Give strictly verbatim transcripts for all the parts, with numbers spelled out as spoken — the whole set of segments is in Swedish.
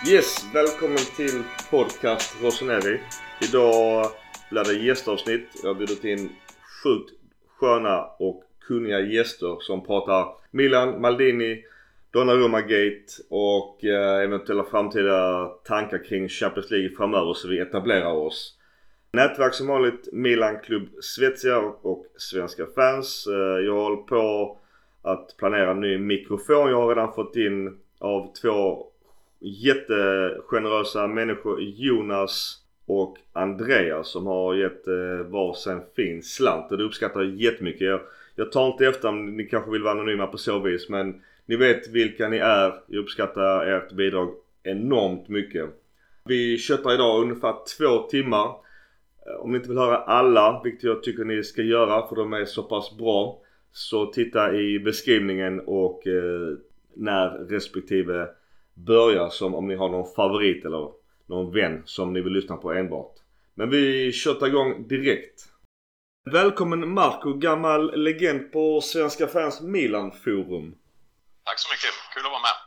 Yes, välkommen till podcast Rossoneri. Idag blir det gästavsnitt. Jag har bjudit in sjukt sköna och kunniga gäster som pratar Milan, Maldini, Donnarumma-gate och eh, eventuella framtida tankar kring Champions League framöver, så vi etablerar oss. Nätverk som vanligt, Milan Klubb Svezia och svenska fans. Eh, jag håller på att planera en ny mikrofon. Jag har redan fått in av två jättegenerösa människor, Jonas och Andreas, som har gett eh, varsin fin slant, och det uppskattar jag jättemycket. Jag, jag tar inte efter om ni kanske vill vara anonyma på så vis, men ni vet vilka ni är. Jag uppskattar ert bidrag enormt mycket. Vi köttar idag ungefär två timmar. Om ni inte vill höra alla, vilket jag tycker ni ska göra för de är så pass bra, så titta i beskrivningen och eh, när respektive börja, som om ni har någon favorit eller någon vän som ni vill lyssna på enbart. Men vi köttar igång direkt. Välkommen Marco, gammal legend på Svenska Fans Milan-forum. Tack så mycket, kul att vara med.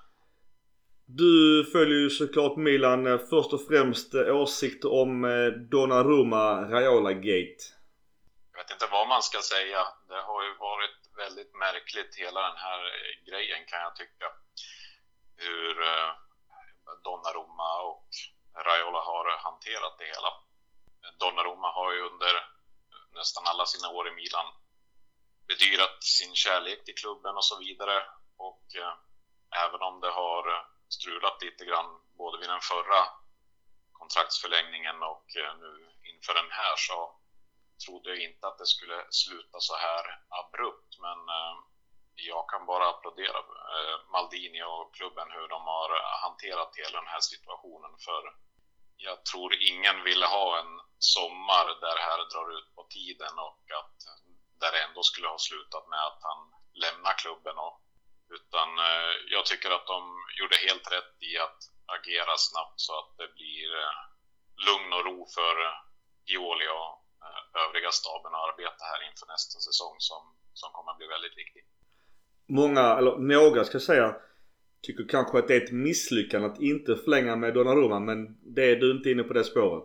Du följer ju såklart Milan. Först och främst åsikter om Donnarumma-Raiola-gate. Jag vet inte vad man ska säga. Det har ju varit väldigt märkligt hela den här grejen, kan jag tycka. Hur Donnarumma och Raiola har hanterat det hela. Donnarumma har ju under nästan alla sina år i Milan bedyrat sin kärlek till klubben och så vidare. Och eh, även om det har strulat lite grann både vid den förra kontraktsförlängningen och eh, nu inför den här, så trodde jag inte att det skulle sluta så här abrupt. Men eh, jag kan bara applådera eh, Maldini och klubben hur de har hanterat hela den här situationen. För jag tror ingen ville ha en sommar där det här drar ut på tiden och att där det ändå skulle ha slutat med att han lämnar klubben. Och, utan eh, jag tycker att de gjorde helt rätt i att agera snabbt så att det blir eh, lugn och ro för Pioli och eh, övriga staben att arbeta här inför nästa säsong som, som kommer att bli väldigt viktig. Många, eller några ska jag säga, tycker kanske att det är ett misslyckande att inte förlänga med Donnarumma, men det är du inte inne på det spåret.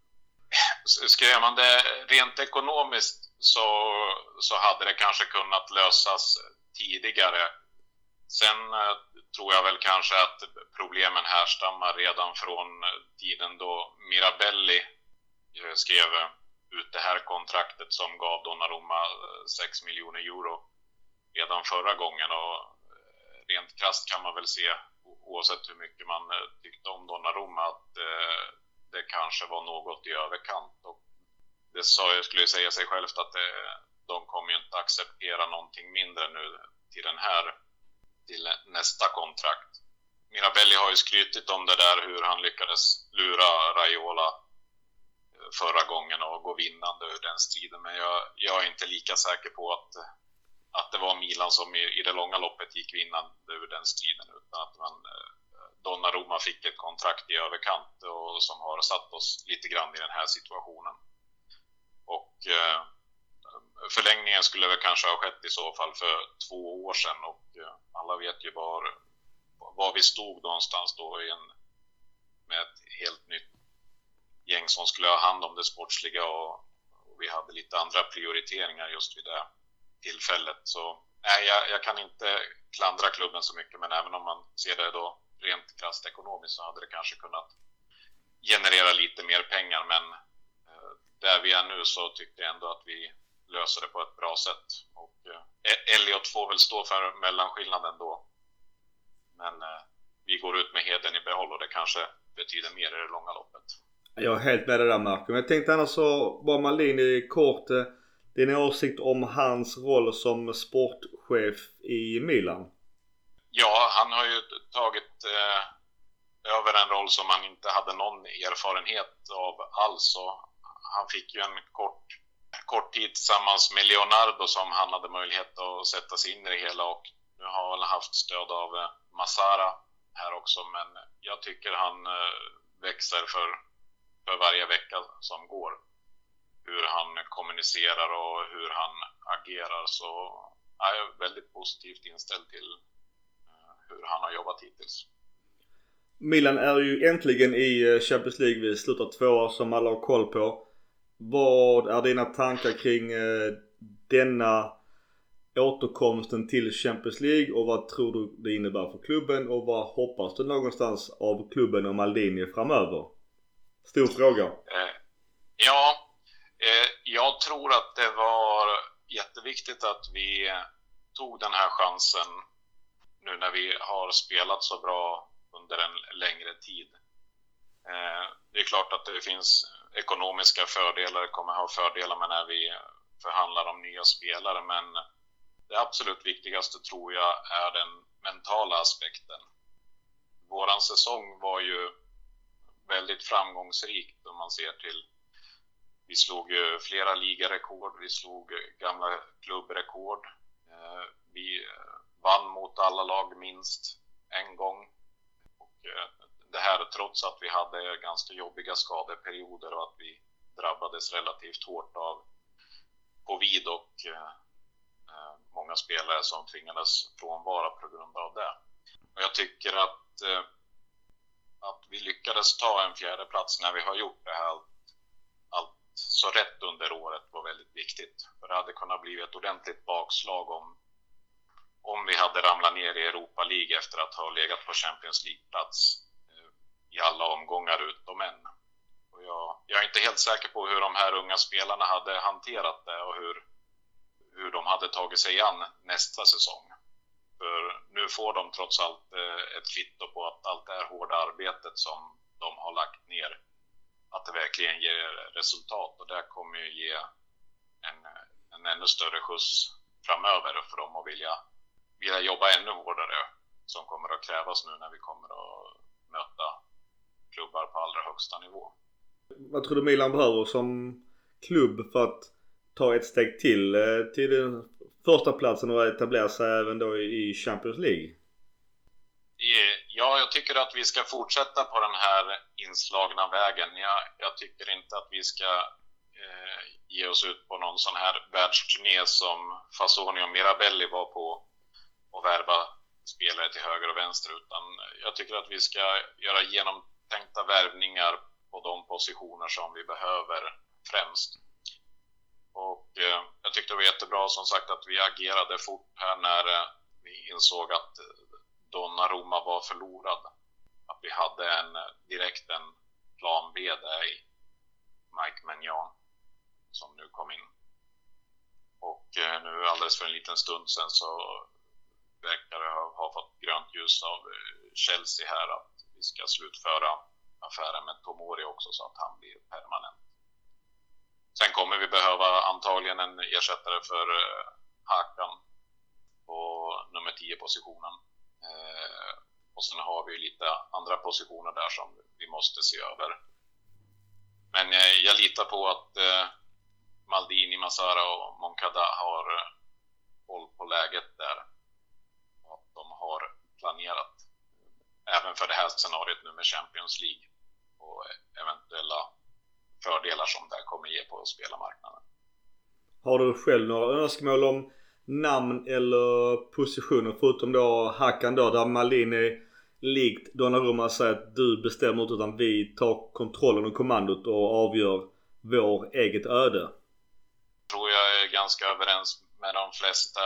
Skrev man det rent ekonomiskt så, så hade det kanske kunnat lösas tidigare. Sen eh, tror jag väl kanske att problemen härstammar redan från tiden då Mirabelli eh, skrev ut det här kontraktet som gav Donnarumma sex miljoner euro redan förra gången. Och rent krasst kan man väl se, oavsett hur mycket man tyckte om Donnarumma, att eh, det kanske var något i överkant. Och det sa jag skulle säga sig självt att det, de kommer ju inte acceptera någonting mindre nu till den här, till nästa kontrakt. Mirabelli har ju skrytit om det där, hur han lyckades lura Raiola förra gången och gå vinnande ur den striden. Men jag, jag är inte lika säker på att att det var Milan som i, i det långa loppet gick vinnande ur den striden, utan att man, Donnarumma fick ett kontrakt i överkant och som har satt oss lite grann i den här situationen. Och eh, förlängningen skulle väl kanske ha skett i så fall för två år sedan, och eh, alla vet ju var, var vi stod någonstans då i en, med ett helt nytt gäng som skulle ha hand om det sportsliga, och, och vi hade lite andra prioriteringar just vid det tillfället. Så nej, jag, jag kan inte klandra klubben så mycket, men även om man ser det då rent krasst ekonomiskt så hade det kanske kunnat generera lite mer pengar. Men eh, där vi är nu så tyckte jag ändå att vi löser det på ett bra sätt. Och eh, Elliot får väl stå för mellanskillnaden då. Men eh, vi går ut med heden i behåll, och det kanske betyder mer i det långa loppet. Jag är helt med det där, Marco. Men jag tänkte annars så var Maldini kort. Din åsikt om hans roll som sportchef i Milan? Ja, han har ju tagit eh, över en roll som han inte hade någon erfarenhet av alls. Och han fick ju en kort, kort tid tillsammans med Leonardo som han hade möjlighet att sätta sig in i det hela. Och nu har han haft stöd av eh, Massara här också. Men jag tycker han eh, växer för, för varje vecka som går. Hur han kommunicerar och hur han agerar, så är jag väldigt positivt inställd till hur han har jobbat hittills. Milan är ju äntligen i Champions League. Vi slutar tvåa som alla har koll på. Vad är dina tankar kring eh, denna återkomsten till Champions League och vad tror du det innebär för klubben och vad hoppas du någonstans av klubben och Maldini framöver? Stor fråga. Eh, ja, eh, jag tror att det var jätteviktigt att vi tog den här chansen nu när vi har spelat så bra under en längre tid. Eh, det är klart att det finns ekonomiska fördelar, kommer ha fördelar med när vi förhandlar om nya spelare, men det absolut viktigaste tror jag är den mentala aspekten. Våran säsong var ju väldigt framgångsrik om man ser till. Vi slog ju flera ligarekord, vi slog gamla klubbrekord. Vi vann mot alla lag minst en gång. Och det här trots att vi hade ganska jobbiga skadeperioder och att vi drabbades relativt hårt av covid och många spelare som tvingades frånvara på grund av det. Och jag tycker att, eh, att vi lyckades ta en fjärde plats när vi har gjort det här allt, allt så rätt under året var väldigt viktigt. För det hade kunnat bli ett ordentligt bakslag om, om vi hade ramlat ner i Europa League efter att ha legat på Champions League-plats eh, i alla omgångar utom en. Och jag, jag är inte helt säker på hur de här unga spelarna hade hanterat det och hur hur de hade tagit sig an nästa säsong. För nu får de trots allt ett kvitto på att allt det här hårda arbetet som de har lagt ner, att det verkligen ger resultat. Och det kommer ju ge en, en ännu större skjuts framöver för dem att vilja, vilja jobba ännu hårdare, som kommer att krävas nu när vi kommer att möta klubbar på allra högsta nivå. Vad tror du Milan behöver som klubb för att ta ett steg till till den första platsen och etablera sig även då i Champions League? Ja, jag tycker att vi ska fortsätta på den här inslagna vägen. Jag, jag tycker inte att vi ska eh, ge oss ut på någon sån här världsturné som Fasoni och Mirabelli var på och värva spelare till höger och vänster, utan jag tycker att vi ska göra genomtänkta värvningar på de positioner som vi behöver främst. Och eh, jag tyckte det var jättebra som sagt att vi agerade fort här när eh, vi insåg att Donnarumma var förlorad. Att vi hade en direkt en plan B där i Mike Maignan som nu kom in. Och eh, nu alldeles för en liten stund sedan så verkar det ha, ha fått grönt ljus av Chelsea här att vi ska slutföra affären med Tomori också så att han blir permanent. Sen kommer vi behöva antagligen en ersättare för eh, Hakan på nummer tio positionen. Eh, och sen har vi lite andra positioner där som vi måste se över. Men eh, jag litar på att eh, Maldini, Massara och Moncada har eh, håll på läget där. Och att de har planerat även för det här scenariot nu med Champions League och eventuella fördelar som det kommer ge på spelarmarknaden. Har du själv några önskemål om namn eller positioner förutom då Hakan då, där Maldini likt Donnarumma säger att du bestämmer inte utan vi tar kontrollen och kommandot och avgör vår eget öde? Jag tror jag är ganska överens med de flesta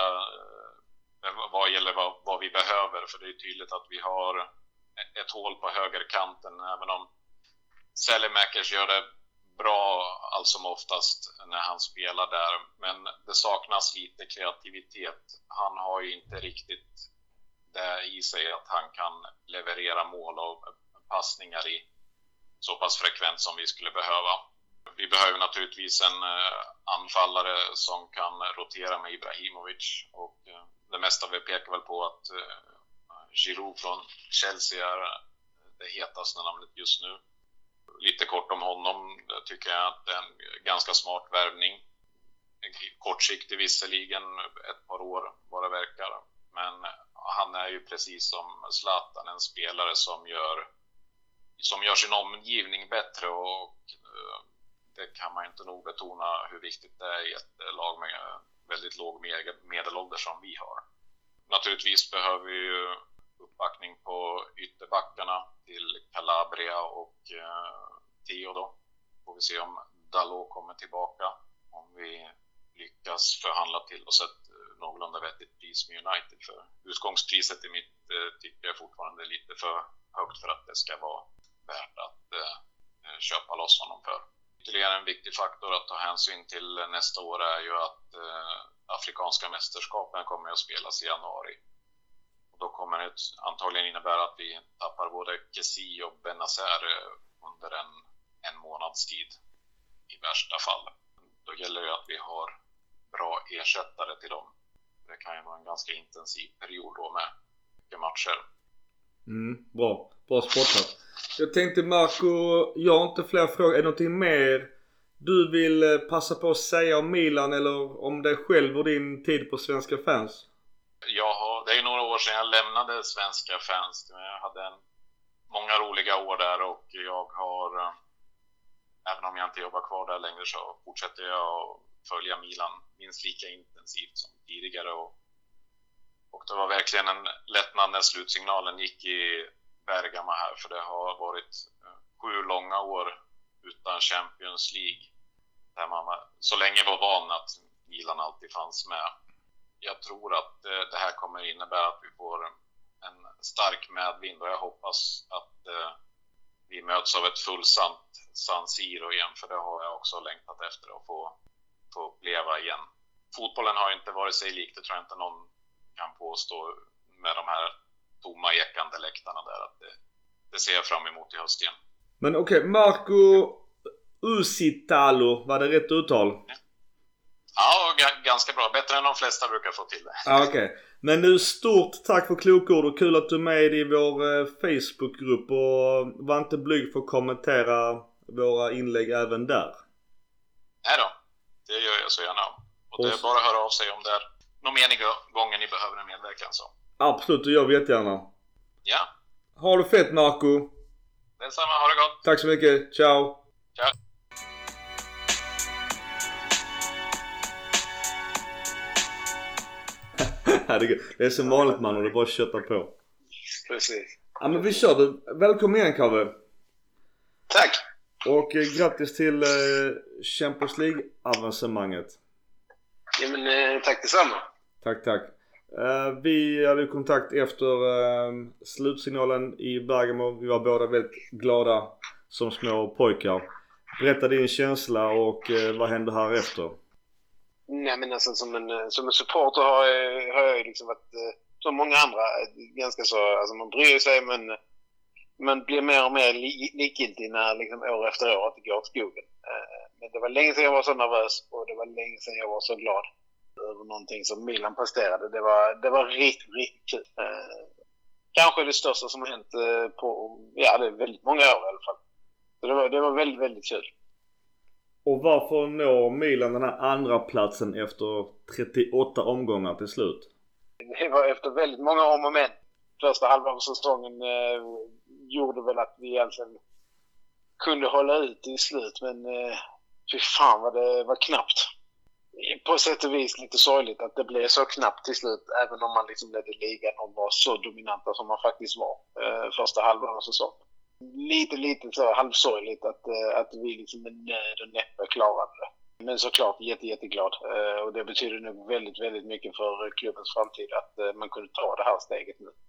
vad gäller vad, vad vi behöver, för det är tydligt att vi har ett hål på högerkanten, även om Selemakers gör det bra allt som oftast när han spelar där, men det saknas lite kreativitet. Han har ju inte riktigt det i sig att han kan leverera mål och passningar i så pass frekvent som vi skulle behöva. Vi behöver naturligtvis en anfallare som kan rotera med Ibrahimovic, och det mesta vi pekar väl på att Giroud från Chelsea är det hetaste namnet just nu. Lite kort om honom, tycker jag att det är en ganska smart värvning. Kortsiktig visserligen, ett par år vad det verkar. Men han är ju precis som Zlatan en spelare som gör, som gör sin omgivning bättre, och det kan man inte nog betona hur viktigt det är i ett lag med väldigt låg medelålder som vi har. Naturligtvis behöver vi ju uppbackning på ytterbackarna till Calabria och eh, Theo då. Får vi se om Dalot kommer tillbaka, om vi lyckas förhandla till oss ett någorlunda vettigt pris med United. För utgångspriset i mitt eh, tycker jag fortfarande är lite för högt för att det ska vara värt att eh, köpa loss honom för. Ytterligare en viktig faktor att ta hänsyn till nästa år är ju att eh, afrikanska mästerskapen kommer att spelas i januari. Och då kommer det antagligen innebära att vi tappar både Kessie och Benazer under en, en månads tid i värsta fall. Då gäller det att vi har bra ersättare till dem. Det kan ju vara en ganska intensiv period då med mycket matcher. Mm, bra, bra spottat. Jag tänkte Marco, jag har inte fler frågor. Är det någonting mer du vill passa på att säga om Milan eller om dig själv och din tid på Svenska Fans? Jag har, det är ju några år sedan jag lämnade Svenska Fans. Jag hade en, många roliga år där och jag har, även om jag inte jobbar kvar där längre, så fortsätter jag att följa Milan minst lika intensivt som tidigare. Och, och det var verkligen en lättnad när slutsignalen gick i Bergamo här, för det har varit sju långa år utan Champions League där man så länge var van att Milan alltid fanns med. Jag tror att det här kommer innebära att vi får en stark medvind och jag hoppas att vi möts av ett fullsamt San Siro igen, för det har jag också längtat efter att få, få uppleva igen. Fotbollen har inte varit sig lik, det tror jag inte någon kan påstå, med de här tomma ekande läktarna där, att det, det ser jag fram emot i höst igen. Men okej, okay, Marco Usitalo, var det rätt uttal? Ja, ja g- ganska bra. Bättre än de flesta brukar få till det. Ah, okej. Okay. Men nu stort tack för klokord och kul att du är med i vår eh, Facebookgrupp och var inte blyg för att kommentera våra inlägg även där. Nej då, det gör jag så gärna. Och det är bara att höra av sig om det är någon mening gången ni behöver en medverkan så. Absolut, det gör vi jättegärna. Ja. Ha det fett Marco. Detsamma, ha det gott. Tack så mycket, ciao. Ciao. Det är som vanligt man och det bara köttar på. Precis. Ja men vi kör det. Välkommen igen Kave. Tack. Och eh, grattis till eh, Champions League-avancemanget. Ja men eh, tack detsamma. Tack, tack. Eh, vi hade kontakt efter eh, slutsignalen i Bergamo. Vi var båda väldigt glada som små pojkar. Berätta din känsla och eh, vad hände här efter? Nej men alltså som en, som en supporter har, har jag ju liksom varit som många andra ganska så, alltså man bryr sig men man blir mer och mer li, likgiltig när liksom år efter år att det går åt skogen. Men det var länge sedan jag var så nervös och det var länge sedan jag var så glad över någonting som Milan presterade. Det var, det var riktigt, riktigt kul. Kanske det största som har hänt på, ja det är väldigt många år i alla fall. Så det var, det var väldigt, väldigt kul. Och varför når Milan den här andra platsen efter trettioåtta omgångar till slut? Det var efter väldigt många om och men. Första halvan av säsongen eh, gjorde väl att vi egentligen kunde hålla ut i slut. Men eh, fy fan vad det var knappt. På sätt och vis lite sorgligt att det blev så knappt till slut. Även om man liksom ledde ligan och var så dominanta som man faktiskt var eh, första halvan av säsongen. Lite, lite så halvsorgligt att, att vi liksom med nöd och näppe klarade det. Men såklart jätte, jätteglad. Och det betyder nog väldigt, väldigt mycket för klubbens framtid att man kunde ta det här steget nu.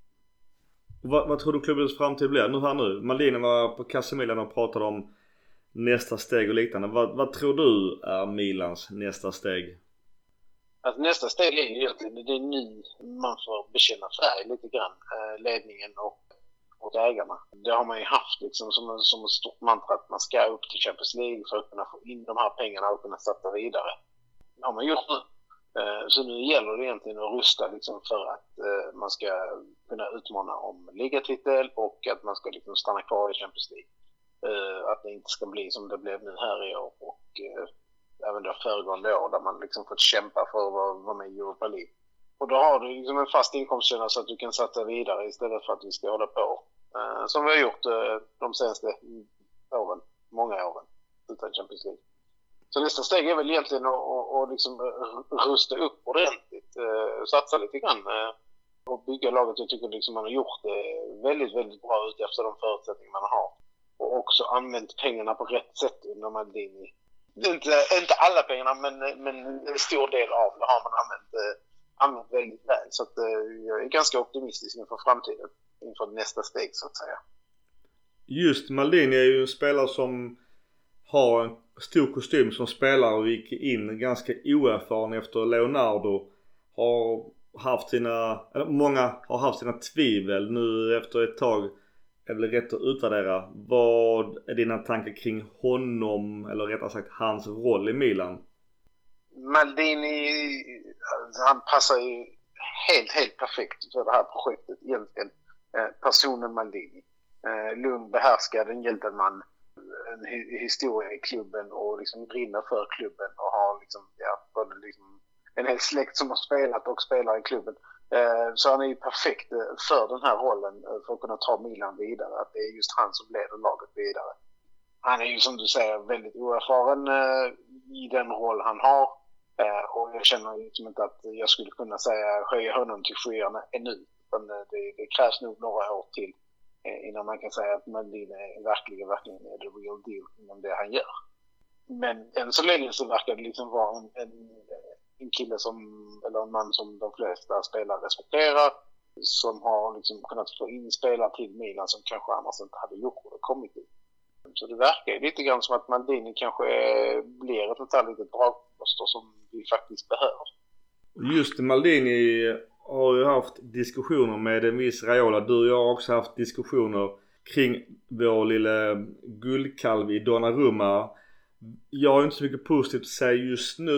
Vad, vad tror du klubbens framtid blir? Nu här nu. Maldini var på Casa Milan och pratade om nästa steg och liknande. Vad, vad tror du är Milans nästa steg? Alltså nästa steg är ju egentligen det är nu man får bekänna färg lite grann. Ledningen och och ägarna. Det har man ju haft liksom som, som ett stort mantra att man ska upp till Champions League för att kunna få in de här pengarna och kunna starta vidare. Det har man gjort nu. Så nu gäller det egentligen att rusta liksom för att man ska kunna utmana om ligatitel och att man ska liksom stanna kvar i Champions League. Att det inte ska bli som det blev nu här i år och även då föregående år där man liksom fått kämpa för att vara med i Europa League. Och då har du liksom en fast inkomstkälla så att du kan satsa vidare istället för att vi ska hålla på. Uh, som vi har gjort uh, de senaste åren, många åren utan Champions League. Så nästa steg är väl egentligen att, att, att liksom rusta upp ordentligt, uh, satsa lite grann. Uh, och bygga laget. Jag tycker liksom man har gjort det väldigt, väldigt bra ut efter de förutsättningar man har. Och också använt pengarna på rätt sätt under Maldini. Inte, inte alla pengarna, men, men en stor del av det har man använt, eh, använt väldigt väl. Så att, eh, jag är ganska optimistisk inför framtiden, inför nästa steg så att säga. Just Maldini är ju en spelare som har en stor kostym som spelare och gick in ganska oerfaren efter Leonardo. Har haft sina, eller många har haft sina tvivel nu efter ett tag. Är väl rätt att utvärdera. Vad är dina tankar kring honom, eller rättare sagt hans roll i Milan? Maldini, han passar ju helt, helt perfekt för det här projektet egentligen. Personen Maldini. Lugn, behärskad, en gentleman, en historia i klubben och liksom brinner för klubben och har liksom, ja, både liksom en hel släkt som har spelat och spelar i klubben. Så han är ju perfekt för den här rollen för att kunna ta Milan vidare. Att det är just han som leder laget vidare. Han är ju som du säger väldigt oerfaren i den roll han har. Och jag känner liksom inte att jag skulle kunna säga höja honom till skyarna ännu. Men det, det krävs nog några år till innan man kan säga att Maldini är verkligen, verkligen är the real deal inom det han gör. Men än så länge så verkar det liksom vara en, en, en kille som, eller en man som de flesta spelare respekterar, som har liksom kunnat få in spelare till Milan som kanske annars inte hade gjort och kommit dit. Så det verkar lite grann som att Maldini kanske blir ett sånt här litet dragposter som vi faktiskt behöver. Just Maldini har ju haft diskussioner med en viss Raiola. Du och jag har också haft diskussioner kring vår lilla guldkalv i Donnarumma. Jag har inte så mycket positivt att säga just nu.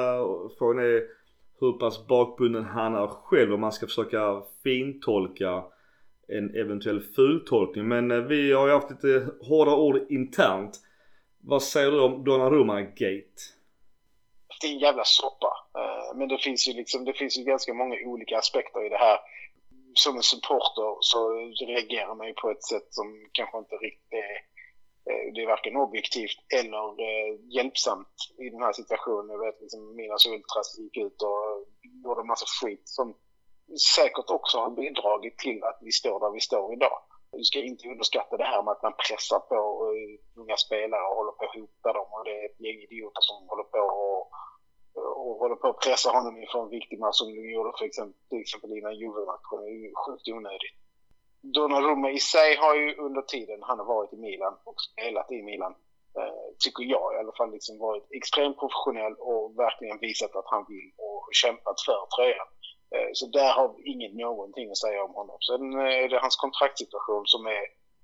Frågan är hur pass bakbunden han är själv, om man ska försöka fintolka en eventuell fultolkning. Men vi har ju haft lite hårda ord internt. Vad säger du om Donnarumma-gate? Det är en jävla soppa. Men det finns ju liksom, det finns ju ganska många olika aspekter i det här. Som en supporter så reagerar man ju på ett sätt som kanske inte riktigt är, det är varken objektivt eller hjälpsamt i den här situationen. Jag vet liksom Milas Ultras gick ut och gjorde en massa skit som säkert också har bidragit till att vi står där vi står idag. Du ska inte underskatta det här med att man pressar på unga spelare och håller på att hota dem, och det är ett gäng idioter som håller på och, och håller på att pressa honom inför en viktig match som de gjorde för exempel, till exempel innan Juve-matchen. Det är ju sjukt onödigt. Donnarumma i sig har ju under tiden han har varit i Milan och spelat i Milan, eh, tycker jag i alla fall, liksom varit extremt professionell och verkligen visat att han vill och kämpat för tröjan. Eh, så där har vi inget någonting att säga om honom. Sen är det hans kontraktssituation som är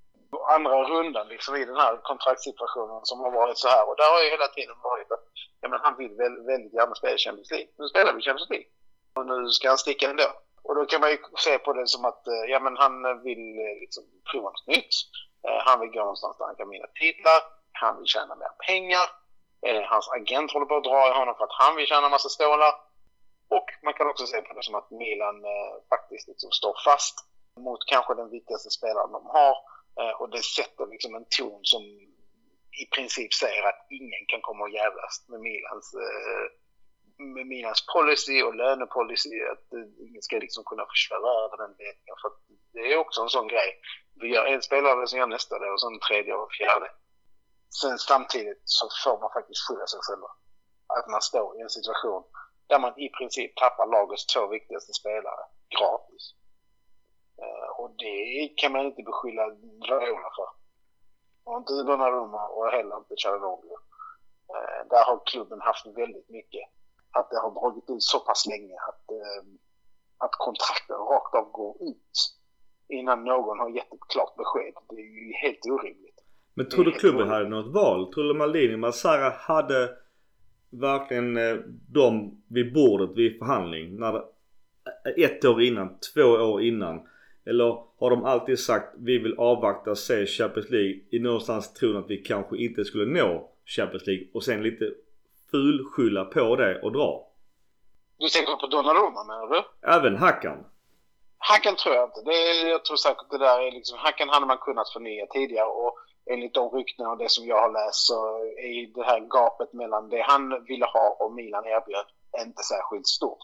andra rundan liksom i den här kontraktssituationen som har varit så här. Och där har ju hela tiden varit att ja, men han vill väldigt, väldigt gärna spela Champions League. Nu spelar vi Champions League. Och nu ska han sticka ändå. Och då kan man ju se på det som att ja, men han vill liksom prova något nytt. Eh, han vill gå någonstans där han kan vinna titlar. Han vill tjäna mer pengar. Eh, hans agent håller på att dra i honom för att han vill tjäna massa stålar. Och man kan också se på det som att Milan eh, faktiskt liksom står fast mot kanske den viktigaste spelaren de har. Eh, och det sätter liksom en ton som i princip säger att ingen kan komma och jävlas med Milans eh, med Milans policy och lönepolicy, att ingen ska liksom kunna försvara över den ledningen, för att det är också en sån grej. Vi gör en spelare som gör nästa det och sen tredje och fjärde. Sen samtidigt så får man faktiskt skylla sig själva. Att man står i en situation där man i princip tappar lagets två viktigaste spelare gratis. Och det kan man inte beskylla Raiola för. Och inte Donnarumma och heller inte Çalhanoğlu. Där har klubben haft väldigt mycket. Att det har dragit ut så pass länge att, eh, att kontrakten rakt av går ut innan någon har gett ett klart besked. Det är ju helt orimligt. Men tror du klubben hade något val? Tror du Maldini och Massara hade verkligen eh, de vid bordet vid förhandling när det, ett år innan, två år innan? Eller har de alltid sagt vi vill avvakta och se Champions League i någonstans tron att vi kanske inte skulle nå Champions League och sen lite fulskylla på det och dra? Du tänker på Donnarumma, menar du? Även Hakan. Hakan tror jag inte. Det är, jag tror säkert det där är liksom, Hakan hade man kunnat förnya tidigare, och enligt de ryktena och det som jag har läst så är det här gapet mellan det han ville ha och Milan erbjöd inte särskilt stort.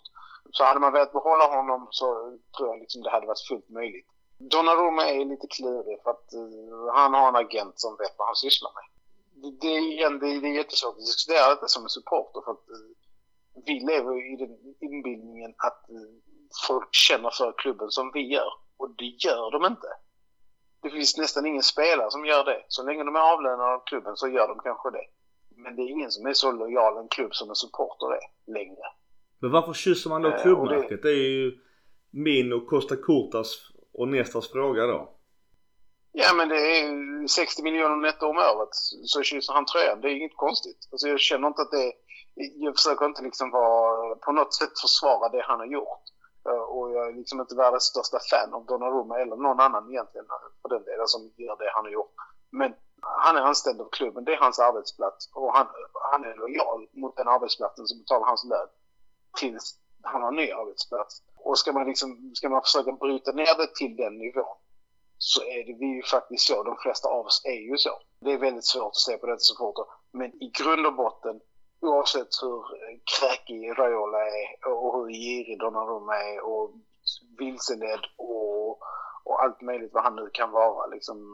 Så hade man velat behålla honom så tror jag liksom det hade varit fullt möjligt. Donnarumma är lite klurig för att uh, han har en agent som vet vad han sysslar med. Det, det, igen, det, det är jättesvårt att diskutera detta som en supporter för att uh, vi lever i den inbildningen att uh, folk känner för klubben som vi gör. Och det gör de inte. Det finns nästan ingen spelare som gör det. Så länge de är avlönade av klubben så gör de kanske det. Men det är ingen som är så lojal en klubb som en supporter är längre. Men varför kysser man då klubbmärket? Uh, det... det är ju min och Costa Curtas och Nestas fråga då. Ja, men det är sextio miljoner netto om året så kysser han tröjan. Det är inget konstigt. Alltså jag känner inte att det... Jag försöker inte liksom vara på något sätt försvara det han har gjort. Och jag är liksom inte världens största fan av Donnarumma eller någon annan egentligen på den delen som gör det han har gjort. Men han är anställd av klubben. Det är hans arbetsplats. Och han, han är lojal mot den arbetsplatsen som betalar hans lön tills han har en ny arbetsplats. Och ska man, liksom, ska man försöka bryta ner det till den nivån så är det vi ju faktiskt så. De flesta av oss är ju så. Det är väldigt svårt att se på det supporter. Men i grund och botten, oavsett hur kräkig Raiola är och hur girig Donnarumma är och vilseledd och, och allt möjligt vad han nu kan vara liksom,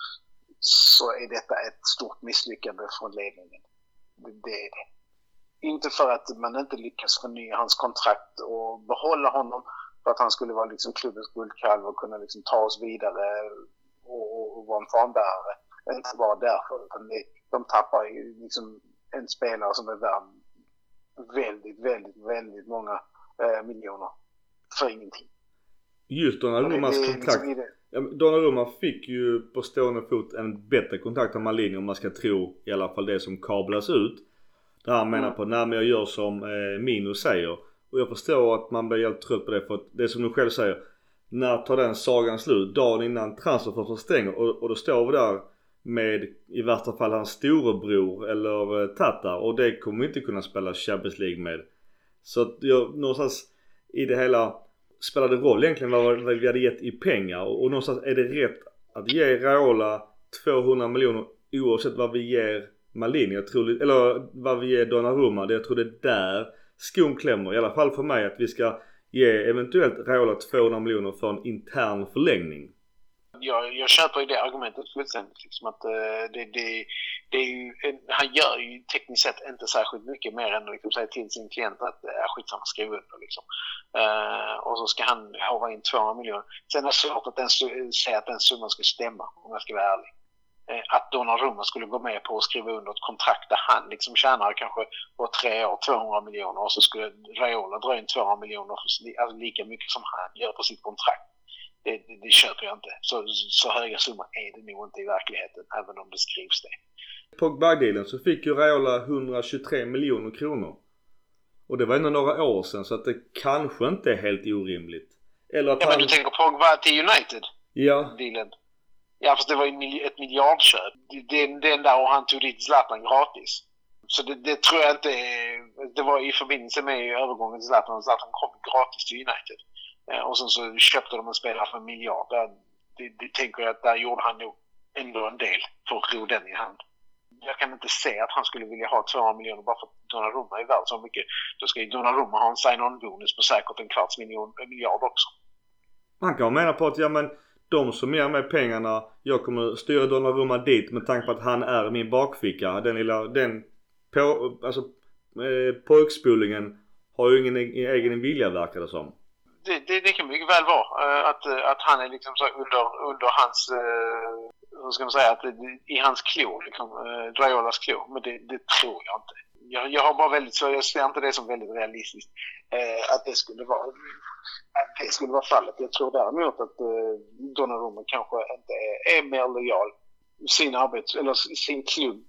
så är detta ett stort misslyckande från ledningen. Det, det är det. Inte för att man inte lyckas förnya hans kontrakt och behålla honom för att han skulle vara liksom klubbens guldkalv och kunna liksom ta oss vidare och, och, och vara en fanbärare. Inte bara därför, utan det, de tappar ju liksom en spelare som är värd väldigt, väldigt, väldigt många eh, miljoner för ingenting. Just Donnarummas kontrakt. Liksom ja, Donnarumma fick ju på stående fot en bättre kontakt av Maldini om man ska tro i alla fall det som kablas ut. Där han menar på när jag gör som eh, Mino säger. Och jag förstår att man blir helt trött på det för att det som du själv säger. När tar den sagan slut? Dagen innan transferfönstret stänger och, och då står vi där med i värsta fall hans storebror eller eh, Tata och det kommer vi inte kunna spela Champions League med. Så att jag någonstans i det hela spelade roll egentligen vad vi hade gett i pengar och, och någonstans är det rätt att ge Raiola tvåhundra miljoner oavsett vad vi ger Maldini, jag tror, eller vad vi ger Donnarumma. Det jag tror det är där skon klämmer, i alla fall för mig, att vi ska ge eventuellt Raiola tvåhundra miljoner för en intern förlängning. Jag, jag köper ju det argumentet fullständigt liksom att uh, det, det, det är ju, en, han gör ju tekniskt sett inte särskilt mycket mer än att liksom säga till sin klient att uh, skitsamma, skriv under liksom. Uh, och så ska han hova in tvåhundra miljoner. Sen är det svårt att den, säga att den summan ska stämma, om jag ska vara ärlig. Uh, att Donnarumma skulle gå med på att skriva under ett kontrakt där han liksom tjänar kanske på tre år tvåhundra miljoner och så skulle Raiola dra in tvåhundra miljoner alltså lika mycket som han gör på sitt kontrakt. Det, det, det köper jag inte. Så, så höga summor är det nog inte i verkligheten, även om det skrivs det. På Bagdelen så fick ju Raiola hundratjugotre miljoner kronor. Och det var ändå några år sedan, så att det kanske inte är helt orimligt. Eller att ja, han... men du tänker Pogba till United? Ja. Dealen. Ja, fast det var ju ett miljardköp. Det är den där och han tog dit Zlatan gratis. Så det, det tror jag inte är... Det var i förbindelse med övergången till Zlatan och Zlatan kom gratis till United. Och sen så köpte de en spelare för en miljard. Där, det, det tänker jag att där gjorde han nog ändå en del för att ro den i hand. Jag kan inte se att han skulle vilja ha tvåhundra miljoner bara för att Donnarumma är värd så mycket. Då ska ju Donnarumma ha en sign-on-bonus på säkert en kvarts miljon, en miljard också. Man kan mena på att ja, men de som ger mig pengarna, jag kommer styra Donnarumma dit med tanke på att han är min bakficka. Den lilla, den på, alltså eh, pojkspolingen har ju ingen egen vilja, verkar det som. Det, det, det kan mycket väl vara uh, att, uh, att han är liksom så under, under hans uh, hur ska man säga att det, i hans klo liksom, uh, Raiolas klo, men det, det tror jag inte. Jag, jag har bara väldigt så jag ser inte det som väldigt realistiskt uh, att det skulle vara att det skulle vara fallet. Jag tror däremot att uh, Donnarumma kanske inte är, är mer lojal sin arbets eller sin klubb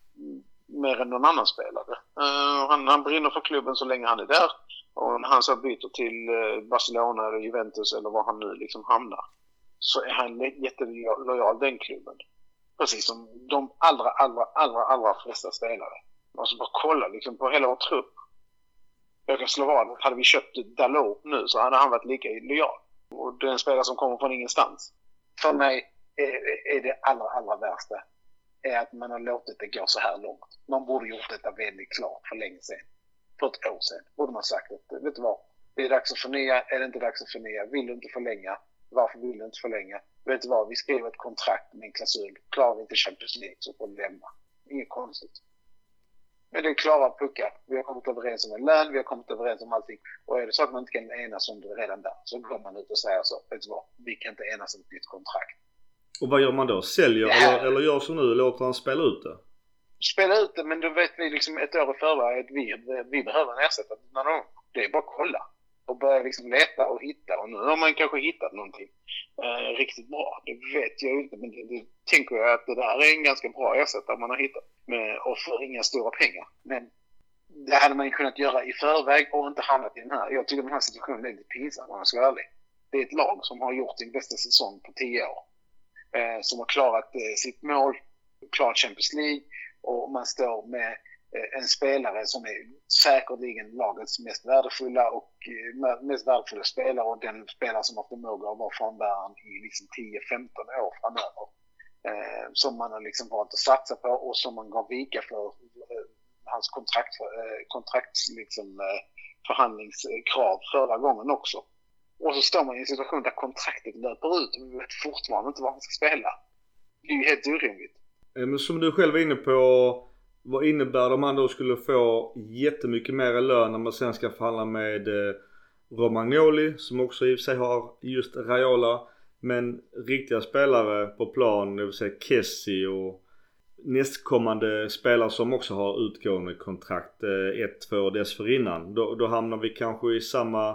mer än någon annan spelare. Uh, han, han brinner för klubben så länge han är där. Och när han så byter till Barcelona eller Juventus eller var han nu liksom hamnar, så är han jättelojal den klubben. Precis som de allra, allra, allra, allra flesta spelare. Man ska bara kolla liksom på hela vår trupp. Jag kan slå vad att hade vi köpt Dalot nu så hade han varit lika lojal. Och det är en spelare som kommer från ingenstans. För mig är, är det allra, allra värsta är att man har låtit det gå så här långt. Man borde gjort detta väldigt klart för länge sedan. För ett år sedan borde man sagt att, vet du vad, Det är dags att förnya, är det inte dags att förnya? Vill du inte förlänga? Varför vill du inte förlänga? Vet du vad, vi skriver ett kontrakt med en klausul. Klarar vi inte Champions League så får du lämna. Inget konstigt. Men det är klara puckar. Vi har kommit överens om en lön, vi har kommit överens om allting. Och är det så att man inte kan enas om det redan där, så går man ut och säger så, vet du vad, vi kan inte enas om ett nytt kontrakt. Och vad gör man då? Säljer eller, eller gör som nu, låter han spela ut det? Spela ut det, men då vet vi liksom ett år i förväg att vi, vi behöver en ersättare. Det är bara att kolla och börja liksom leta och hitta. Och nu har man kanske hittat någonting eh, riktigt bra. Det vet jag inte, men det, det tänker jag att det där är en ganska bra ersättare man har hittat. Med, och för inga stora pengar. Men det hade man ju kunnat göra i förväg och inte hamnat i den här. Jag tycker den här situationen är lite pinsam om jag ska vara ärlig. Det är ett lag som har gjort sin bästa säsong på tio år. Eh, som har klarat eh, sitt mål, klarat Champions League. Och man står med en spelare som är säkerligen lagets mest värdefulla och mest värdefulla spelare och den spelare som har förmåga att vara frånbäraren i liksom tio femton år framöver. Eh, som man har liksom valt att satsa på och som man gav vika för eh, hans kontrakt, eh, kontrakts liksom, eh, förhandlingskrav förra gången också. Och så står man i en situation där kontraktet löper ut och vi vet fortfarande inte vad han ska spela. Det är ju helt orimligt. Men som du själv är inne på, vad innebär det om man då skulle få jättemycket mer lön när man sen ska förhandla med eh, Romagnoli, som också i och för sig har just Raiola, men riktiga spelare på plan, det vill säga Kessie och nästkommande spelare som också har utgående kontrakt eh, ett, två dessförinnan. Då, då hamnar vi kanske i samma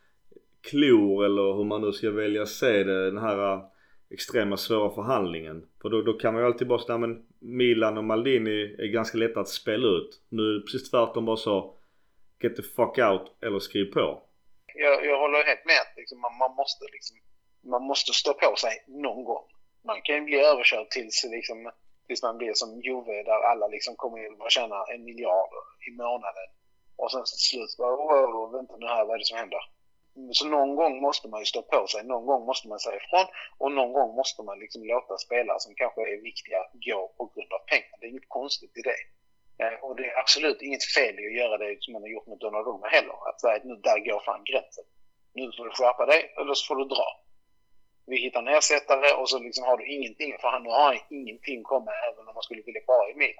klor, eller hur man nu ska välja se det, den här extrema svåra förhandlingen. För då, då kan man ju alltid bara säga, men Milan och Maldini är ganska lätta att spela ut. Nu precis tvärtom bara så, get the fuck out eller skriv på. Jag, jag håller helt med. Liksom, man, man, måste, liksom, man måste stå på sig någon gång. Man kan ju bli överkörd tills, liksom, tills man blir som Juve där alla liksom kommer att tjäna en miljard i månaden. Och sen till slut bara, oh, oh, vänta nu här, vad är det som händer? Så någon gång måste man ju stå på sig, någon gång måste man säga ifrån och någon gång måste man liksom låta spelare som kanske är viktiga gå på grund av pengar. Det är inget konstigt i det. Eh, och det är absolut inget fel i att göra det som man har gjort med Donnarumma heller. Att säga att nu där går fan gränsen. Nu får du skärpa dig eller så får du dra. Vi hittar en ersättare och så liksom har du ingenting, för han har ingenting komma även om man skulle vilja vara i Milan.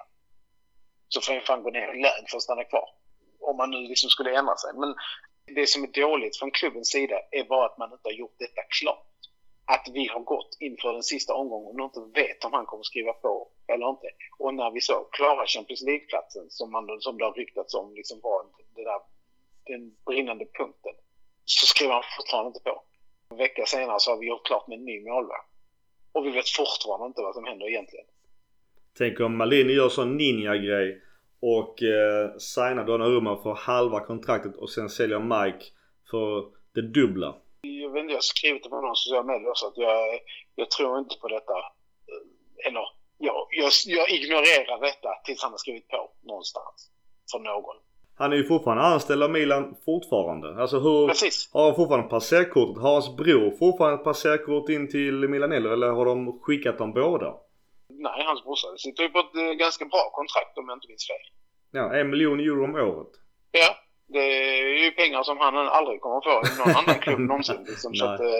Så får han fan gå ner i lön för att stanna kvar. Om man nu liksom skulle ändra sig. Men det som är dåligt från klubbens sida är bara att man inte har gjort detta klart. Att vi har gått inför den sista omgången och inte vet om han kommer skriva på eller inte. Och när vi så klarar Champions League-platsen som, man, som det har ryktats om liksom var det där, den brinnande punkten, så skriver han fortfarande inte på. En vecka senare så har vi gjort klart med en ny målvakt. Och vi vet fortfarande inte vad som händer egentligen. Tänk om Maldini gör sån ninja-grej och eh, signar Donnarumma för halva kontraktet och sen säljer Mike för det dubbla. Jag vet inte, jag har skrivit det på någon sociala medier också att jag, jag tror inte på detta. Eller jag, jag, jag ignorerar detta tills han har skrivit på någonstans för någon. Han är ju fortfarande anställd av Milan fortfarande. Alltså hur Precis. Har han fortfarande passerkortet? Har hans bror fortfarande passerkort in till Milanello eller har de skickat dem båda? Nej, hans brorsa sitter ju på ett uh, ganska bra kontrakt om jag inte minns fel. Ja, en miljon euro om året. Ja, det är ju pengar som han aldrig kommer få i någon annan klubb någonsin. Liksom, så att, uh,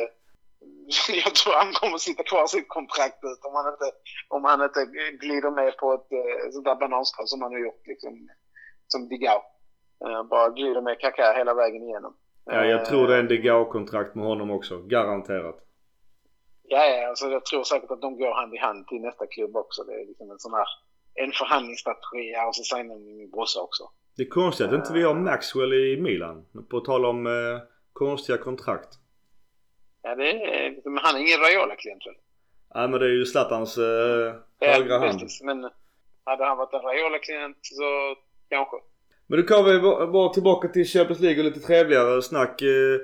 jag tror han kommer sitta kvar sitt kontrakt ut om han inte, om han inte glider med på ett uh, sånt där bananskal som han har gjort liksom, som Digao. Uh, bara glider med Kaká hela vägen igenom. Ja, jag tror det är en Digao-kontrakt med honom också. Garanterat. Ja, ja, alltså jag tror säkert att de går hand i hand till nästa klubb också. Det är liksom en sån här en förhandlingsstrategi och så signar de min brorsa också. Det är konstigt att uh, inte vi har Maxwell i Milan. På tal om eh, konstiga kontrakt. Ja, det är, men han är ingen Raiola-klient väl? Ja, men det är ju Zlatans eh, högra ja, hand. Precis. Men hade han varit en Raiola-klient så kanske. Men då kan vi vara tillbaka till Champions League och lite trevligare snack.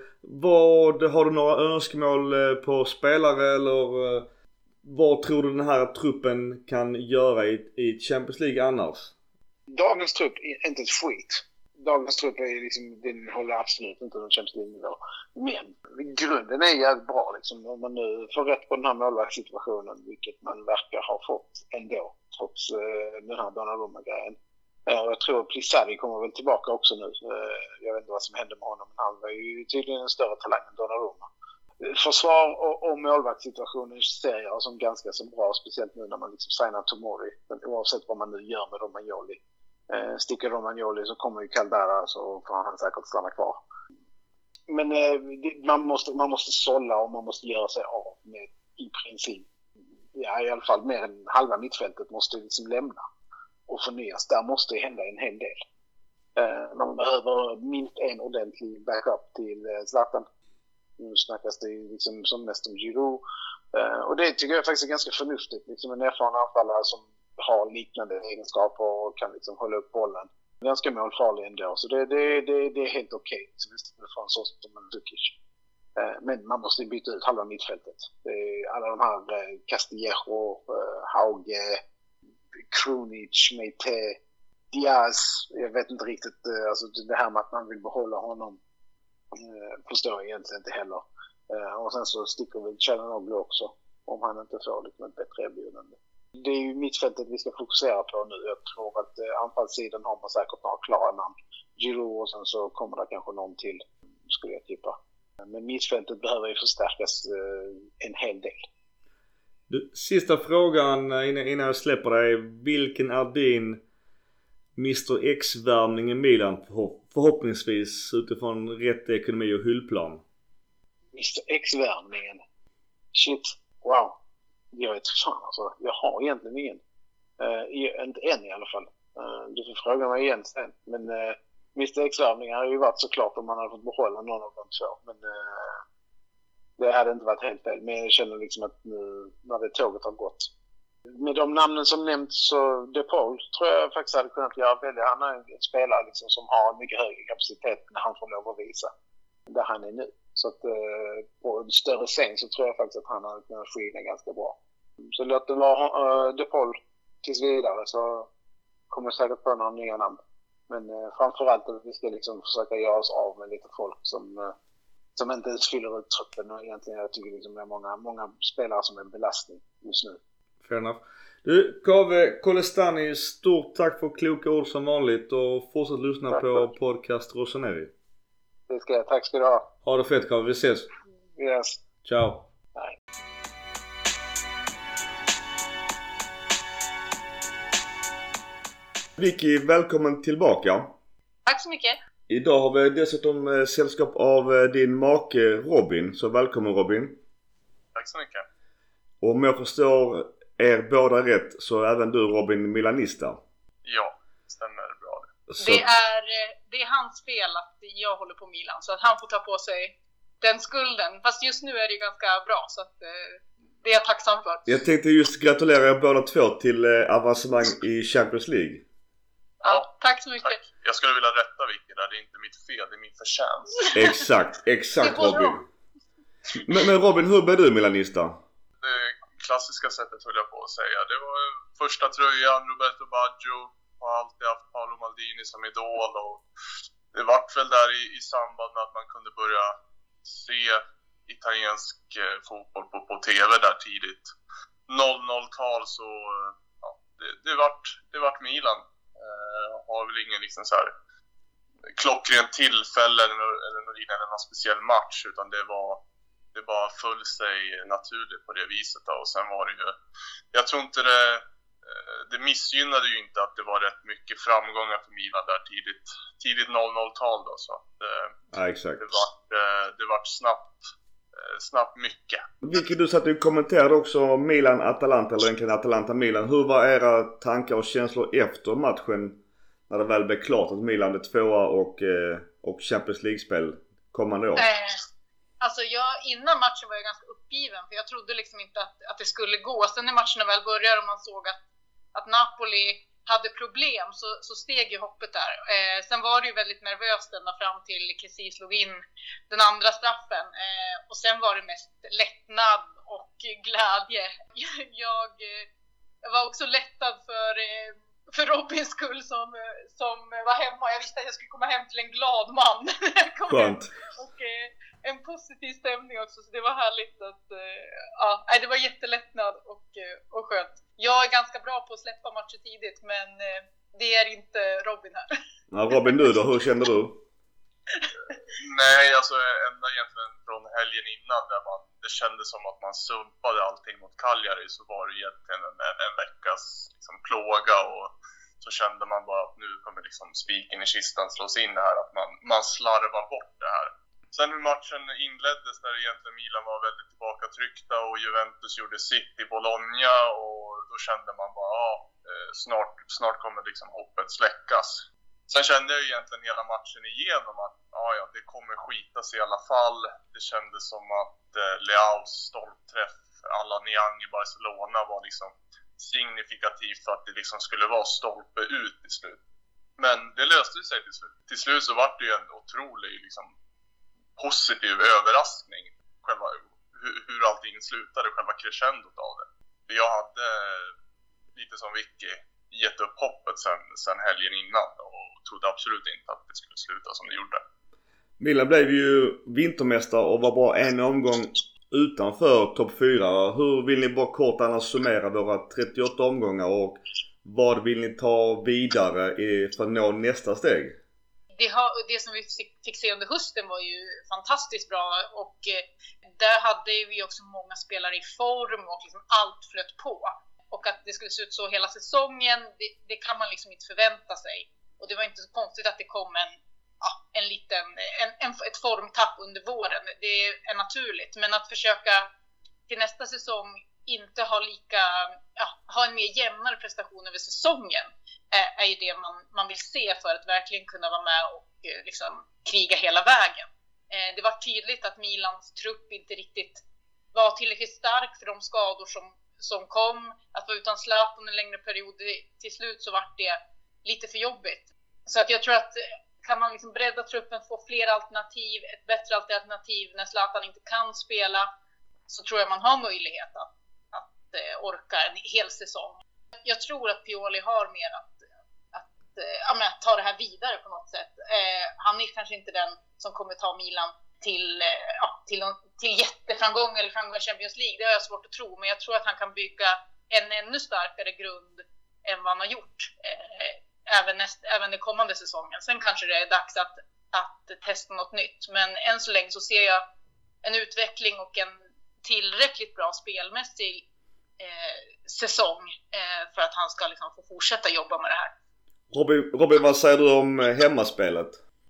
Vad, har du några önskemål på spelare eller vad tror du den här truppen kan göra i, i Champions League annars? Dagens trupp är inte ett skit. Dagens trupp är liksom, den håller absolut inte någon Champions League-nivå. Men grunden är jävligt bra liksom. Om man nu får rätt på den här målvaktssituationen, vilket man verkar ha fått ändå trots uh, den här Donnarumma-grejen. Och jag tror Plisari kommer väl tillbaka också nu. Jag vet inte vad som hände med honom, men han var ju tydligen en större talang än Donnarumma. Försvar och, och målvaktssituationen ser jag som ganska så bra, speciellt nu när man liksom signar Tomori. Men oavsett vad man nu gör med Romagnoli. Eh, sticker Romagnoli så kommer ju Caldara, så får han säkert stanna kvar. Men eh, det, man, måste, man måste sålla och man måste göra sig av med i princip. Ja, i alla fall mer än halva mittfältet måste liksom lämna och förnyas. Där måste det hända en hel del. Eh, man behöver minst en ordentlig backup till eh, Zlatan. Nu snackas det liksom som mest om Giroud. Uh, och det tycker jag faktiskt är ganska förnuftigt. Liksom en erfaren anfallare som har liknande egenskaper och kan liksom hålla upp bollen. Ganska målfarlig ändå. Så det, det, det, det är helt okej. Okay. Liksom istället för en sån som en Dukic. Uh, men man måste byta ut halva mittfältet. Det är alla de här uh, Castillejo, uh, Hauge, Krunic, Meite, Diaz. Jag vet inte riktigt. Uh, alltså det här med att man vill behålla honom. Uh, förstår jag egentligen inte heller. Uh, och sen så sticker väl Çalhanoğlu också, om han inte får liksom ett bättre erbjudande. Det är ju mittfältet vi ska fokusera på nu. Jag tror att uh, anfallssidan har man säkert några klara namn. Giroud, och sen så kommer det kanske någon till, skulle jag tippa. Men mittfältet behöver ju förstärkas uh, en hel del. Du, sista frågan innan, innan jag släpper dig. Vilken är din mister X-värmning i Milan förhoppningsvis utifrån rätt ekonomi och hyllplan? mister X-värmningen? Shit, wow. Jag vet fan alltså. Jag har egentligen ingen. Uh, inte än i alla fall. Uh, du får fråga mig igen sen. Men uh, mister X-värmningen har ju varit såklart om man hade fått behålla någon av de två. Men uh, det hade inte varit helt fel. Men jag känner liksom att nu när det tåget har gått. Med de namnen som nämnts så De Paul tror jag faktiskt hade kunnat göra välja. Han är en spelare liksom som har en mycket högre kapacitet när han får lov att visa där han är nu. Så att eh, på en större scen så tror jag faktiskt att han hade kunnat skina ganska bra. Så låt det vara uh, De Paul tills vidare, så kommer jag säkert på några nya namn. Men eh, framförallt att vi ska liksom försöka göra oss av med lite folk som, eh, som inte ens fyller ut truppen. Och egentligen jag tycker liksom det är många, många spelare som är en belastning just nu. Fair enough. Du, Kave Kolestani, stort tack för kloka ord som vanligt och fortsätt lyssna tack på tack. Podcast Rossoneri. Det ska jag. Tack ska du ha. Ha det fett, Kave. Vi ses. Yes. Ciao. Nej. Vicky, välkommen tillbaka. Tack så mycket. Idag har vi dessutom sällskap av din make Robin. Så välkommen Robin. Tack så mycket. Och om jag förstår er båda rätt så är även du Robin milanista. Ja, stämmer bra det. Så. Det är, det är hans fel att jag håller på Milan, så att han får ta på sig den skulden. Fast just nu är det ju ganska bra, så att det är jag tacksam för. Jag tänkte just gratulera er båda två till avancemang i Champions League. Ja, tack så mycket. Tack. Jag skulle vilja rätta Vicky där, det är inte mitt fel, det är min förtjänst. Exakt, exakt Robin. Men, men Robin, hur blev du milanista? Det klassiska sättet höll jag på att säga. Det var första tröjan, Roberto Baggio, har alltid haft Paolo Maldini som idol, och det vart väl där i, i samband med att man kunde börja se italiensk eh, fotboll på, på tv där tidigt. noll noll-tal så ja, det, det vart det vart Milan. Eh, har väl ingen liksom så här klockren tillfälle eller, eller, eller någon speciell match, utan det var det bara föll sig naturligt på det viset då. Och sen var det ju, jag tror inte det det missgynnade ju inte att det var rätt mycket framgångar för Milan där tidigt tidigt noll noll-tal då, så att ja, exakt. det var det var snabbt snabbt mycket. Vilket du satt och kommenterade också Milan-Atalanta, eller egentligen Atalanta-Milan. Hur var era tankar och känslor efter matchen när det väl blev klart att Milan blev tvåa och, och Champions League-spel kommande år? Eh, alltså jag, innan matchen var jag ganska uppgiven, för jag trodde liksom inte att, att det skulle gå. Sen när matcherna väl började och man såg att, att Napoli hade problem, så, så steg ju hoppet där. Eh, sen var det ju väldigt nervöst ända fram till Kessie slog in den andra straffen. Eh, och sen var det mest lättnad och glädje. Jag, jag var också lättad för, för Robins skull som, som var hemma. Jag visste att jag skulle komma hem till en glad man. Skönt. Och eh, en positiv stämning också, så det var härligt att eh, ja, det var jättelättnad och, och skönt. Jag är ganska bra på att släppa matcher tidigt, men eh, det är inte Robin här. Ja, Robin, du då? Hur kände du? Nej, alltså ända egentligen från helgen innan där man, det kändes som att man sumpade allting mot Cagliari, så var det egentligen en, en, en veckas liksom, plåga, och så kände man bara att nu kommer liksom spiken i kistan slås in här, att man, man slarvar bort det här. Sen hur matchen inleddes, där egentligen Milan var väldigt tillbakatryckta och Juventus gjorde sitt i Bologna, och då kände man bara ja, snart, snart kommer liksom hoppet släckas. Sen kände jag egentligen hela matchen igenom att ja, ja, det kommer skitas i alla fall. Det kändes som att eh, Leaos stolpträff alla Niang i Barcelona var liksom signifikativt för att det liksom skulle vara stolpe ut till slut. Men det löste sig till slut. Till slut så var det ju en otrolig liksom, positiv överraskning. Själva, hur, hur allting slutade, själva crescendot av det. Jag hade lite som Vicky gett upp hoppet sen, sen helgen innan och trodde absolut inte att det skulle sluta som det gjorde. Milan blev ju vintermästare och var bara en omgång utanför topp fyra. Hur vill ni bara kort annars summera våra trettioåtta omgångar och vad vill ni ta vidare för att nå nästa steg? Det, har, det som vi fick se under hösten var ju fantastiskt bra, och där hade vi också många spelare i form och liksom allt flöt på. Och att det skulle se ut så hela säsongen, det, det kan man liksom inte förvänta sig. Och det var inte så konstigt att det kom en, ja, en liten, en, en, ett formtapp under våren. Det är naturligt. Men att försöka till nästa säsong inte ha lika, ja, ha en mer jämnare prestation över säsongen är, är ju det man, man vill se för att verkligen kunna vara med och liksom kriga hela vägen. Det var tydligt att Milans trupp inte riktigt var tillräckligt stark för de skador som som kom, att vara utan Zlatan en längre period. Till slut så var det lite för jobbigt. Så att jag tror att kan man liksom bredda truppen, få fler alternativ, ett bättre alternativ när Zlatan inte kan spela, så tror jag man har möjlighet att, att orka en hel säsong. Jag tror att Pioli har mer att, att, att, att ta det här vidare på något sätt. Han är kanske inte den som kommer ta Milan till, ja, till, till jätteframgång eller framgång i Champions League. Det har jag svårt att tro, men jag tror att han kan bygga en ännu starkare grund än vad han har gjort eh, även, näst, även den kommande säsongen. Sen kanske det är dags att, att testa något nytt, men än så länge så ser jag en utveckling och en tillräckligt bra spelmässig eh, säsong eh, för att han ska liksom få fortsätta jobba med det här. Robin, Robin, vad säger du om hemmaspelet?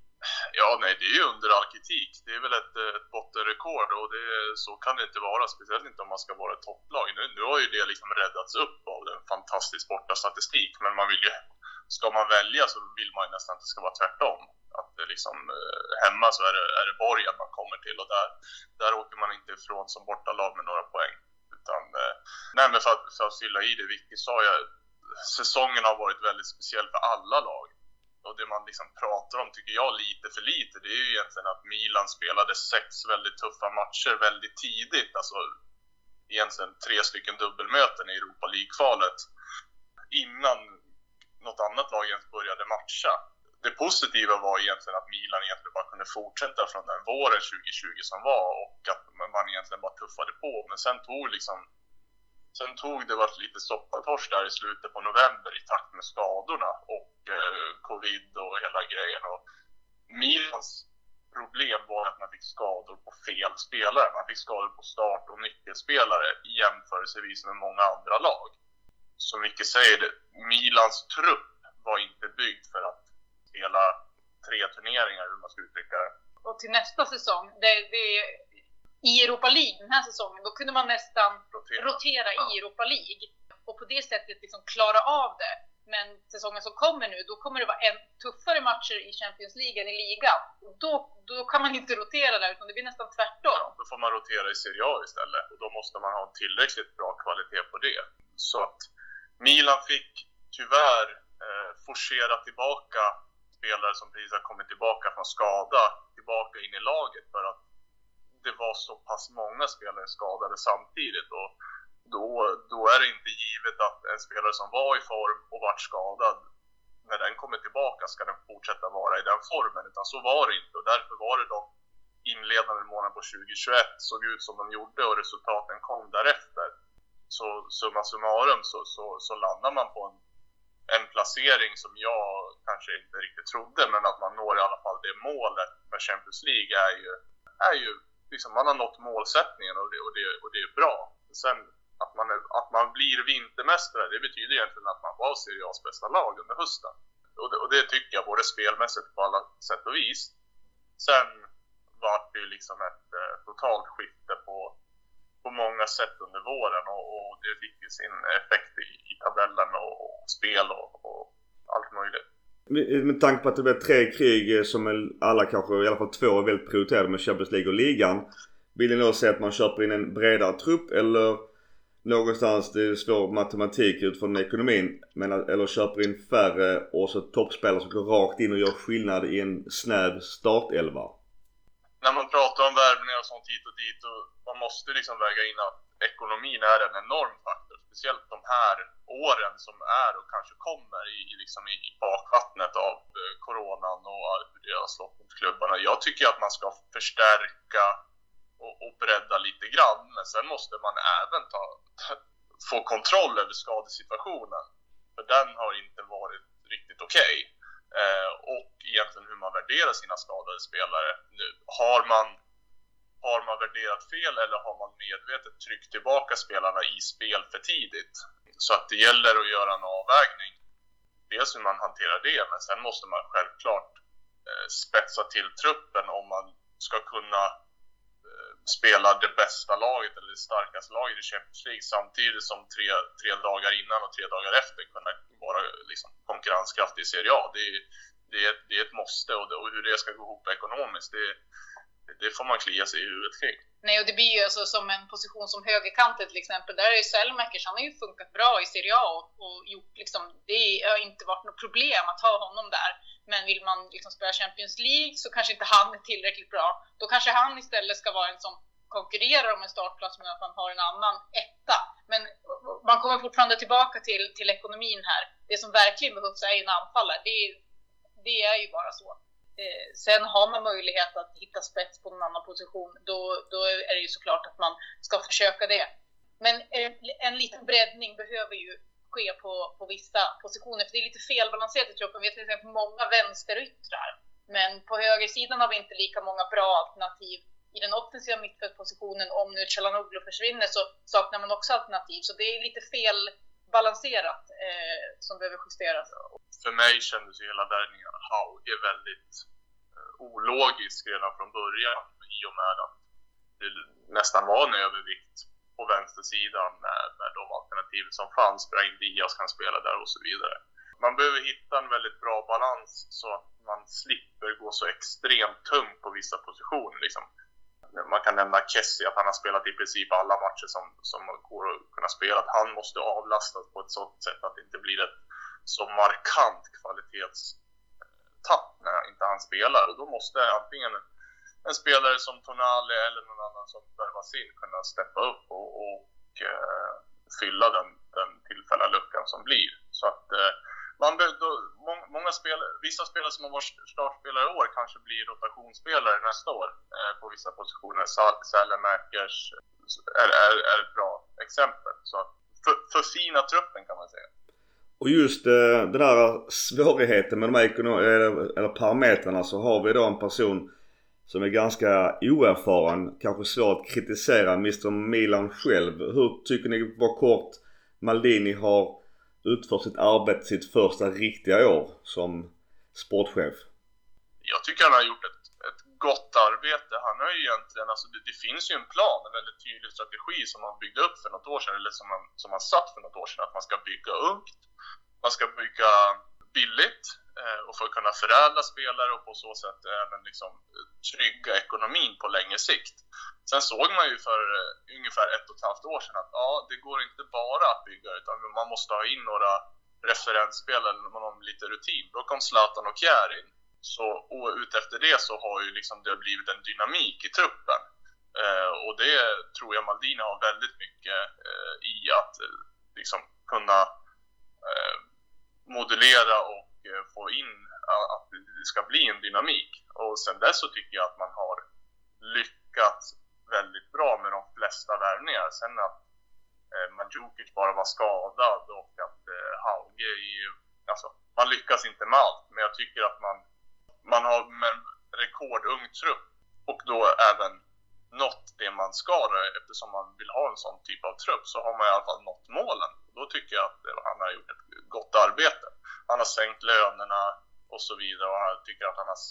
Ja, nej, det är ju under all kritik. Det är väl ett, ett bottenrekord, och det, så kan det inte vara, speciellt inte om man ska vara ett topplag. Nu, nu har ju det liksom räddats upp av en fantastisk borta statistik, men man vill ju, ska man välja så vill man ju nästan att det ska vara tvärtom. Att det liksom, hemma så är det, är det Borgen man kommer till, och där, där åker man inte ifrån som bortalag med några poäng. Utan, nej, men för att, för att fylla i det, Vicky sa jag, säsongen har varit väldigt speciell för alla lag. Och det man liksom pratar om, tycker jag, lite för lite, det är ju egentligen att Milan spelade sex väldigt tuffa matcher väldigt tidigt. Alltså egentligen tre stycken dubbelmöten i Europa League-kvalet innan något annat lag ens började matcha. Det positiva var egentligen att Milan egentligen bara kunde fortsätta från den våren tjugo tjugo som var, och att man egentligen bara tuffade på. Men sen tog liksom Sen tog det varit lite soppatorsk där i slutet på november i takt med skadorna och eh, covid och hela grejen. Och Milans problem var att man fick skador på fel spelare. Man fick skador på start- och nyckelspelare jämförelsevis med många andra lag. Som mycket säger det, Milans trupp var inte byggd för att spela tre turneringar, hur man ska uttrycka det. Och till nästa säsong, det, det i Europa League den här säsongen, då kunde man nästan rotera, rotera ja. i Europa League och på det sättet liksom klara av det. Men säsongen som kommer nu, då kommer det vara en tuffare matcher i Champions League än i ligan. Och då, då kan man inte rotera där, utan det blir nästan tvärtom. Ja, då får man rotera i Serie A istället, och då måste man ha tillräckligt bra kvalitet på det. Så att Milan fick tyvärr eh, forcera tillbaka spelare som precis har kommit tillbaka från skada tillbaka in i laget, för att det var så pass många spelare skadade samtidigt, och då, då är det inte givet att en spelare som var i form och vart skadad, när den kommer tillbaka ska den fortsätta vara i den formen, utan så var det inte, och därför var det de inledande månaderna på tjugo tjugoett såg ut som de gjorde och resultaten kom därefter. Så summa summarum så, så, så landar man på en en placering som jag kanske inte riktigt trodde, men att man når i alla fall det målet med Champions League är ju, är ju liksom, man har nått målsättningen och det, och det, och det är bra. Sen att man, är, att man blir vintermästare, det betyder egentligen att man var Serie A's bästa lag under hösten. Och det, och det tycker jag både spelmässigt på alla sätt och vis. Sen var det ju liksom ett eh, totalt skifte på, på många sätt under våren och, och det fick ju sin effekt i, i tabellen och, och spel och, och allt möjligt. Med, med tanke på att det blir tre krig som alla kanske, i alla fall två är väldigt prioriterade med Champions League och ligan. Vill ni då säga att man köper in en bredare trupp eller någonstans, det är svår matematik utifrån ekonomin, men eller köper in färre och så toppspelare som går rakt in och gör skillnad i en snäv startelva? När man pratar om värvningar och sånt hit och dit, och man måste liksom väga in att ekonomin är en enorm faktor, speciellt de här åren som är och kanske kommer i, liksom i, i bakvattnet av eh, coronan och hur det har slått mot klubbarna. Jag tycker att man ska förstärka och, och bredda lite grann, men sen måste man även ta, få kontroll över skadesituationen, för den har inte varit riktigt okej. Okay. Eh, och egentligen hur man värderar sina skadade spelare. Nu, har man har man värderat fel eller har man medvetet tryckt tillbaka spelarna i spel för tidigt? Så att det gäller att göra en avvägning. Dels hur man hanterar det, men sen måste man självklart eh, spetsa till truppen om man ska kunna eh, spela det bästa laget eller det starkaste laget i Champions League samtidigt som tre, tre dagar innan och tre dagar efter kunna vara liksom, konkurrenskraftig i Serie A. Det är, det är, det är ett måste, och, det, och hur det ska gå ihop ekonomiskt, det, det får man klia sig i huvudet kring. Nej, och det blir ju alltså som en position som högerkanten till exempel. Där är ju Selmäkers, han har ju funkat bra i Serie A och, och gjort liksom, det har inte varit något problem att ha honom där. Men vill man liksom spela Champions League så kanske inte han är tillräckligt bra. Då kanske han istället ska vara en som konkurrerar om en startplats med att man har en annan etta. Men man kommer fortfarande tillbaka till, till ekonomin här. Det som verkligen behövs är en anfallare. Det, det är ju bara så. Eh, sen har man möjlighet att hitta spets på en annan position, då, då är det ju såklart att man ska försöka det. Men eh, en liten breddning behöver ju ske på, på vissa positioner, för det är lite felbalanserat i truppen. Vi har till exempel många vänsteryttrar, men på högersidan har vi inte lika många bra alternativ. I den offensiva mittfältpositionen, om nu Çalhanoğlu försvinner, så saknar man också alternativ. Så det är lite felbalanserat eh, som behöver justeras. För mig kändes ju hela värvningen av Hauge väldigt eh, ologisk redan från början, i och med att det nästan var en övervikt på vänstersidan med, med de alternativ som fanns. Brahim Diaz kan spela där och så vidare. Man behöver hitta en väldigt bra balans så att man slipper gå så extremt tungt på vissa positioner. Liksom. Man kan nämna Kessie, att han har spelat i princip alla matcher som, som går att kunna spela. Att han måste avlastas på ett sådant sätt att det inte blir ett så markant kvalitetstapp när inte han spelar. Och då måste antingen en spelare som Tonali eller någon annan som värvas in kunna steppa upp och, och uh, fylla den, den tillfälliga luckan som blir. Så att uh, man be- då, må- många spelare, vissa spelare som har varit startspelare i år kanske blir rotationsspelare nästa år uh, på vissa positioner. Selmäkers är, är, är ett bra exempel. Så för, för fina truppen kan man säga. Och just eh, den där svårigheten med de här ekonom- eller, eller parametrarna, så har vi då en person som är ganska oerfaren, kanske svårt att kritisera, mister Milan själv. Hur tycker ni var kort Maldini har utfört sitt arbete, sitt första riktiga år som sportchef? Jag tycker han har gjort ett, ett gott arbete. Han har ju egentligen, alltså det, det finns ju en plan, en väldigt tydlig strategi som han byggde upp för något år sedan, eller som han, som han satt för något år sedan, att man ska bygga ungt, man ska bygga billigt eh, och för att kunna förädla spelare och på så sätt även liksom trygga ekonomin på längre sikt. Sen såg man ju för eh, ungefär ett och ett halvt år sedan att ja, det går inte bara att bygga, utan man måste ha in några referensspelare med någon lite rutin. Då kom Zlatan och Kjær in. Så, och ut efter det så har ju liksom det blivit en dynamik i truppen. Eh, och det tror jag Maldini har väldigt mycket eh, i att eh, liksom kunna eh, modulera och eh, få in att det ska bli en dynamik. Och sen dess så tycker jag att man har lyckats väldigt bra med de flesta värvningar. Sen att eh, Mandzukic bara var skadad och att eh, Hauge i alltså, man lyckas inte med allt, men jag tycker att man, man har med rekordung trupp och då även nått det man ska då, eftersom man vill ha en sån typ av trupp, så har man i alla fall nått målen. Då tycker jag att han har gjort ett gott arbete. Han har sänkt lönerna och så vidare, och jag tycker att han har,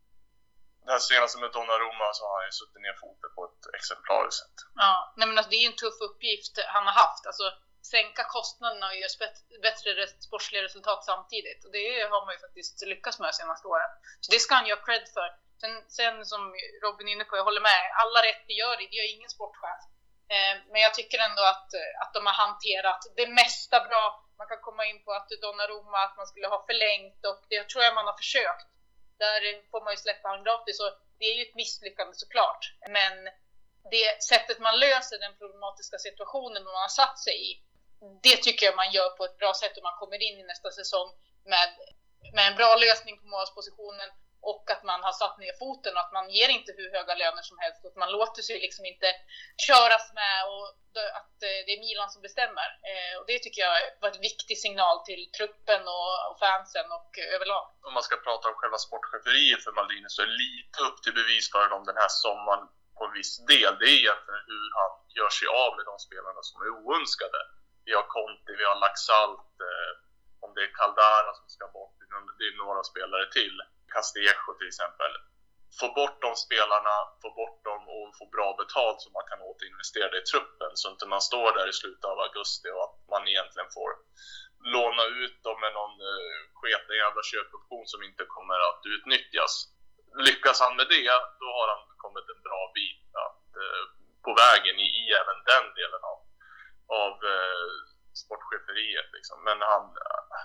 det här senaste med Donnarumma, så har han ju suttit ner foten på ett exemplariskt sätt. Ja, nej men alltså, det är ju en tuff uppgift han har haft, alltså sänka kostnaderna och göra bättre sportsliga resultat samtidigt, och det har man ju faktiskt lyckats med de senaste åren, så det ska han ju ha cred för. Sen, sen som Robin är inne på, jag håller med, alla rätt det gör det, det gör ingen sportchef. Eh, men jag tycker ändå att, att de har hanterat det mesta bra. Man kan komma in på att Donnarumma, att man skulle ha förlängt, och det tror jag man har försökt. Där får man ju släppa han gratis, och det är ju ett misslyckande såklart. Men det sättet man löser den problematiska situationen man har satt sig i, det tycker jag man gör på ett bra sätt, och man kommer in i nästa säsong med, med en bra lösning på målspositionen. Och att man har satt ner foten, och att man ger inte hur höga löner som helst. Och att man låter sig liksom inte köras med, och att det är Milan som bestämmer. Och det tycker jag var en viktig signal till truppen och fansen och överlag. Om man ska prata om själva sportcheferiet för Maldini, så är det lite upp till bevis för dem den här sommaren på en viss del. Det är egentligen hur han gör sig av med de spelarna som är oönskade. Vi har Conti, vi har Laxalt, om det är Caldara som ska bort, det är några spelare till. Castillejo till exempel. Få bort de spelarna, få bort dem och få bra betalt så man kan återinvestera det i truppen, så inte man står där i slutet av augusti och att man egentligen får låna ut dem med någon uh, sketen jävla köpoption som inte kommer att utnyttjas. Lyckas han med det, då har han kommit en bra bit att, uh, på vägen i, i även den delen av, av uh, sportcheferiet liksom. Men han uh,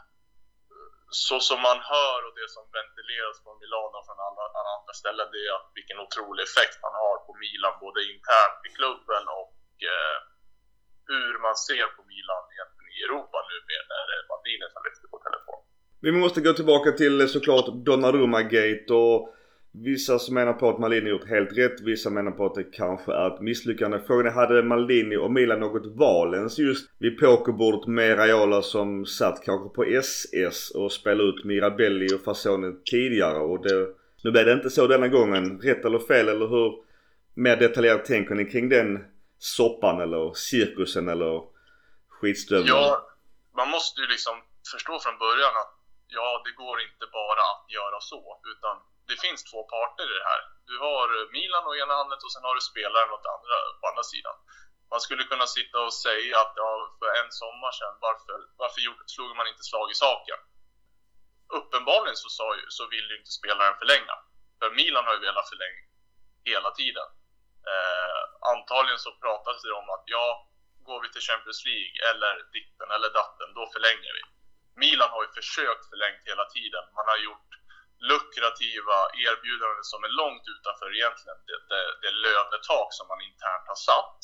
så som man hör och det som ventileras från Milano och från alla, alla andra ställen, det är att vilken otrolig effekt han har på Milan, både internt i klubben och eh, hur man ser på Milan egentligen i Europa nu med när Maldini tar lyfter på telefon. Vi måste gå tillbaka till såklart Donnarumma-gate, och vissa som menar på att Maldini gjort helt rätt, vissa menar på att det kanske är ett misslyckande. Frågan är, hade Maldini och Milan något val ens just vid pokerbordet med Raiola, som satt kanske på S S och spelade ut Mirabelli och Fasone tidigare, och det, nu blev det inte så denna gången. Rätt eller fel, eller hur mer detaljerat tänker ni kring den soppan eller cirkusen eller skitstöveln? Ja, man måste ju liksom förstå från början att ja, det går inte bara att göra så, utan det finns två parter i det här. Du har Milan å ena handet och sen har du spelaren åt andra, på andra sidan. Man skulle kunna sitta och säga att ja, för en sommar sedan, varför, varför gjorde, slog man inte slag i saken? Uppenbarligen så, sa ju, så vill ju inte spelaren förlänga. För Milan har ju velat förlänga hela tiden. Eh, antagligen så pratas det om att ja, går vi till Champions League eller ditten eller datten, då förlänger vi. Milan har ju försökt förlängt hela tiden. Man har gjort lukrativa erbjudanden som är långt utanför egentligen det, det, det lönetak som man internt har satt.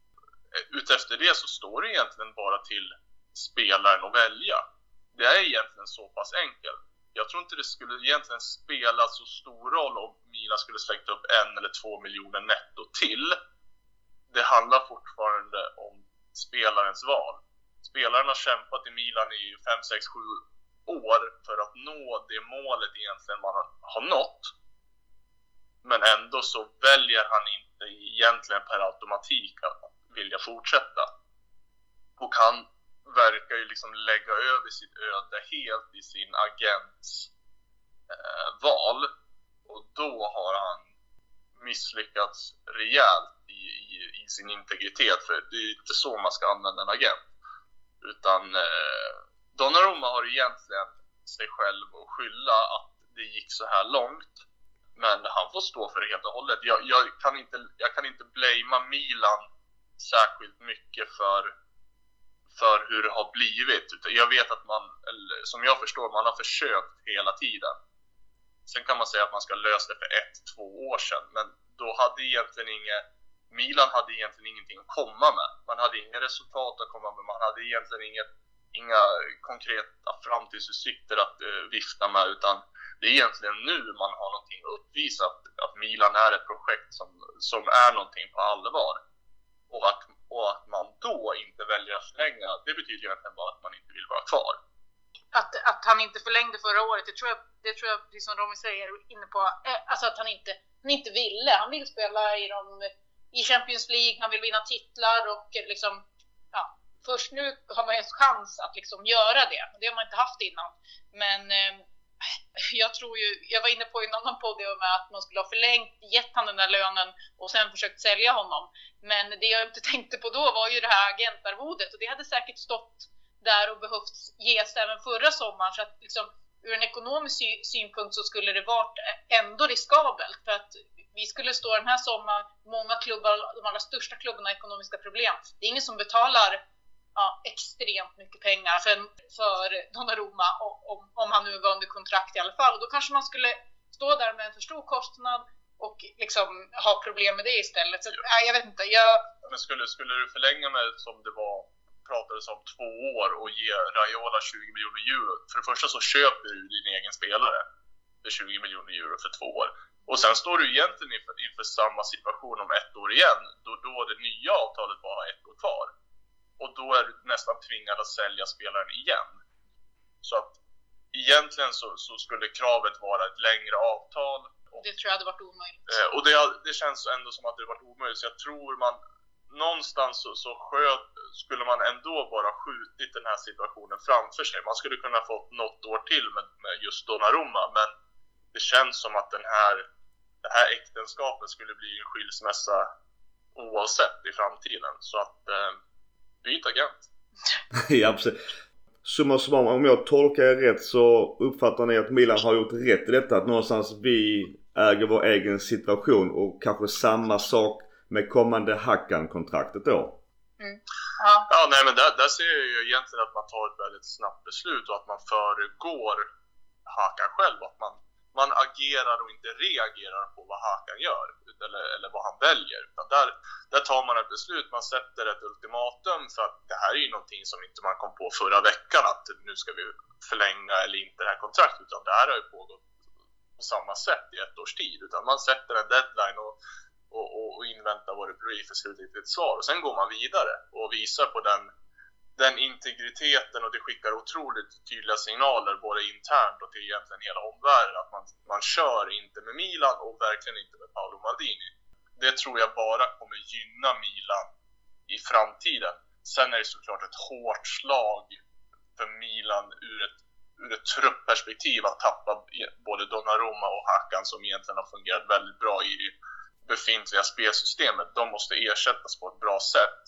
Utefter det så står det egentligen bara till spelaren att välja. Det är egentligen så pass enkelt. Jag tror inte det skulle egentligen spela så stor roll om Milan skulle släcka upp en eller två miljoner netto till. Det handlar fortfarande om spelarens val. Spelaren har kämpat i Milan i fem, sex, sju år för att nå det målet egentligen man har nått. Men ändå så väljer han inte egentligen per automatik att vilja fortsätta. Och han verkar ju liksom lägga över sitt öde helt i sin agents eh, val. Och då har han misslyckats rejält i, i, i sin integritet. För det är inte så man ska använda en agent. Utan eh, Donnarumma har egentligen sig själv att skylla att det gick så här långt. Men han får stå för det helt och hållet. Jag, jag, kan, inte, jag kan inte blamea Milan särskilt mycket för, för hur det har blivit. Jag vet att man, eller, som jag förstår, man har försökt hela tiden. Sen kan man säga att man ska lösa det för ett, två år sedan. Men då hade egentligen inget, Milan hade egentligen ingenting att komma med. Man hade inga resultat att komma med. Man hade egentligen inget, inga konkreta framtidsutsikter att uh, vifta med. Utan det är egentligen nu man har någonting att uppvisa. Att, att Milan är ett projekt som, som är någonting på allvar. Och att, och att man då inte väljer att förlänga, det betyder egentligen bara att man inte vill vara kvar. att, att han inte förlängde förra året, det tror jag, det tror jag precis som Romy säger inne på, alltså att han inte, han inte ville, han vill spela i, de, i Champions League, han vill vinna titlar och liksom, ja, först nu har man en chans att liksom göra det, det har man inte haft innan, men eh, jag tror ju, jag var inne på i en annan podd med att man skulle ha förlängt, gett han den där lönen och sen försökt sälja honom, men det jag inte tänkte på då var ju det här agentarvodet, och det hade säkert stått där och behövt ges även förra sommaren, så att liksom, ur en ekonomisk sy- synpunkt så skulle det varit ändå riskabelt, för att vi skulle stå den här sommaren, många klubbar, de allra största klubbarna har ekonomiska problem, det är ingen som betalar ja, extremt mycket pengar för, för Donnarumma om, om han nu var under kontrakt i alla fall, och då kanske man skulle stå där med en för stor kostnad och liksom ha problem med det istället, så nej, jag vet inte jag... Men skulle, skulle du förlänga med som det var pratades om två år och ge Raiola tjugo miljoner euro. För det första så köper du din egen spelare för tjugo miljoner euro för två år. Och sen står du egentligen inför, inför samma situation om ett år igen. Då, då det nya avtalet bara har ett år kvar. Och då är du nästan tvingad att sälja spelaren igen. Så att egentligen så, så skulle kravet vara ett längre avtal. Och, det tror jag hade varit omöjligt. Eh, och det, det känns ändå som att det varit omöjligt. Så jag tror man... Någonstans så, så sköt, skulle man ändå bara skjutit den här situationen framför sig. Man skulle kunna få något år till med, med just Donnarumma, men det känns som att den här, det här äktenskapet skulle bli en skilsmässa oavsett i framtiden. Så att eh, byta agent. Ja, absolut. Summa summarum, om jag tolkar er rätt så uppfattar ni att Milan har gjort rätt i detta. Att någonstans vi äger vår egen situation och kanske samma sak med kommande Hakan-kontraktet då? Mm. Ja. Ja, nej men där, där ser jag ju egentligen att man tar ett väldigt snabbt beslut och att man föregår Hakan själv. Att man, man agerar och inte reagerar på vad Hakan gör eller, eller vad han väljer. Utan där, där tar man ett beslut, man sätter ett ultimatum, för att det här är ju någonting som inte man kom på förra veckan, att nu ska vi förlänga eller inte det här kontraktet, utan det här har ju pågått på samma sätt i ett års tid. Utan man sätter en deadline och Och, och, och invänta vad det blir för slutligt svar. Och sen går man vidare och visar på den, den integriteten, och det skickar otroligt tydliga signaler både internt och till egentligen hela omvärlden, att man, man kör inte med Milan och verkligen inte med Paolo Maldini. Det tror jag bara kommer gynna Milan i framtiden. Sen är det såklart ett hårt slag för Milan ur ett, ur ett truppperspektiv att tappa både Donnarumma och Hakan, som egentligen har fungerat väldigt bra i befintliga spelsystemet. De måste ersättas på ett bra sätt,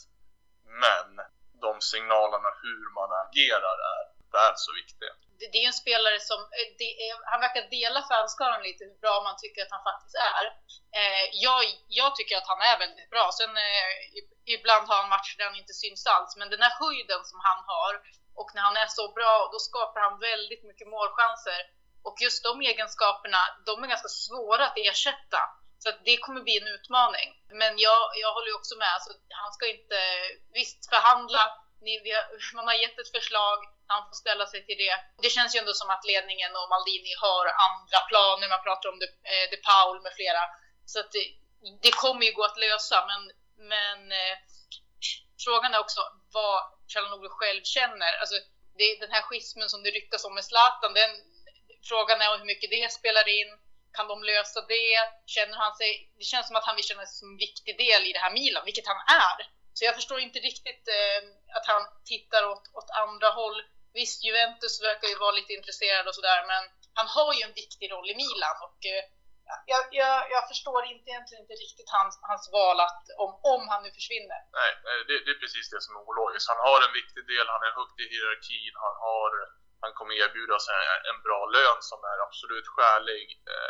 men de signalerna hur man agerar är väl så viktiga. Det, det är en spelare som det är, han verkar dela fanskaran lite hur bra man tycker att han faktiskt är. Eh, jag, jag tycker att han är väldigt bra. Sen eh, ibland har han matcher där han inte syns alls, men den här höjden som han har, och när han är så bra, då skapar han väldigt mycket målchanser, och just de egenskaperna, de är ganska svåra att ersätta. Så att det kommer bli en utmaning. Men jag, jag håller ju också med. Alltså, han ska inte visst förhandla. Ni, man har gett ett förslag. Han får ställa sig till det. Det känns ju ändå som att ledningen och Maldini har andra planer. Man pratar om De, eh, De Paul med flera. Så att det, det kommer ju gå att lösa. Men, men eh, frågan är också vad Calhanoglu själv känner. Alltså, det, den här schismen som det ryktas om med Zlatan. Den, frågan är hur mycket det spelar in. Kan de lösa det? Känner han sig, det känns som att han vill känna sig som en viktig del i det här Milan, vilket han är. Så jag förstår inte riktigt eh, att han tittar åt, åt andra håll. Visst, Juventus verkar ju vara lite intresserad och sådär, men han har ju en viktig roll i Milan. Och eh, jag, jag, jag förstår inte, egentligen inte riktigt hans, hans val att, om, om han nu försvinner. Nej, det, det är precis det som är ologiskt. Han har en viktig del, han är högt i hierarkin, han har... Han kommer erbjuda sig en bra lön som är absolut skälig.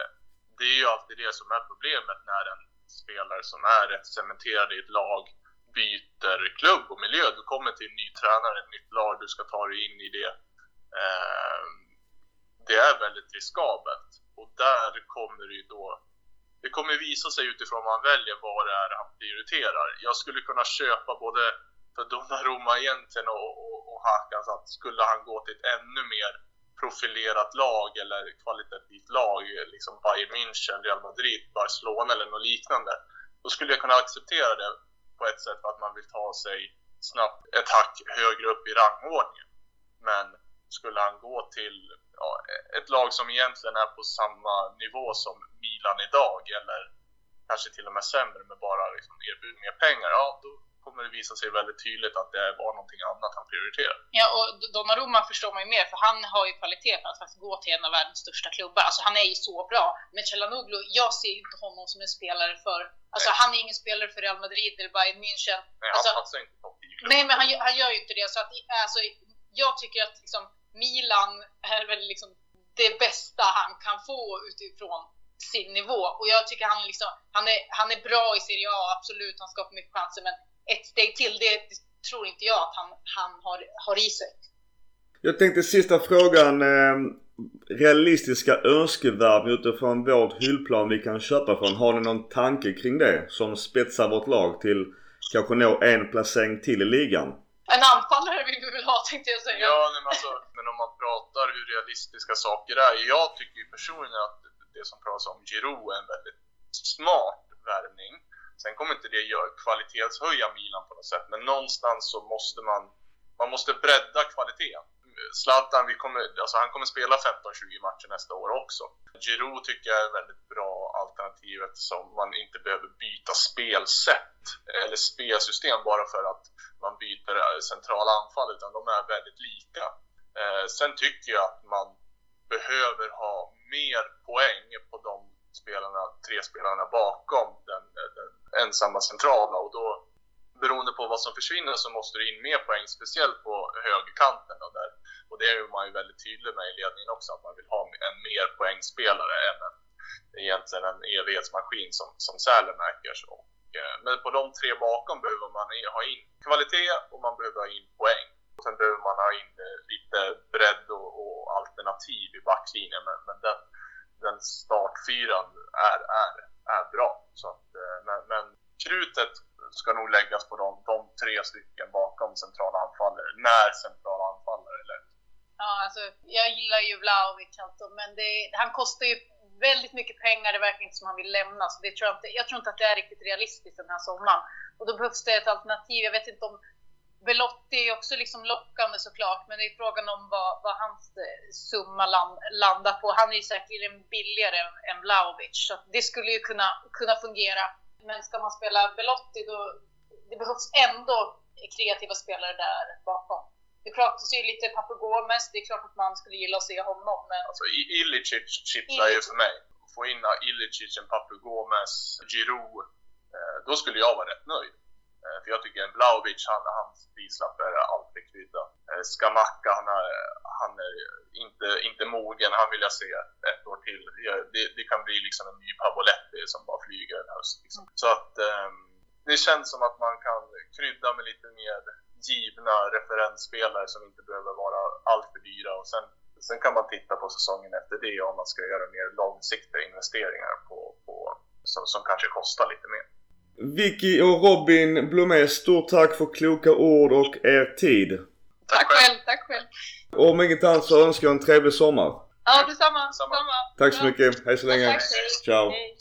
Det är ju alltid det som är problemet när en spelare som är rätt cementerad i ett lag byter klubb och miljö. Du kommer till en ny tränare, ett nytt lag, du ska ta dig in i det. Det är väldigt riskabelt. Och där kommer det ju då... Det kommer visa sig utifrån vad man väljer vad det är han prioriterar. Jag skulle kunna köpa både för Donnarumma egentligen och, och, och Hakan, så att skulle han gå till ett ännu mer profilerat lag eller kvalitativt lag, liksom Bayern München, Real Madrid, Barcelona eller något liknande, då skulle jag kunna acceptera det på ett sätt för att man vill ta sig snabbt ett hack högre upp i rangordningen. Men skulle han gå till ja, ett lag som egentligen är på samma nivå som Milan idag, eller kanske till och med sämre med bara liksom erbjuda mer pengar, ja då kommer det visa sig väldigt tydligt att det var någonting annat han prioriterar. Ja, och Donnarumma förstår man ju mer, för han har ju kvalitet för att faktiskt gå till en av världens största klubbar. Alltså han är ju så bra. Men Çalhanoğlu, jag ser ju inte honom som en spelare för... Alltså nej. Han är ingen spelare för Real Madrid eller Bayern München. Nej, alltså, han passar inte på tio. Nej, men han, han gör ju inte det. Så att, alltså, jag tycker att liksom, Milan är väl liksom det bästa han kan få utifrån sin nivå. Och jag tycker han, liksom, han, är, han är bra i Serie A, absolut. Han skapar mycket chanser, men ett steg till, det tror inte jag att han, han har, har i sig. Jag tänkte sista frågan. Eh, realistiska önskevärden utifrån vårt hyllplan vi kan köpa från. Har ni någon tanke kring det som spetsar vårt lag till kanske nå en placering till i ligan? En anfallare vill vi väl ha, tänkte jag säga. Ja, men, alltså, men om man pratar hur realistiska saker är. Jag tycker ju personligen att det som pratas om Giroud är en väldigt smart värvning. Sen kommer inte det göra kvalitetshöja Milan på något sätt. Men någonstans så måste man man måste bredda kvaliteten. Zlatan, vi kommer, alltså han kommer spela femton tjugo matcher nästa år också. Giroud tycker jag är ett väldigt bra alternativ som man inte behöver byta spelsätt eller spelsystem bara för att man byter centrala anfall, utan de är väldigt lika. Eh, sen tycker jag att man behöver ha mer poäng på de spelarna, tre spelarna bakom den, den ensamma centrala, och då beroende på vad som försvinner så måste det in mer poäng, speciellt på högerkanten och där. Och det är man ju väldigt tydlig med i ledningen också, att man vill ha en mer poängspelare än en, egentligen en evighetsmaskin som, som Sälemäkers. Och, eh, men på de tre bakom behöver man ha in kvalitet och man behöver ha in poäng. Och sen behöver man ha in eh, lite bredd och, och alternativ i backlinjen, men, men den, den startfyran är, är, är bra. Så att, eh, men, men krutet ska nog läggas på de, de tre stycken bakom centrala anfallare, när centrala anfallare är lätt. Ja, alltså, jag gillar ju Vlahovic alltså, men det, han kostar ju väldigt mycket pengar, det verkar inte som han vill lämna, så det tror jag, inte, jag tror inte att det är riktigt realistiskt den här sommaren. Och då behövs det ett alternativ. Jag vet inte om Belotti är också liksom lockande såklart, men det är frågan om vad, vad hans summa land, landar på. Han är ju säkerligen billigare än, än Vlahovic, så det skulle ju kunna, kunna fungera. Men ska man spela Belotti, då det behövs ändå kreativa spelare där bakom. Det pratas ju lite Papu Gomez, det är klart att man skulle gilla att se honom. Men... Alltså Ilicic kittlar ju för mig. Få in Ilicic, en Papu Gomez, Giroud, eh, då skulle jag vara rätt nöjd. Eh, för jag tycker en Vlahovic, han, hans prislapp är alltid krydda. Eh, Skamacka, han är, han är inte, inte mogen, han vill jag se ett år till. Det, det kan bli liksom en ny Pavoletti som bara flyger en höst. Liksom. Mm. Så att eh, det känns som att man kan krydda med lite mer givna referensspelare som inte behöver vara allt för dyra, och sen, sen kan man titta på säsongen efter det om man ska göra mer långsiktiga investeringar på, på, som, som kanske kostar lite mer. Vicky och Robin Blomé, stort tack för kloka ord och er tid. Tack, tack själv, tack själv. Och om inget annat så önskar jag en trevlig sommar. Ja, detsamma. detsamma. Tack så mycket, hej så länge. Tack, hej. Ciao. Hej.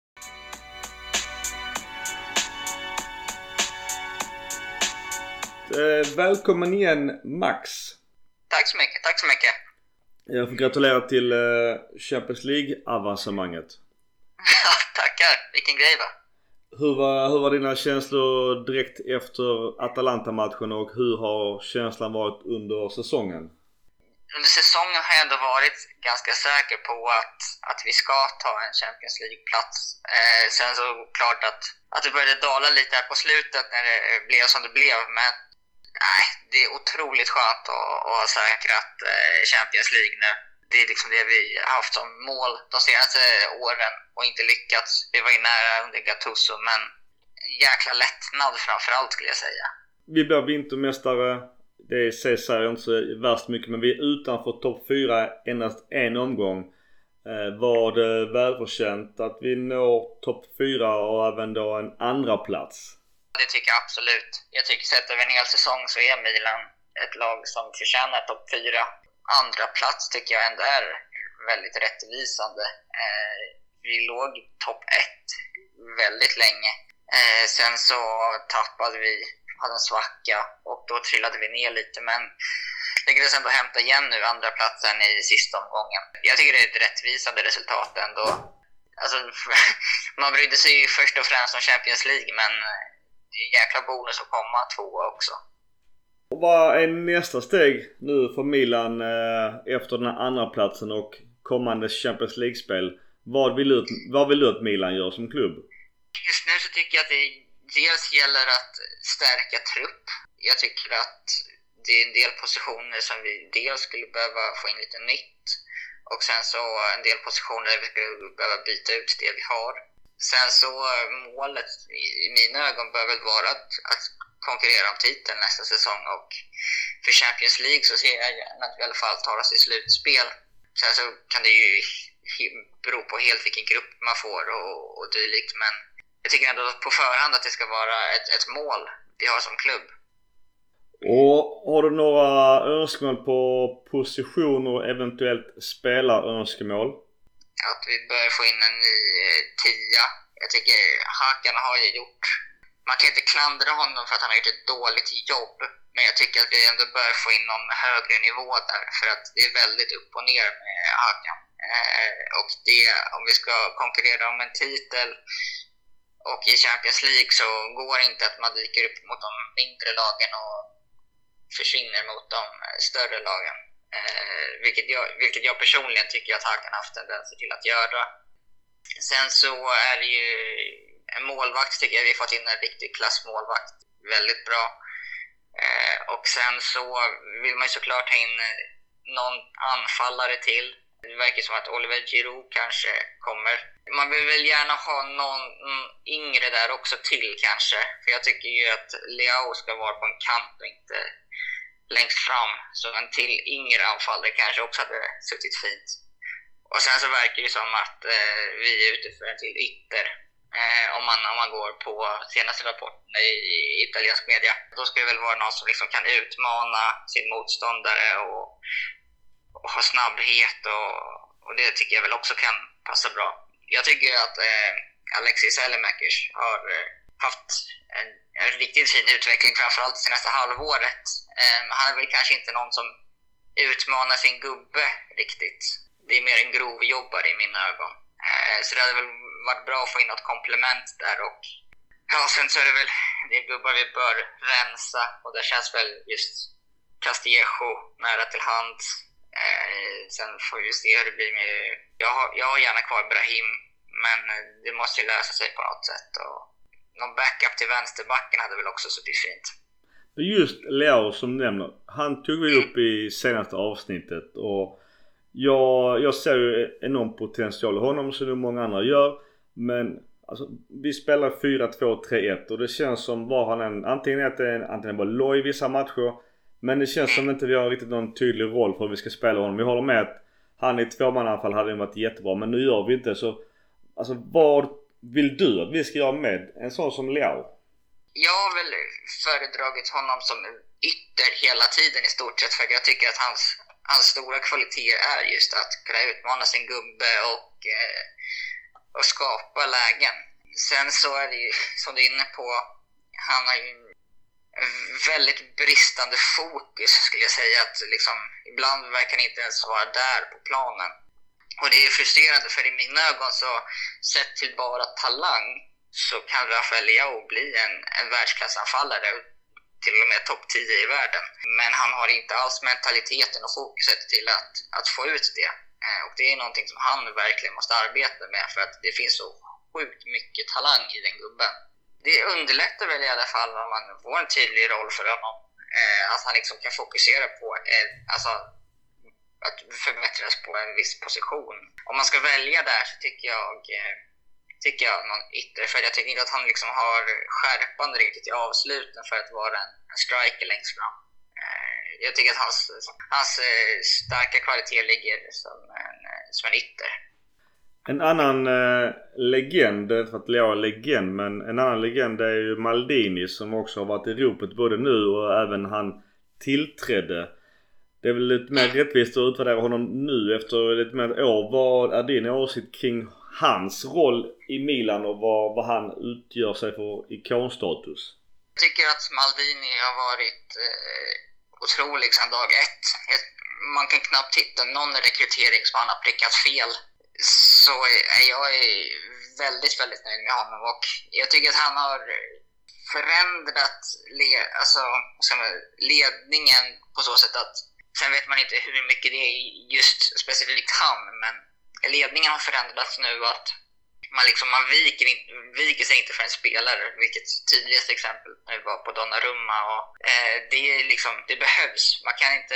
Eh, välkommen igen Max. Tack så mycket, tack så mycket. Jag får gratulera till eh, Champions League-avancemanget. Tackar, vilken grej va? Hur var, hur var dina känslor direkt efter Atalanta-matchen, och hur har känslan varit under säsongen? Under säsongen har jag ändå varit ganska säker på att, att vi ska ta en Champions League-plats. Eh, sen så klart att, att det började dala lite här på slutet när det blev som det blev, men nej, det är otroligt skönt att, att ha säkrat eh, Champions League nu. Det är liksom det vi har haft som mål de senaste åren och inte lyckats. Vi var ju nära under Gattuso, men jäkla lättnad framförallt skulle jag säga. Vi blir vintermästare, det säger inte så värst mycket, men vi är utanför topp fyra endast en omgång. Eh, var det välförtjänt att vi når topp fyra och även då en andra plats? Det tycker jag absolut. Jag tycker sätter vi en hel säsong så är Milan ett lag som förtjänar topp fyra. Andra plats tycker jag ändå är väldigt rättvisande. Eh, vi låg topp ett väldigt länge. Eh, sen så tappade vi, hade en svacka och då trillade vi ner lite. Men lyckades ändå hämta igen nu andra platsen i sista omgången. Jag tycker det är ett rättvisande resultat ändå. Alltså, man brydde sig ju först och främst om Champions League, men det är en jäkla bonus att komma två också. Och vad är nästa steg nu för Milan eh, efter den här andra platsen och kommande Champions League-spel? Vad vill, du, vad vill du att Milan gör som klubb? Just nu så tycker jag att det dels gäller att stärka trupp. Jag tycker att det är en del positioner som vi dels skulle behöva få in lite nytt. Och sen så en del positioner där vi skulle behöva byta ut det vi har. Sen så målet i mina ögon behöver vara att, att konkurrera om titeln nästa säsong. Och för Champions League så ser jag gärna att vi i alla fall tar oss i slutspel. Sen så kan det ju bero på helt vilken grupp man får och, och dylikt. Men jag tycker ändå på förhand att det ska vara ett, ett mål vi har som klubb. Och har du några önskemål på positioner och eventuellt spelarönskemål? Att vi bör få in en ny tia. Jag tycker Hakan har ju gjort... Man kan inte klandra honom för att han har gjort ett dåligt jobb. Men jag tycker att vi ändå bör få in någon högre nivå där. För att det är väldigt upp och ner med Hakan. Eh, och det, om vi ska konkurrera om en titel och i Champions League så går det inte att man dyker upp mot de mindre lagen och försvinner mot de större lagen. Eh, vilket, jag, vilket jag personligen tycker att Hakan haft tendenser till att göra. Sen så är det ju en målvakt, tycker jag vi har fått in en riktig klassmålvakt. Väldigt bra. Eh, och sen så vill man ju såklart ha in någon anfallare till. Det verkar som att Oliver Giroud kanske kommer. Man vill väl gärna ha någon yngre där också till kanske. För jag tycker ju att Leao ska vara på en kant och inte längst fram. Så en till yngre anfallare kanske också hade suttit fint. Och sen så verkar det som att eh, vi är ute för en till ytter. Eh, om, man, om man går på senaste rapporten i, i italiensk media. Då ska det väl vara någon som liksom kan utmana sin motståndare och, och ha snabbhet. Och, och det tycker jag väl också kan passa bra. Jag tycker att eh, Alexis Selemakers har eh, haft en, en riktigt fin utveckling, framförallt det senaste halvåret. Eh, han är väl kanske inte någon som utmanar sin gubbe riktigt. Det är mer en grovjobbare i mina ögon. Eh, så det hade väl varit bra att få in något komplement där. Och ja, sen så är det väl det är gubbar vi bör rensa. Och det känns väl just Castillejo nära till hand. Eh, sen får vi se hur det blir med... Jag har, jag har gärna kvar Brahim, men det måste ju lösa sig på något sätt. Och någon backup till vänsterbacken hade väl också suttit fint. Just Leao som nämner, han tog vi upp i senaste avsnittet. Och jag, jag ser ju enorm potential i honom som många andra gör. Men alltså, vi spelar fyra två tre ett och det känns som var han en, antingen är det en, antingen bara loj i vissa matcher. Men det känns som inte vi har riktigt någon tydlig roll för hur vi ska spela honom. Vi håller med att han i tvåmananfall hade varit jättebra, men nu gör vi inte så. Alltså vad vill du att vi ska göra med en sån som Leao? Jag har väl föredragit honom som ytter hela tiden i stort sett, för jag tycker att hans, hans stora kvalitet är just att kunna utmana sin gubbe och, eh, och skapa lägen. Sen så är det ju, som du är inne på, han har ju väldigt bristande fokus skulle jag säga. Att liksom, ibland verkar han inte ens vara där på planen. Och det är frustrerande, för i mina ögon så sett till bara talang så kan Rafael Leao bli en, en världsklassanfallare, till och med topp tio i världen. Men han har inte alls mentaliteten och fokuset till att, att få ut det. Och det är någonting som han verkligen måste arbeta med, för att det finns så sjukt mycket talang i den gubben. Det underlättar väl i alla fall om man får en tydlig roll för honom. Eh, att han liksom kan fokusera på eh, alltså, att förbättras på en viss position. Om man ska välja där så tycker jag, eh, tycker jag någon ytter. För jag tycker inte att han liksom har skärpan riktigt i avsluten för att vara en, en striker längst fram. Eh, jag tycker att hans, hans eh, starka kvalitet ligger som en, som en ytter. En annan eh, legend, inte för att Leao är legend, men en annan legend är ju Maldini som också har varit i ropet både nu och även han tillträdde. Det är väl lite mer rättvist att utvärdera honom nu efter lite mer år. Vad är din åsikt kring hans roll i Milan och vad, vad han utgör sig för ikonstatus? Jag tycker att Maldini har varit eh, otrolig sedan dag ett. Man kan knappt hitta någon rekrytering som han har prickat fel. Så är jag är väldigt, väldigt nöjd med honom. Och jag tycker att han har förändrat le- alltså, ledningen på så sätt att sen vet man inte hur mycket det är just specifikt han, men ledningen har förändrats nu att man, liksom, man viker, in, viker sig inte för en spelare, vilket tydligast exempel nu var på Donnarumma. Och, eh, det, är liksom, det behövs. Man kan inte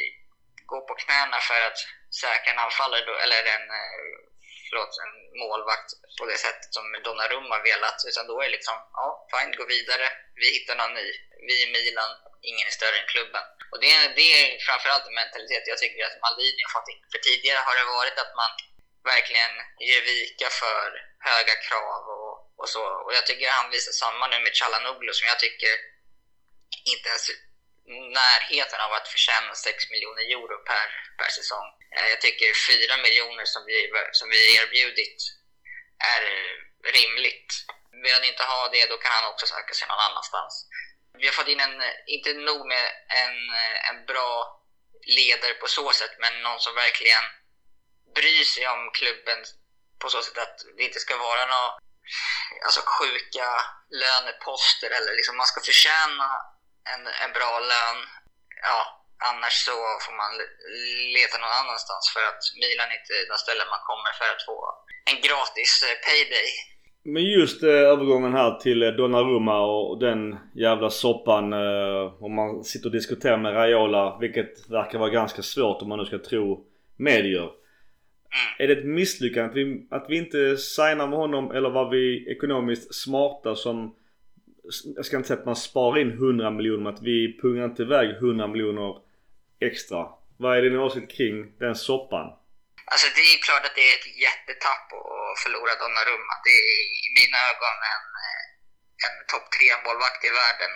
gå på knäna för att säkra en anfallare då, eller en, förlåt, en målvakt på det sättet som Donnarumma velat, utan då är det liksom, ja, fine, gå vidare, vi hittar någon ny, vi i Milan, ingen är större än klubben. Och det, det är framförallt en mentalitet jag tycker att Maldini har fått in. För tidigare har det varit att man verkligen ger vika för höga krav och, och så. Och jag tycker han visar samma nu med Çalhanoğlu, som jag tycker inte ens närheten av att förtjäna sex miljoner euro per, per säsong. Jag tycker fyra miljoner som vi, som vi erbjudit är rimligt. Vill han inte ha det, då kan han också söka sig någon annanstans. Vi har fått in en, inte nog med en, en bra ledare på så sätt, men någon som verkligen bryr sig om klubben på så sätt att det inte ska vara några alltså, sjuka löneposter, eller liksom man ska förtjäna en, en bra lön. Ja, annars så får man leta någon annanstans, för att Milan inte är de ställen man kommer för att få en gratis payday. Men just eh, övergången här till eh, Donnarumma och den jävla soppan, eh, om man sitter och diskuterar med Raiola, vilket verkar vara ganska svårt om man nu ska tro medier. Mm. Är det ett misslyckande att vi, att vi inte signar med honom, eller var vi ekonomiskt smarta som, jag ska inte säga att man sparar in hundra miljoner, men att vi pungar inte iväg hundra miljoner extra? Vad är din åsikt kring den soppan? Alltså det är klart att det är ett jättetapp att förlora Donnarumma. Det är i mina ögon en, en topp tre målvakt i världen.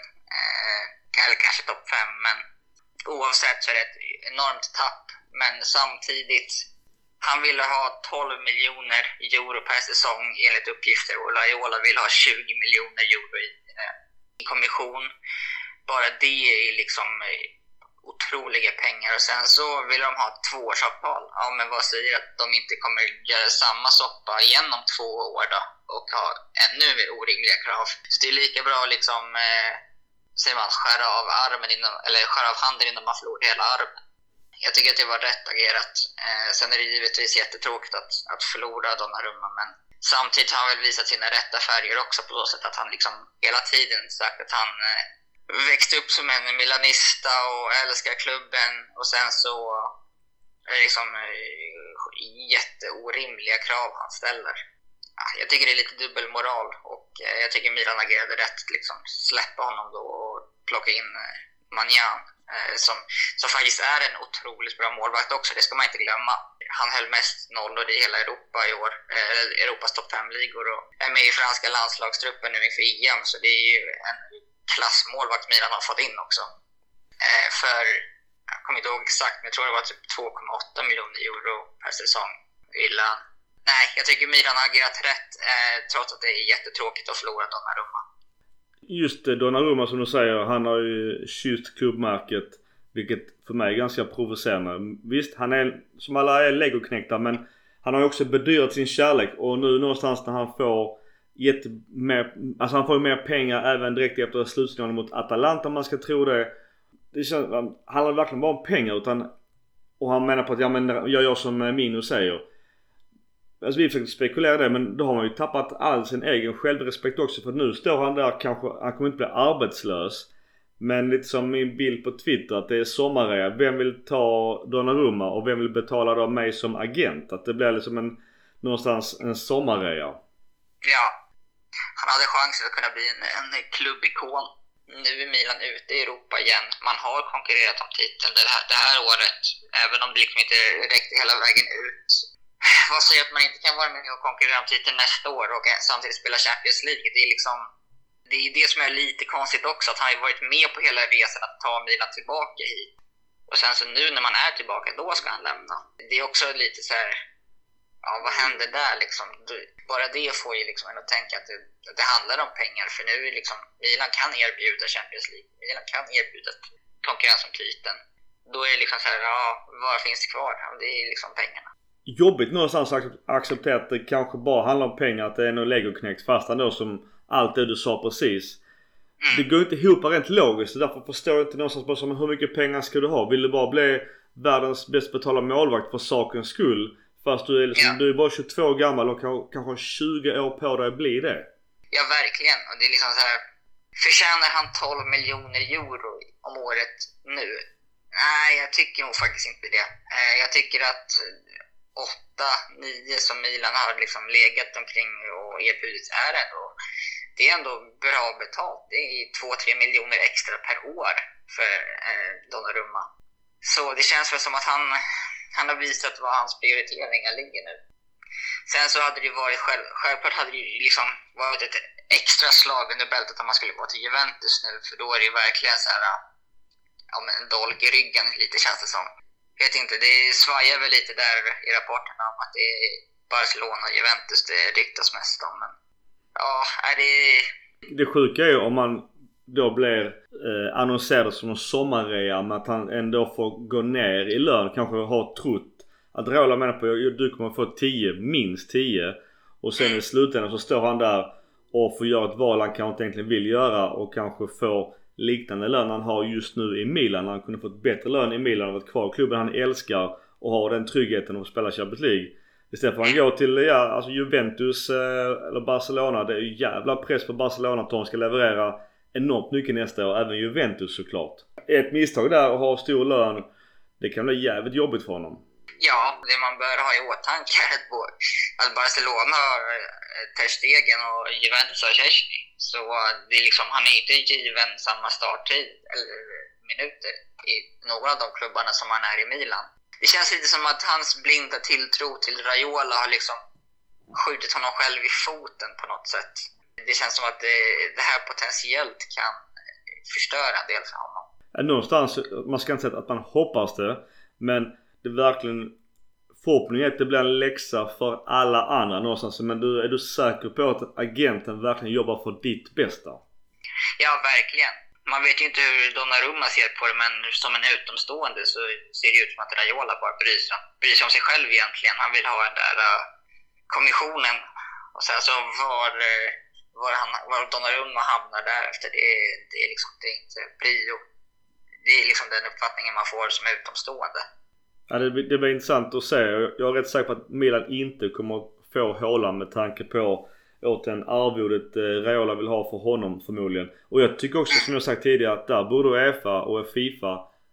Eller kanske topp fem, men oavsett så är det ett enormt tapp. Men samtidigt, han ville ha tolv miljoner euro per säsong enligt uppgifter, och Raiola vill ha tjugo miljoner euro i, i kommission. Bara det är liksom otroliga pengar, och sen så vill de ha ett tvåårsavtal. Ja, men vad säger att de inte kommer göra samma soppa igen om två år då, och ha ännu mer orimliga krav? Så det är lika bra liksom eh, säger man, skära av armen innan, eller skära av handen innan man förlorar hela armen. Jag tycker att det var rätt agerat. Eh, sen är det givetvis jättetråkigt att, att förlora Donnarumma, men samtidigt har han väl visat sina rätta färger också, på så sätt att han liksom hela tiden sagt att han eh, växte upp som en milanista och älskar klubben, och sen så är det liksom jätteorimliga krav han ställer. Ja, jag tycker det är lite dubbelmoral, och jag tycker Milan agerade rätt, liksom släppa honom då och plocka in Maignan som, som faktiskt är en otroligt bra målvakt också, det ska man inte glömma. Han höll mest nollor i hela Europa i år, Europas topp fem-ligor, och är med i franska landslagstruppen nu inför E M, så det är ju en klassmålvakt Milan har fått in också. Eh, för, jag kommer inte ihåg exakt, men jag tror det var typ två komma åtta miljoner euro per säsong i lön. Nej, jag tycker Milan har agerat rätt, eh, trots att det är jättetråkigt att förlora Donnarumma. Just Donnarumma, som du säger, han har ju kysst klubbmärket, vilket för mig är ganska provocerande. Visst, han är som alla är legoknäckta, men han har ju också bedyrat sin kärlek, och nu någonstans när han får Mer, alltså han får ju mer pengar även direkt efter slutsignalen mot Atalanta, om man ska tro det. Det känns, han handlar verkligen bara om pengar, utan, och han menar på att ja, men jag gör som Mino säger. Alltså vi försöker spekulera det, men då har man ju tappat all sin egen självrespekt också, för nu står han där, kanske han kommer inte bli arbetslös, men lite som min bild på Twitter, att det är sommarrea. Vem vill ta Donnarumma och vem vill betala då mig som agent? Att det blir liksom en, någonstans en sommarrea. Ja, han hade chansen att kunna bli en, en klubbikon. Nu är Milan ute i Europa igen. Man har konkurrerat om titeln det här, det här året, även om det liksom inte räckte hela vägen ut. Vad säger att man inte kan vara med och konkurrera om titeln nästa år och samtidigt spela Champions League? Det är liksom, det är det som är lite konstigt också, att han har varit med på hela resan att ta Milan tillbaka hit. Och sen så nu när man är tillbaka, då ska han lämna. Det är också lite så här, ja, vad händer där liksom? Bara det får ju liksom en att tänka att det, att det handlar om pengar, för nu är liksom Milan kan erbjuda Champions League, Milan kan erbjuda konkurrens om titeln. Då är det liksom så här, ja, vad finns det kvar? Ja, det är liksom pengarna. Jobbigt någonstans att acceptera att det kanske bara handlar om pengar, att det är någon legoknäckt, fast ändå som allt det du sa precis. Mm. Det går inte ihop rent logiskt, så därför förstår jag inte någonstans bara som hur mycket pengar ska du ha? Vill du bara bli världens bäst betalda målvakt för sakens skull? Fast du är, liksom, ja. du är bara tjugotvå år gammal och kanske har tjugo år på dig att bli det. Ja, verkligen. Och det är liksom så här, förtjänar han tolv miljoner euro om året nu? Nej, jag tycker nog faktiskt inte det. Jag tycker att åtta nio som Milan har liksom legat omkring och erbjudit är ändå, det är ändå bra betalt. Det är två tre miljoner extra per år för eh, Donnarumma. Så det känns väl som att han, han har visat vad hans prioriteringar ligger nu. Sen så hade det ju varit, själv, självklart hade det ju liksom varit ett extra slag under bältet om man skulle gå till Juventus nu. För då är det ju verkligen så här, ja, men en dolk i ryggen lite, känns det som. Jag vet inte, det svajar väl lite där i rapporterna om att det är Barcelona och Juventus det ryktas mest om. Men ja, är det... Det sjuka är ju om man då blir eh, annonserad som en sommarrea, med att han ändå får gå ner i lön. Kanske har trott att Raiola menar på att du kommer få tio, minst tio. Och sen i slutändan så står han där och får göra ett val han kanske egentligen vill göra. Och kanske får liknande lön han har just nu i Milan. Han kunde fått bättre lön i Milan och varit kvar i klubben han älskar och har den tryggheten att spela Champions League. Istället för att han går till ja, alltså Juventus eh, eller Barcelona. Det är ju jävla press på Barcelona att de ska leverera enormt mycket nästa år. Även Juventus såklart. Ett misstag där att ha stor lön, det kan bli jävligt jobbigt för honom. Ja, det man bör ha i åtanke är att Barcelona har Ter Stegen och Juventus har Szczęsny. Så det är liksom, han är inte given samma starttid eller minuter i några av de klubbarna som han är i Milan. Det känns lite som att hans blinda tilltro till Raiola har liksom skjutit honom själv i foten på något sätt. Det känns som att det, det här potentiellt kan förstöra en del för honom. Någonstans, man ska inte säga att man hoppas det, men det är verkligen förhoppningen att det blir en läxa för alla andra någonstans. Men du, är du säker på att agenten verkligen jobbar för ditt bästa? Ja, verkligen. Man vet ju inte hur Donnarumma ser på det, men som en utomstående så ser det ut som att Raiola bara bryr sig, bryr sig om sig själv egentligen. Han vill ha den där uh, kommissionen. Och sen så var, uh, var, han, var Donnarumma hamnar därefter, det är, det är liksom det är inte prio. Det är liksom den uppfattningen man får som utomstående. Ja, det, det blir intressant att se. Jag är rätt säker på att Milan inte kommer att få håla med tanke på åt en arvodet eh, Raiola vill ha för honom förmodligen. Och jag tycker också, som jag sagt tidigare, att där borde UEFA och FIFA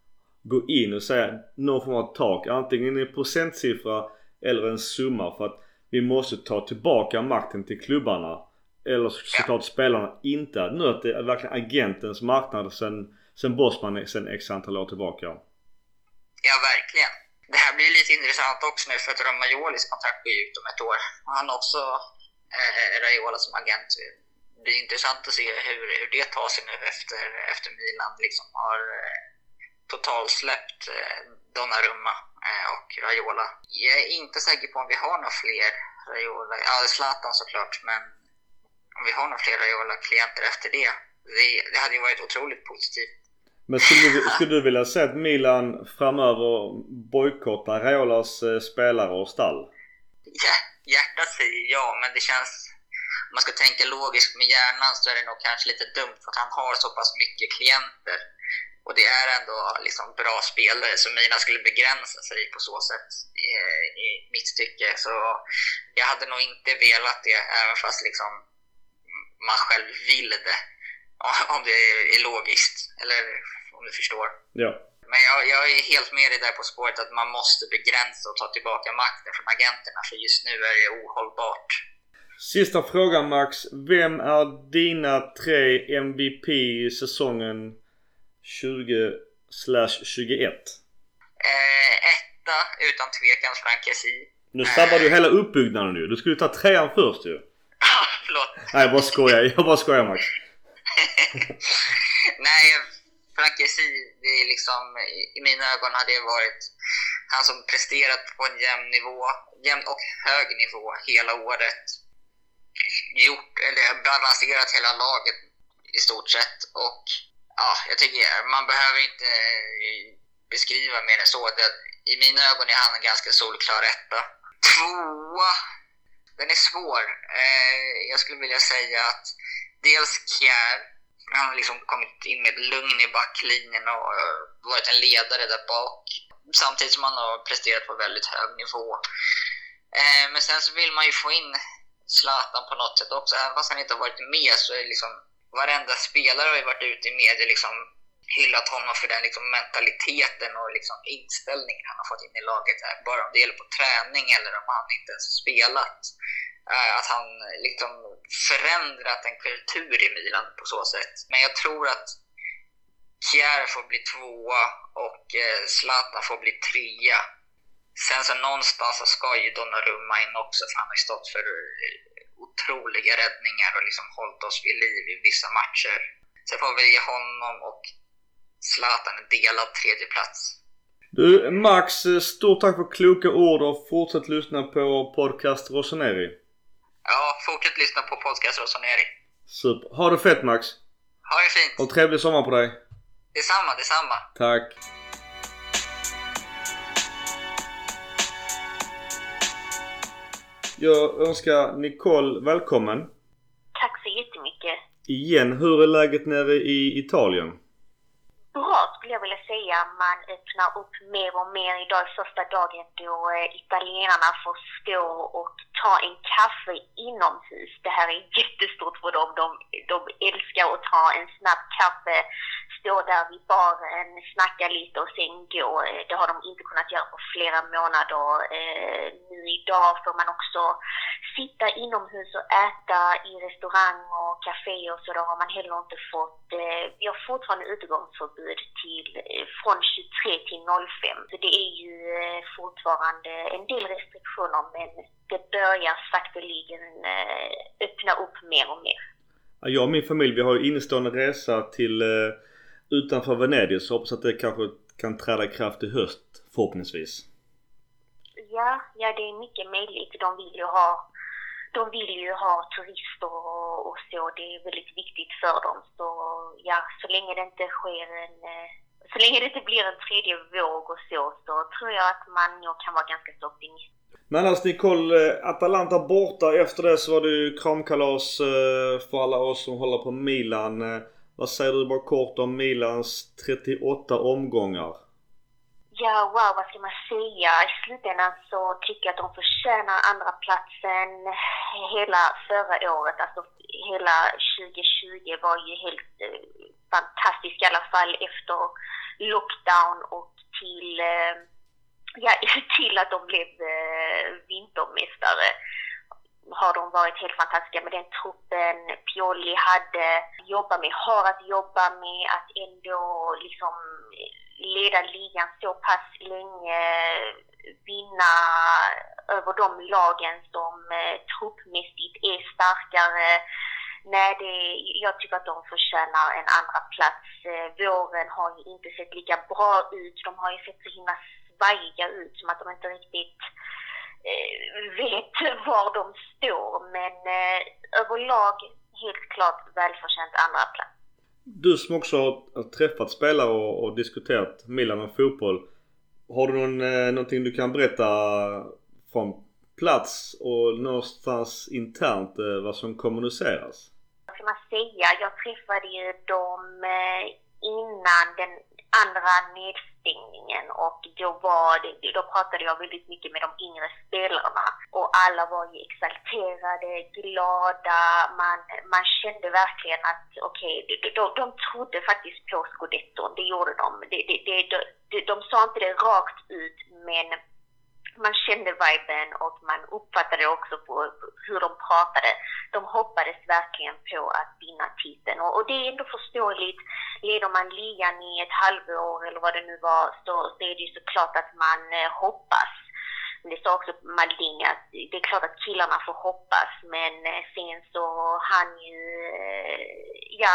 gå in och säga någon form av tak. Antingen en procentsiffra eller en summa, för att vi måste ta tillbaka makten till klubbarna. Eller såklart spelarna inte. Nu att det är verkligen agentens marknad sen, sen Bosman sen x antal år tillbaka. Ja, verkligen. Det här blir lite intressant också nu för att Romagnolis kontrakt går ut om ett år. Han har också eh, Raiola som agent. Det är intressant att se hur, hur det tar sig nu efter, efter Milan liksom har eh, totalt släppt eh, Donnarumma eh, och Raiola. Jag är inte säker på om vi har några fler Raiola. Ja, Zlatan såklart, men om vi har några fler Raiola-klienter efter det. det. Det hade ju varit otroligt positivt. Men skulle du, skulle du vilja se att Milan framöver bojkottar Raiolas eh, spelare och stall? Ja, hjärtat säger ja, men det känns... Om man ska tänka logiskt med hjärnan så är det nog kanske lite dumt för att han har så pass mycket klienter. Och det är ändå liksom bra spelare, så Milan skulle begränsa sig på så sätt i, i mitt tycke. Så jag hade nog inte velat det, även fast liksom man själv vill det. Om det är logiskt, eller om du förstår. Ja. Men jag, jag är helt med dig där på spåret att man måste begränsa och ta tillbaka makten från agenterna, för just nu är det ohållbart. Sista frågan, Max. Vem är dina tre M V P i säsongen tjugo tjugoett? Eh, etta, utan tvekan, Frank Kessie. Nu sabbar du hela uppbyggnaden nu. Du skulle ta trean först ju. Ja, förlåt. Nej, jag bara skojar. Jag bara skojar, Max. Nej, Frank Kessie, det är liksom, i mina ögon har det varit han som presterat på en jämn nivå, jämn och hög nivå hela året. Gjort, eller balanserat hela laget i stort sett, och Ja, jag tycker man behöver inte beskriva mer än så. Det, i mina ögon är han en ganska solklar etta. Tvåa, den är svår. Eh, jag skulle vilja säga att dels Kjær, han har liksom kommit in med lugn i backlinjen och varit en ledare där bak. Samtidigt som han har presterat på väldigt hög nivå. Eh, men sen så vill man ju få in Zlatan på något sätt också. Även fast han inte har varit med så är liksom varenda spelare har ju varit ute i media liksom hyllat honom för den liksom mentaliteten och liksom inställningen han har fått in i laget. Bara om det gäller på träning eller om han inte ens spelat. Eh, att han liksom förändrat en kultur i Milan på så sätt. Men jag tror att Kjær får bli tvåa och eh, Zlatan får bli trea. Sen så någonstans så ska ju Donnarumma in också, för han har ju stått för otroliga räddningar och liksom hållit oss vid liv i vissa matcher. Så får vi ge honom och Zlatan en delad tredje plats. Du Max, stort tack för kloka ord och fortsätt lyssna på podcast Rossoneri. Ja, fortsätt lyssna på podcast Rossoneri. Super. Ha det fett Max. Ha det fint. Och trevlig sommar på dig. Detsamma, detsamma. Tack. Jag önskar Nicole välkommen. Tack så jättemycket. Igen, hur är läget nere i Italien? Bra skulle jag vilja säga. Man öppnar upp mer och mer. Idag är första dagen då italienarna får stå och ta en kaffe inomhus. Det här är jättestort för dem. De, de älskar att ta en snabb kaffe, stå där vid baren, snacka lite och sen gå. Det har de inte kunnat göra på flera månader. Nu idag får man också sitta inomhus och äta i restaurang och kaféer, så då har man heller inte fått. Vi har fortfarande utgångsförbud till, från tjugotre till noll fem. Så det är ju fortfarande en del restriktioner, men det börjar sakteligen öppna upp mer och mer. Ja, jag och min familj, vi har ju innestående resa till uh, utanför Venedig, så hoppas att det kanske kan träda i kraft i höst förhoppningsvis. Ja, ja, det är mycket möjligt. De vill ju ha De vill ju ha turister och, och så. Det är väldigt viktigt för dem. Så ja, så länge det inte sker en, så länge det inte blir en tredje våg och så, så tror jag att man nog kan vara ganska så optimistisk. Men annars Nicole, Atalanta borta. Efter det så var det ju kramkalas för alla oss som håller på Milan. Vad säger du bara kort om Milans trettioåtta omgångar? Ja, wow, vad ska man säga? I slutändan så tycker jag att de förtjänar andra platsen hela förra året. Alltså hela tjugo tjugo var ju helt eh, fantastiskt, i alla fall efter lockdown och till, eh, ja, till att de blev eh, vintermästare. Har de varit helt fantastiska med den truppen Pioli hade jobbat med, har att jobba med, att ändå liksom leda ligan så pass länge, vinna över de lagen som eh, truppmässigt är starkare. Nej, det, jag tycker att de förtjänar en andra plats. Eh, våren har ju inte sett lika bra ut. De har ju sett så himla svajiga ut, som att de inte riktigt eh, vet var de står. Men eh, överlag helt klart välförtjänt andra plats. Du som också har träffat spelare och, och diskuterat Milan och fotboll. Har du någon, eh, någonting du kan berätta från plats och någonstans internt eh, vad som kommuniceras? Vad ska man säga? Jag träffade ju dem eh, innan den andra nedstängningen och då, var det, då pratade jag väldigt mycket med de yngre spelarna och alla var ju exalterade, glada. Man, man kände verkligen att okej, okay, de, de, de trodde faktiskt på Scudetto, det gjorde de. De, de, de, de. de sa inte det rakt ut, men man kände viben och man uppfattade också på hur de pratade. De hoppades verkligen på att vinna titeln. Och, och det är ändå förståeligt. Leder man ligan i ett halvår eller vad det nu var, så, så är det ju såklart att man eh, hoppas. Men det sa också Maldini att det är klart att killarna får hoppas. Men eh, sen så han ju, eh, ja,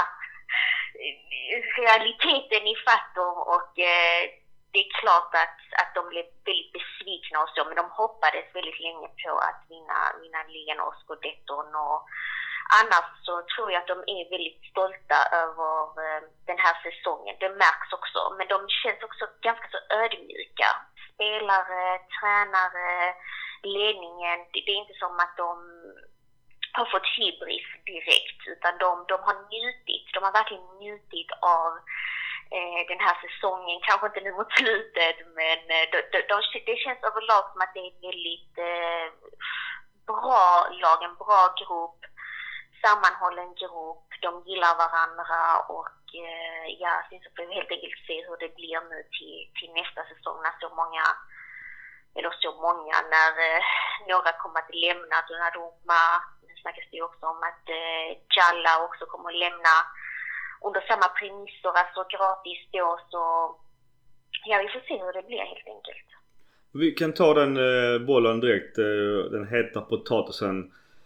realiteten i fatt och, och eh, det är klart att, att de blev väldigt besvikna och så, men de hoppades väldigt länge på att vinna, vinna ligan och Scudetton. Och annars så tror jag att de är väldigt stolta över, den här säsongen. Det märks också. Men de känns också ganska så ödmjuka. Spelare, tränare, ledningen. Det är inte som att de har fått hybris direkt. Utan de, de har njutit. De har verkligen njutit av eh, den här säsongen. Kanske inte nu mot slutet. Men de, de, de, det känns överlag som att det är ett väldigt eh, bra lag. En bra grupp. Sammanhållen grupp, de gillar varandra och eh, ja, sen så får vi helt enkelt se hur det blir nu till, till nästa säsong när så många, eller så många, när eh, några kommer att lämna Donnarumma. Det snackas det också om att eh, Jalla också kommer att lämna under samma premisser, alltså gratis då, så ja, vi får se hur det blir helt enkelt. Vi kan ta den eh, bollen direkt, eh, den heta potatisen.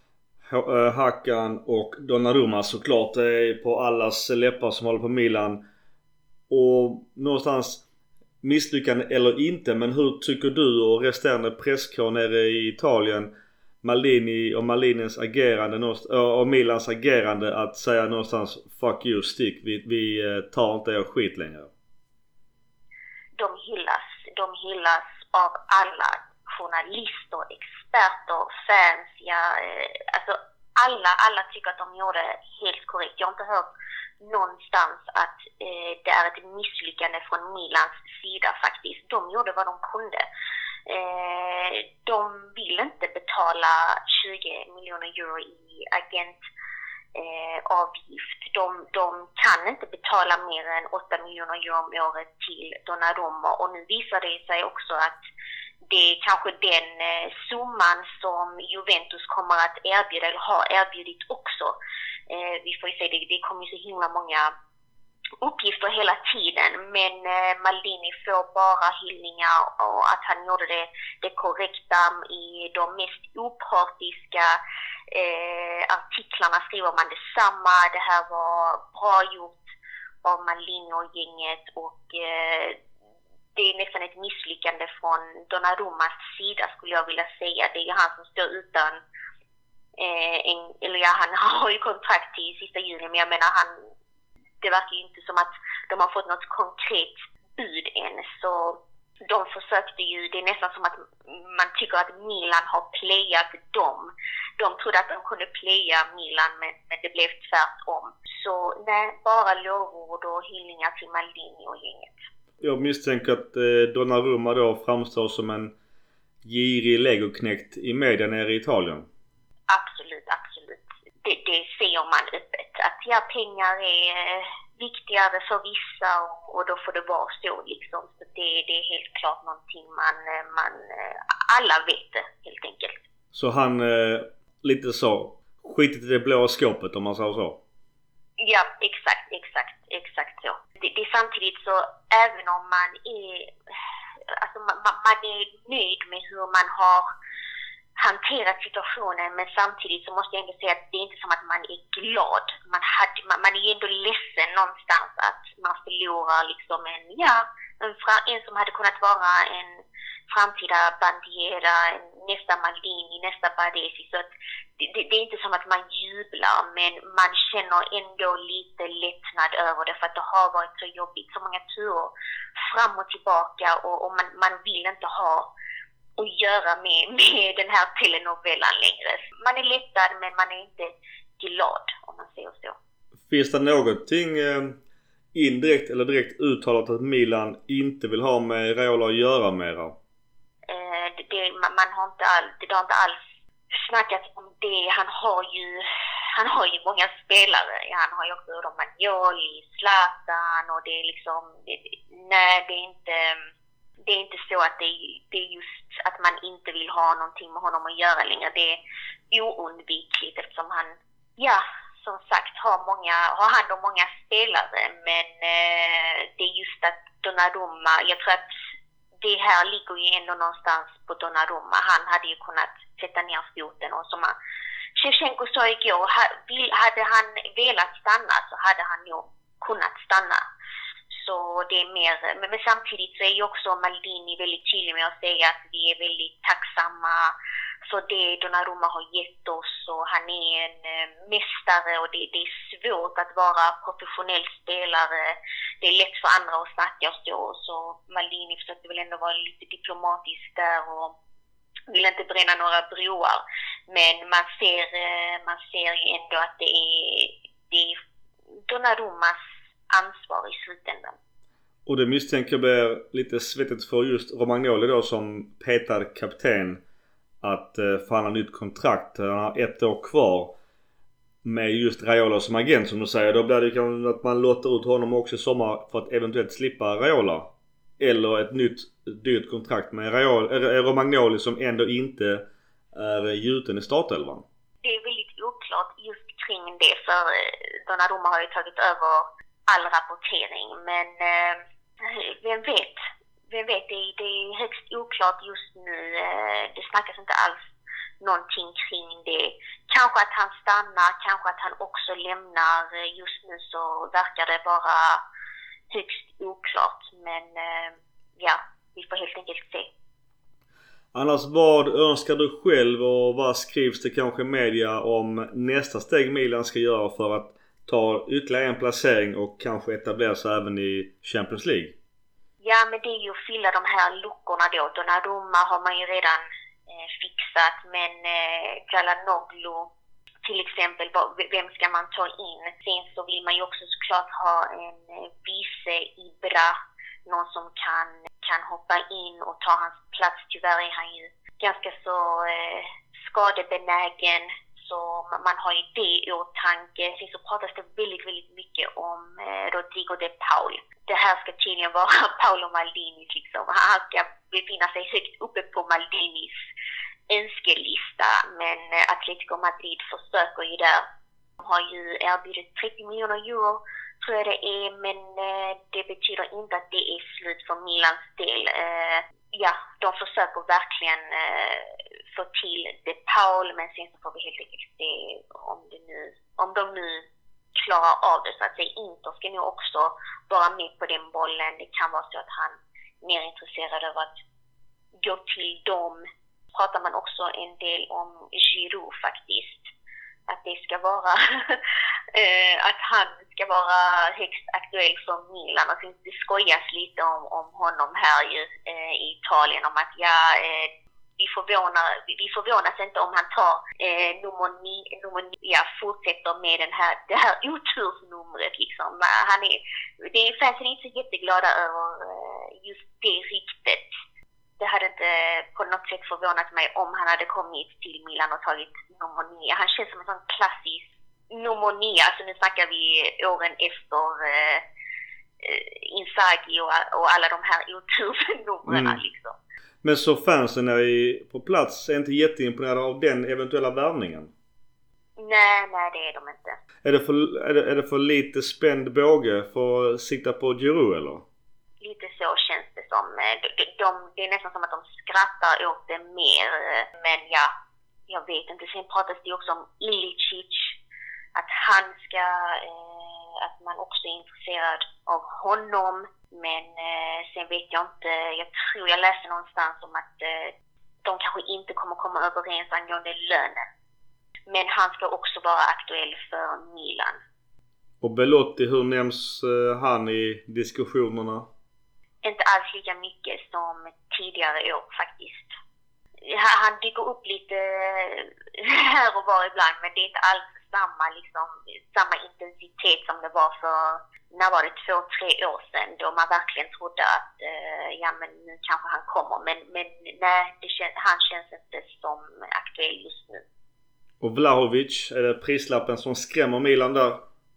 Hakan och Donnarumma såklart är på allas läppar som håller på Milan. Och någonstans misslyckande eller inte, men hur tycker du och resterande presskår nere i Italien, Maldini och Maldinis agerande och Milans agerande att säga någonstans fuck you, stick, vi, vi tar inte er skit längre? De hyllas, de hyllas av alla journalister, experter, fans, ja, alltså alla, alla tycker att de gjorde helt korrekt. Jag har inte hört någonstans att eh, det är ett misslyckande från Milans sida faktiskt. De gjorde vad de kunde. Eh, de vill inte betala tjugo miljoner euro i agent eh, avgift. De, de kan inte betala mer än åtta miljoner euro om året till Donnarumma, och nu visar det sig också att det är kanske den eh, summan som Juventus kommer att erbjuda eller har erbjudit också. Eh, vi får ju se, det, det kommer ju så himla många uppgifter hela tiden, men eh, Maldini får bara hyllningar och att han gjorde det, det korrekta. I de mest opartiska eh, artiklarna skriver man detsamma. Det här var bra gjort av Maldini och gänget, och eh, det är nästan ett misslyckande från Donnarummas sida, skulle jag vilja säga. Det är ju han som står utan eh, en, eller ja, han har ju kontrakt till sista juni, men jag menar, han, det verkar ju inte som att de har fått något konkret bud än, så de försökte ju, det är nästan som att man tycker att Milan har playat dem. De trodde att de kunde playa Milan, men, men det blev tvärtom. Så nej, bara lovord och hyllningar till Maldini och gänget. Jag misstänker att eh, Donnarumma då framstår som en girig legoknäckt i media nere i Italien. Absolut, absolut. Det, det ser man öppet. Att ja, pengar är eh, viktigare för vissa, och, och då får det vara så liksom. Så det, det är helt klart någonting man, man alla vet det, helt enkelt. Så han eh, lite så skitit i det blå skåpet, om man säger så? Ja, exakt, exakt, exakt så. Det, det är samtidigt så, även om man är, alltså man, man är nöjd med hur man har hanterat situationen, men samtidigt så måste jag ändå säga att det är inte som att man är glad. Man, hade, man, man är ändå ledsen någonstans att man förlorar liksom en, ja, en, en som hade kunnat vara en framtida Bandiera, nästa Maldini, nästa Bardesi. Så att det, det, det är inte som att man jublar, men man känner ändå lite lättnad över det, för att det har varit så jobbigt, så många turer fram och tillbaka, och, och man, man vill inte ha att göra med, med den här telenovellan längre. Man är lättad, men man är inte glad, om man säger så. Finns det någonting eh, indirekt eller direkt uttalat att Milan inte vill ha med Raiola att göra mera? Eh, det, det, man, man har inte all, det har inte alls snackat om det. Han har ju han har ju många spelare. Han har ju också Romagnoli, Zlatan, och det är liksom det, nej, det är inte det är inte så att det, det är just att man inte vill ha någonting med honom att göra längre. Det är oundvikligt, eftersom han, ja, som sagt, har många har hand om många spelare, men eh, det är just att Donnarumma, jag tror att det här ligger ju ändå någonstans på Donnarumma. Han hade ju kunnat sätta ner foten, och som Shevchenko sa igår, hade han velat stanna så hade han ju kunnat stanna. Så det är mer, men, men samtidigt så är ju också Maldini väldigt tydlig med att säga att vi är väldigt tacksamma för det Donnarumma har gett oss, och han är en eh, mästare, och det, det är svårt att vara professionell spelare. Det är lätt för andra att snacka och stå, så Maldini försökte väl ändå vara lite diplomatisk där och vill inte bränna några broar, men man ser, eh, man ser ändå att det är, det är Donnarummas ansvar i slutändan. Och det misstänker jag blir lite svettigt för just Romagnoli då som petad kapten att eh, få han har nytt kontrakt. Han har ett år kvar med just Raiola som agent, som du säger. Då blir det kanske att man låter ut honom också i sommar för att eventuellt slippa Raiola. Eller ett nytt dyrt kontrakt med Raiola, äh, Romagnoli som ändå inte är gjuten i startelvan. Det är väldigt oklart just kring det, för Donnarumma har ju tagit över all rapportering, men eh, vem vet? Vem vet, det, det är högst oklart just nu. Eh, det snackas inte alls någonting kring det. Kanske att han stannar, kanske att han också lämnar. Just nu så verkar det vara högst oklart, men eh, ja, vi får helt enkelt se. Annars, vad önskar du själv och vad skrivs det kanske i media om nästa steg Milan ska göra för att ta ytterligare en placering och kanske etablera sig även i Champions League? Ja, men det är ju att fylla de här luckorna då. Donnarumma har man ju redan eh, fixat, men eh, Calhanoglu till exempel, vem ska man ta in? Sen så vill man ju också såklart ha en eh, vice Ibra, någon som kan, kan hoppa in och ta hans plats. Tyvärr är han ju ganska så eh, skadebenägen, så man har ju det i åtanke. Sen så pratas det väldigt, väldigt mycket om eh, Rodrigo de Paul. Det här ska tydligen vara Paolo Maldini liksom. Han ska befinna sig högt uppe på Maldinis önskelista, men eh, Atletico Madrid försöker ju där. De har ju erbjudit trettio miljoner euro, tror jag det är, men eh, det betyder inte att det är slut för Milans del. Eh, ja, de försöker verkligen eh, få till De Paul, men sen så får vi helt enkelt se om, det nu, om de nu klarar av det. Så att säga, Inter ska nu också vara med på den bollen. Det kan vara så att han är mer intresserad av att gå till dem. Pratar man också en del om Giroud faktiskt. Att det ska vara att han ska vara högst aktuell för Milan. Och det skojas lite om, om honom här ju, eh, i Italien, om att ja, eh, vi, förvånar, vi förvånas inte om han tar eh, nummer nio, nummer nio, ja, fortsätter med den här, det här otursnumret liksom. Han är, det är fansen inte så jätteglada över eh, just det ryktet. Det hade inte på något sätt förvånat mig om han hade kommit till Milan och tagit nummer nio. Han känns som en sån klassisk nummer nio. Alltså nu snackar vi åren efter eh, Inzaghi och, och alla de här otursnumren mm. liksom. Men så fansen är på plats är inte jätteimponerade av den eventuella värvningen? Nej, nej det är de inte. Är det för, är det, är det för lite spänd båge för att sikta på Giroud eller? Lite så känns det som. De, de, det är nästan som att de skrattar åt det mer. Men ja, jag vet inte. Sen pratas det också om Ilicic. Att han ska, eh, att man också är intresserad av honom. Men eh, sen vet jag inte. Jag tror jag läste någonstans om att eh, de kanske inte kommer komma överens angående lönen. Men han ska också vara aktuell för Milan. Och Belotti, hur nämns eh, han i diskussionerna? Inte alls lika mycket som tidigare år faktiskt. Han dyker upp lite här och var ibland, men det är inte alls samma, liksom, samma intensitet som det var för, när var det, två, tre år sedan, då man verkligen trodde att eh, ja men nu kanske han kommer. Men, men nej, det kän, han känns inte som aktuell just nu. Och Vlahovic, är det prislappen som skrämmer Milan där?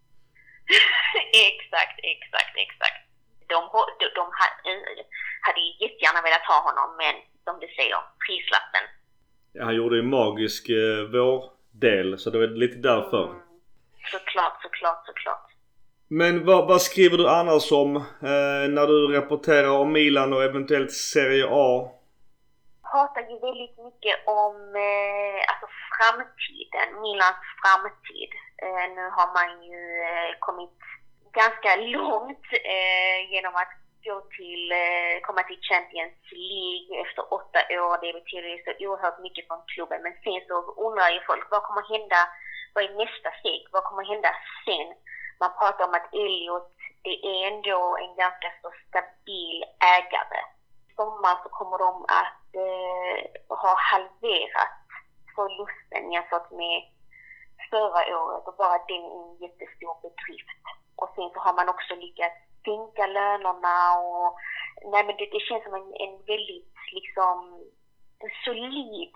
exakt, exakt, exakt. De, de, de hade ju jättegärna velat ha honom, men som du säger, prislappen. Ja, han gjorde ju magisk eh, vårdel, så det var lite därför. Mm, såklart, såklart, såklart. Men vad, vad skriver du annars om eh, när du rapporterar om Milan och eventuellt Serie A? Jag pratar ju väldigt mycket om eh, alltså framtiden, Milans framtid. Eh, nu har man ju eh, kommit ganska långt eh, genom att gå till, eh, komma till Champions League efter åtta år. Det betyder så oerhört mycket från klubben. Men sen så undrar ju folk, vad kommer hända? Vad är nästa steg? Vad kommer hända sen? Man pratar om att Elliot, det är ändå en ganska så stabil ägare. I sommar så kommer de att eh, ha halverat förlusten jämfört med förra året. Och bara det är en jättestor bedrift. Och sen så har man också lyckats sänka lönerna och nej, men det, det känns som en, en väldigt liksom solid,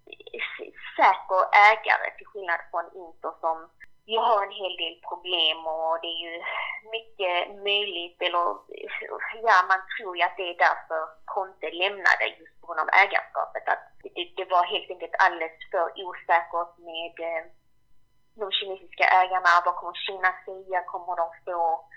säker ägare till skillnad från Inter som ju har en hel del problem och det är ju mycket möjligt, eller ja, man tror ju att det är därför Conte lämnade just på grund av ägarskapet, att det, det var helt enkelt alldeles för osäkert med eh, de kinesiska ägarna. Vad kommer Kina säga? Kommer de få,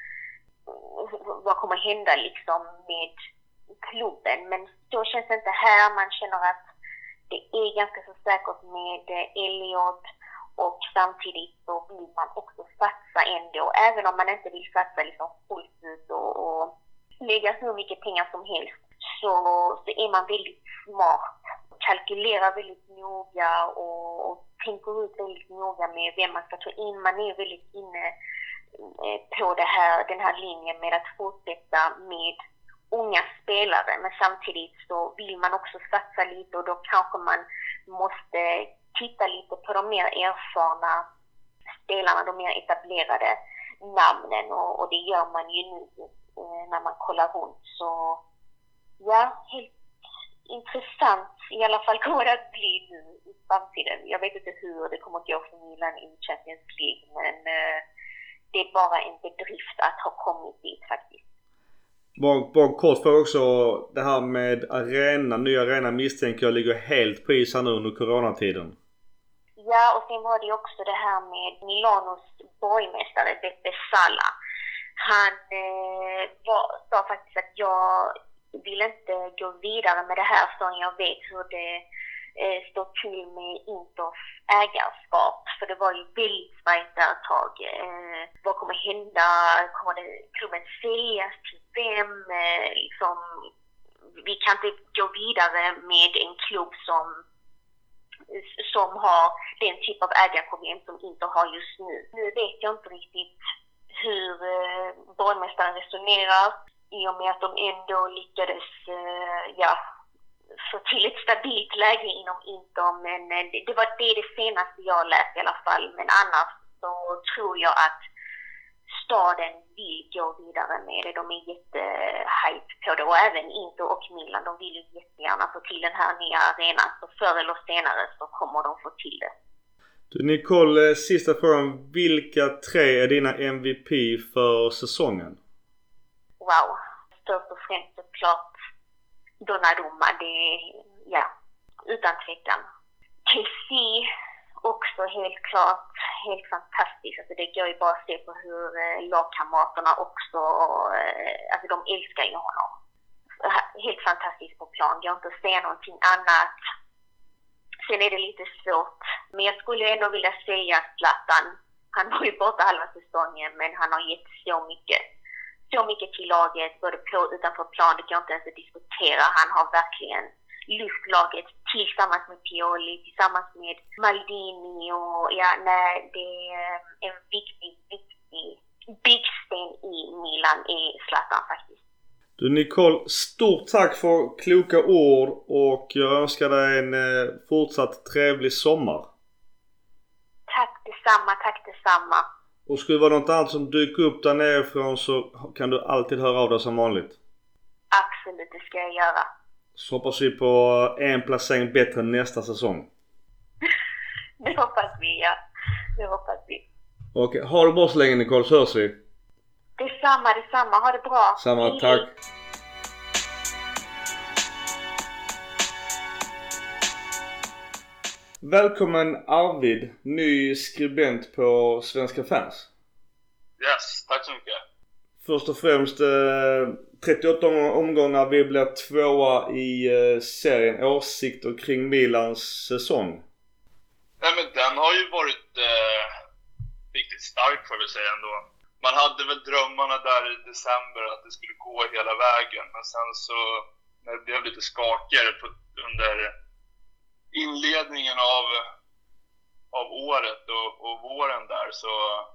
vad kommer hända liksom med klubben? Men så känns det inte här. Man känner att det är ganska så säkert med Elliot och samtidigt så vill man också satsa ändå. Även om man inte vill satsa liksom fullt ut och, och lägga så mycket pengar som helst, så, så är man väldigt smart. Kalkylerar väldigt noga och, och tänker ut väldigt noga med vem man ska ta in. Man är väldigt inne på det här, den här linjen med att fortsätta med unga spelare, men samtidigt så vill man också satsa lite och då kanske man måste titta lite på de mer erfarna spelarna, de mer etablerade namnen och, och det gör man ju nu när man kollar runt. Så ja, helt intressant i alla fall kommer det att bli nu i framtiden. Jag vet inte hur det kommer att gå för Milan i Champions League, men eh, det är bara en bedrift att ha kommit dit faktiskt. Bara, bara kort för också det här med arena, nya arena misstänker jag ligger helt på is här nu under coronatiden. Ja, och sen var det också det här med Milanos borgmästare Beppe Sala. Han eh, var, sa faktiskt att jag vill inte gå vidare med det här förrän jag vet hur det eh, står till med Inters ägarskap. För det var ju väldigt svajt där ett tag. Eh, vad kommer hända? Kommer det, klubben säljas till vem? Eh, liksom, vi kan inte gå vidare med en klubb som som har den typ av ägarproblem som Inter har just nu. Nu vet jag inte riktigt hur eh, borgmästaren resonerar i och med att de ändå lyckades eh, ja, få till ett stabilt läge inom Inter, men eh, det, det var det, det senaste jag läste i alla fall. Men annars så tror jag att staden vill gå vidare med det. De är jättehype på det och även Inter och Milan, de vill ju jättegärna få till den här nya arenan. Så förr eller senare så kommer de få till det. Du Nicole, sista frågan. Vilka tre är dina M V P för säsongen? Wow, först och främst såklart Donnarumma, det är, ja, utan tvekan. Kessie också helt klart, helt fantastiskt. Alltså det går ju bara att se på hur eh, lagkamraterna också, eh, alltså de älskar ju honom. Helt fantastiskt på plan, jag har inte se någonting annat. Sen är det lite svårt, men jag skulle ändå vilja säga Zlatan. Han var ju borta halva säsongen, men han har gett så mycket. Så mycket till laget, både på och utanför plan, det kan jag inte ens diskutera. Han har verkligen lyft laget tillsammans med Pioli, tillsammans med Maldini och ja, nej, det är en viktig, viktig byggsten i Milan i Zlatan faktiskt. Du Nicole, stort tack för kloka ord och jag önskar dig en eh, fortsatt trevlig sommar. Tack detsamma, tack detsamma. Och skulle det vara något annat som dyker upp där nerifrån så kan du alltid höra av dig som vanligt. Absolut, det ska jag göra. Så hoppas vi på en placering bättre nästa säsong. Det hoppas vi, ja. Det hoppas vi. Okej, ha det bra så länge Nicole, så hörs vi. Detsamma, detsamma. Ha det bra. Samma, tack. Välkommen Arvid, ny skribent på Svenska fans. Yes, tack så mycket. Först och främst eh, trettioåtta omgångar, vi blev tvåa i eh, serien. Åsikter kring Milans säsong? Nej, men den har ju varit eh, riktigt stark får vi säga ändå. man hade väl drömmarna där i december att det skulle gå hela vägen. Men sen så när det blev lite skakigare på, under inledningen av, av året och, och våren där så,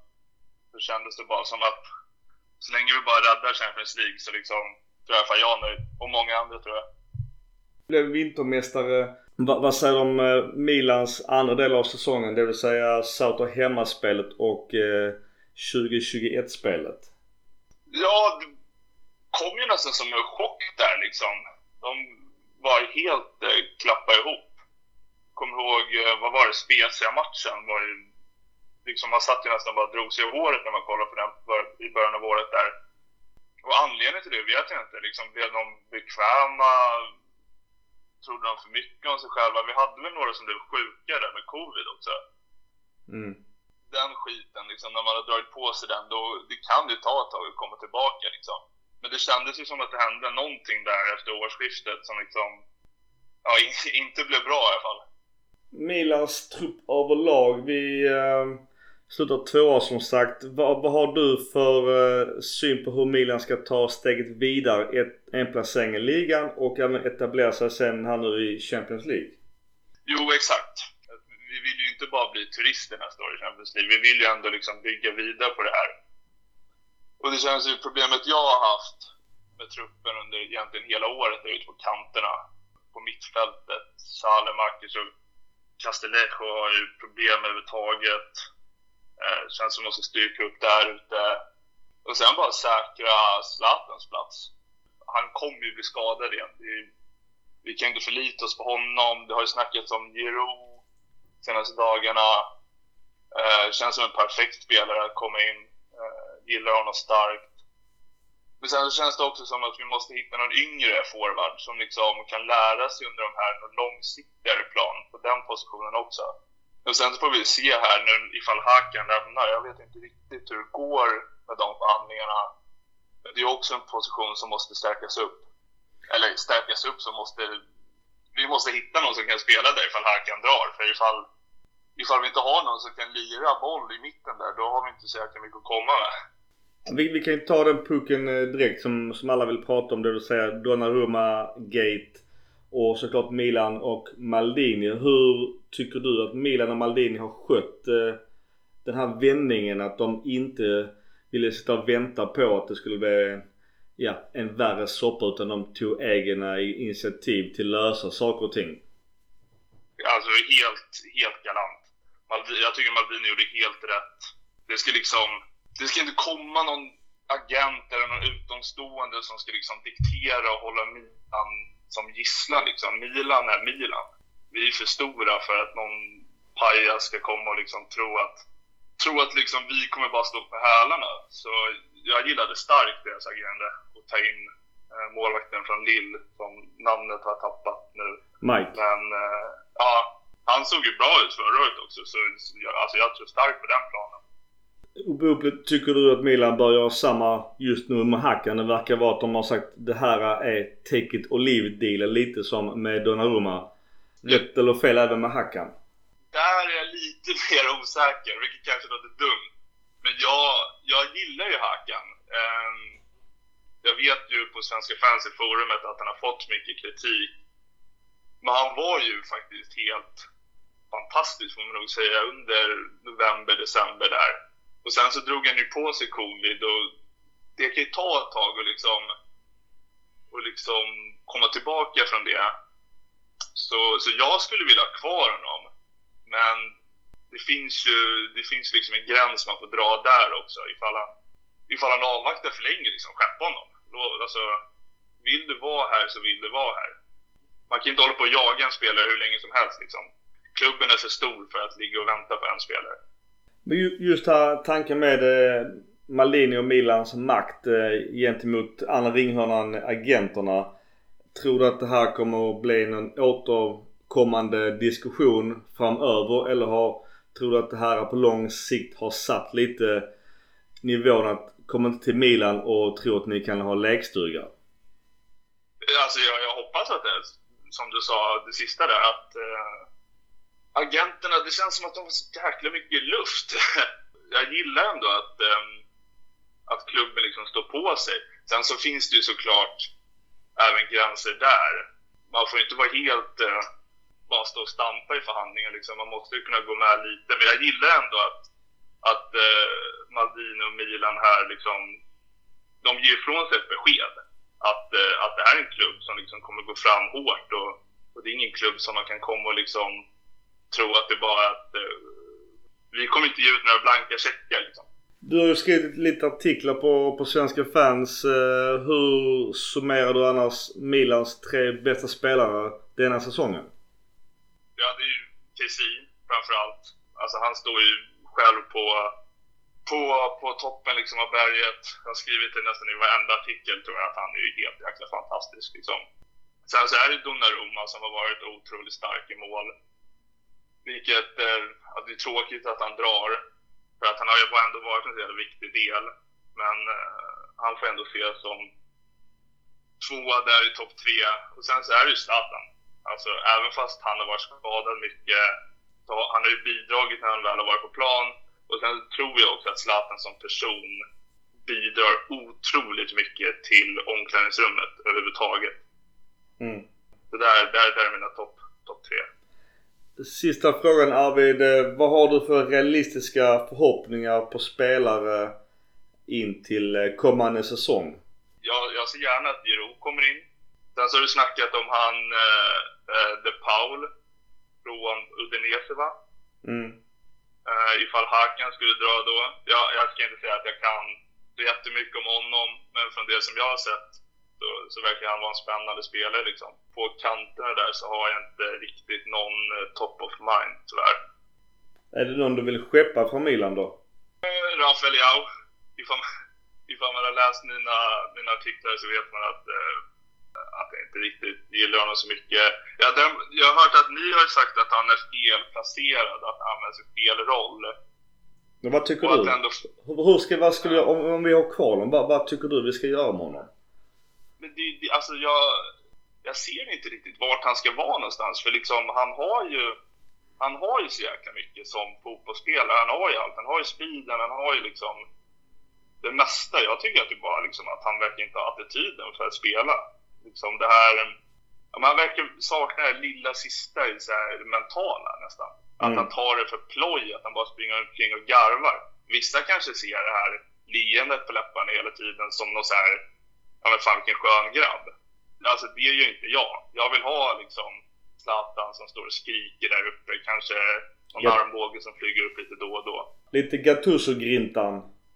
så kändes det bara som att så länge vi bara räddar Champions League så liksom tror jag för jag nöjd. Och många andra tror jag. Blev vintermästare. Va, vad säger du om eh, Milans andra del av säsongen? Det vill säga Sauter hemmaspelet och eh, tjugo tjugoett-spelet. Ja, det kom ju nästan som en chock där liksom. De var helt eh, klappa ihop. Kommer ihåg, eh, vad var det? Spezia-matchen var ju liksom, man satt ju nästan bara drog sig i håret när man kollade på den i början av året där. Och anledningen till det vet jag inte. Liksom, blev de bekväma? Trodde de för mycket om sig själva? Vi hade väl några som blev sjuka där med covid också. Mm. Den skiten, liksom, när man har dragit på sig den, då det kan ju ta ett tag att komma tillbaka. Liksom. Men det kändes ju som att det hände någonting där efter årsskiftet som liksom, ja, inte blev bra i alla fall. Milans trupp överlag, vi eh, slutar tvåa som sagt. Vad, vad har du för eh, syn på hur Milan ska ta steget vidare? Ett, en placering i ligan och även etablera sig sen här nu i Champions League? Jo, exakt. Vi vill ju inte bara bli turister nästa år i Champions League. Vi vill ju ändå liksom bygga vidare på det här. Och det känns ju problemet jag har haft med truppen under egentligen hela året är ute på kanterna. På mittfältet. Salemakers och Castellejo har ju problem överhuvudtaget. Eh, känns som att man måste styrka upp där ute. Och sen bara säkra Zlatans plats. Han kommer ju bli skadad igen. Vi, vi kan inte förlita oss på honom. Det har ju snackats om Giroud senaste dagarna. Eh, känns som en perfekt spelare att komma in. Eh, gillar honom starkt. Men sen så känns det också som att vi måste hitta någon yngre forward som liksom kan lära sig under de här långsiktigare plan på den positionen också. Och sen så får vi se här nu ifall Hakan lämnar. Jag vet inte riktigt hur det går med de förhandlingarna. Det är också en position som måste stärkas upp. Eller stärkas upp så måste vi måste hitta någon som kan spela där ifall Hakan drar. För ifall, ifall vi inte har någon som kan lira boll i mitten där, då har vi inte säkert mycket att komma med. Vi, vi kan ju ta den pucken direkt som, som alla vill prata om, det vill säga Donnarumma, Gate och såklart Milan och Maldini. Hur tycker du att Milan och Maldini har skött eh, den här vändningen att de inte ville sitta och vänta på att det skulle bli ja, en värre soppa utan de tog egna initiativ till att lösa saker och ting? Alltså helt, helt galant. Maldini, jag tycker Maldini gjorde helt rätt. Det ska liksom Det ska inte komma någon agent eller någon utomstående som ska liksom diktera och hålla Milan som gisslan. Liksom. Milan är Milan. Vi är för stora för att någon pajas ska komma och liksom tro att, tro att liksom vi kommer bara stå på hälarna. Så jag gillade starkt deras agerande och ta in eh, målvakten från Lille som namnet har tappat nu. Mike. Men eh, ja, han såg ju bra ut förra året också. Så alltså, jag tror starkt på den planen. Tycker du att Milan bör göra samma just nu med Hakan? Det verkar vara att de har sagt det här är take it or leave it dealen, lite som med Donnarumma. Rätt eller fel även med Hakan? Där är jag lite mer osäker, vilket kanske låter dumt. Men jag, jag gillar ju Hakan. Um, jag vet ju på Svenska fans i forumet att han har fått mycket kritik. Men han var ju faktiskt helt fantastisk, får man nog säga, under november, december där. Och sen så drog han ju på sig covid och det kan ju ta ett tag och liksom, och liksom komma tillbaka från det. Så, så jag skulle vilja ha kvar honom. Men det finns ju det finns liksom en gräns man får dra där också. Ifall han, ifall han avvaktar för länge, liksom skeppa honom. Alltså, vill du vara här så vill du vara här. Man kan inte hålla på och jaga en spelare hur länge som helst liksom. Klubben är för stor för att ligga och vänta på en spelare. Men just här tanken med eh, Maldini och Milans makt eh, gentemot andra ringhörnan, agenterna. Tror du att det här kommer att bli en återkommande diskussion framöver? Eller har, tror du att det här på lång sikt har satt lite nivån att komma inte till Milan och tro att ni kan ha lägstuga? Alltså jag, jag hoppas att det, som du sa det sista där, att eh... agenterna, det känns som att de har så jäkla mycket luft. Jag gillar ändå att um, att klubben liksom står på sig. Sen så finns det ju såklart även gränser där. Man får inte vara helt eh, bara stå och stampa i förhandlingar liksom. Man måste ju kunna gå med lite. Men jag gillar ändå att, att eh, Maldini och Milan här liksom, de ger ifrån sig ett besked. Att, eh, att det här är en klubb som liksom kommer gå fram hårt. Och, och det är ingen klubb som man kan komma och liksom tro att det bara är att eh, vi kommer inte ge ut några blanka checkar liksom. Du har ju skrivit lite artiklar på, på Svenska Fans. Eh, hur summerar du annars Milans tre bästa spelare denna säsongen? Ja, det är ju Kessie framförallt. Alltså han står ju själv på, på, på toppen liksom av berget. Jag har skrivit det nästan i varenda artikel, tror jag, att han är ju helt jäkla fantastisk liksom. Sen så är det Donnarumma som har varit otroligt stark i mål. Vilket eh, att det är tråkigt att han drar. För att han har ju ändå varit en väldigt viktig del. Men eh, han får ändå ses som tvåa där i topp tre. Och sen så är det ju Zlatan. Alltså även fast han har varit skadad mycket. Så han har ju bidragit när han väl har varit på plan. Och sen tror jag också att Zlatan som person bidrar otroligt mycket till omklädningsrummet överhuvudtaget. Mm. Så där, där, där är mina topp top tre. Sista frågan, Arvid. Vad har du för realistiska förhoppningar på spelare in till kommande säsong? Jag, jag ser gärna att Giroud kommer in. Sen så har du snackat om han eh, De Paul från Udinese, va? Mm. Eh, ifall Hakan skulle dra då. Ja, jag ska inte säga att jag kan så jättemycket om honom, men från det som jag har sett så, så verkar han vara en spännande spelare liksom. På kanterna där så har jag inte riktigt någon eh, top of mind tyvärr. Är det någon du vill skeppa från Milan då? Eh, Rafael Leao. Ifall, ifall man har läst mina, mina artiklar så vet man att eh, att jag inte riktigt gillar honom så mycket. Ja, den, jag har hört att ni har sagt att han är felplacerad, att han använder sin fel roll. Men vad tycker och du? Ändå... Hur ska, vad skulle jag, om, om vi har kvar honom, vad, vad tycker du vi ska göra med honom? Men det, det, alltså jag, jag ser inte riktigt vart han ska vara någonstans. För liksom, han har ju han har ju så jäkla mycket som fotbollsspelare. Han har ju allt. Han har ju speeden, han har ju liksom det mesta. Jag tycker att det bara liksom att han verkar inte ha attityden för att spela. Liksom det här, man verkar sakna det lilla sista i så här mentala nästan. Att mm. han tar det för ploj, att han bara springer omkring och garvar. Vissa kanske ser det här leendet på läpparna hela tiden som någon så här, ja men fan vilken skön grabb. Alltså det är ju inte jag. Jag vill ha liksom Zlatan som står och skriker där uppe. Kanske någon ja. armbåge som flyger upp lite då och då. Lite Gattuso-grintan.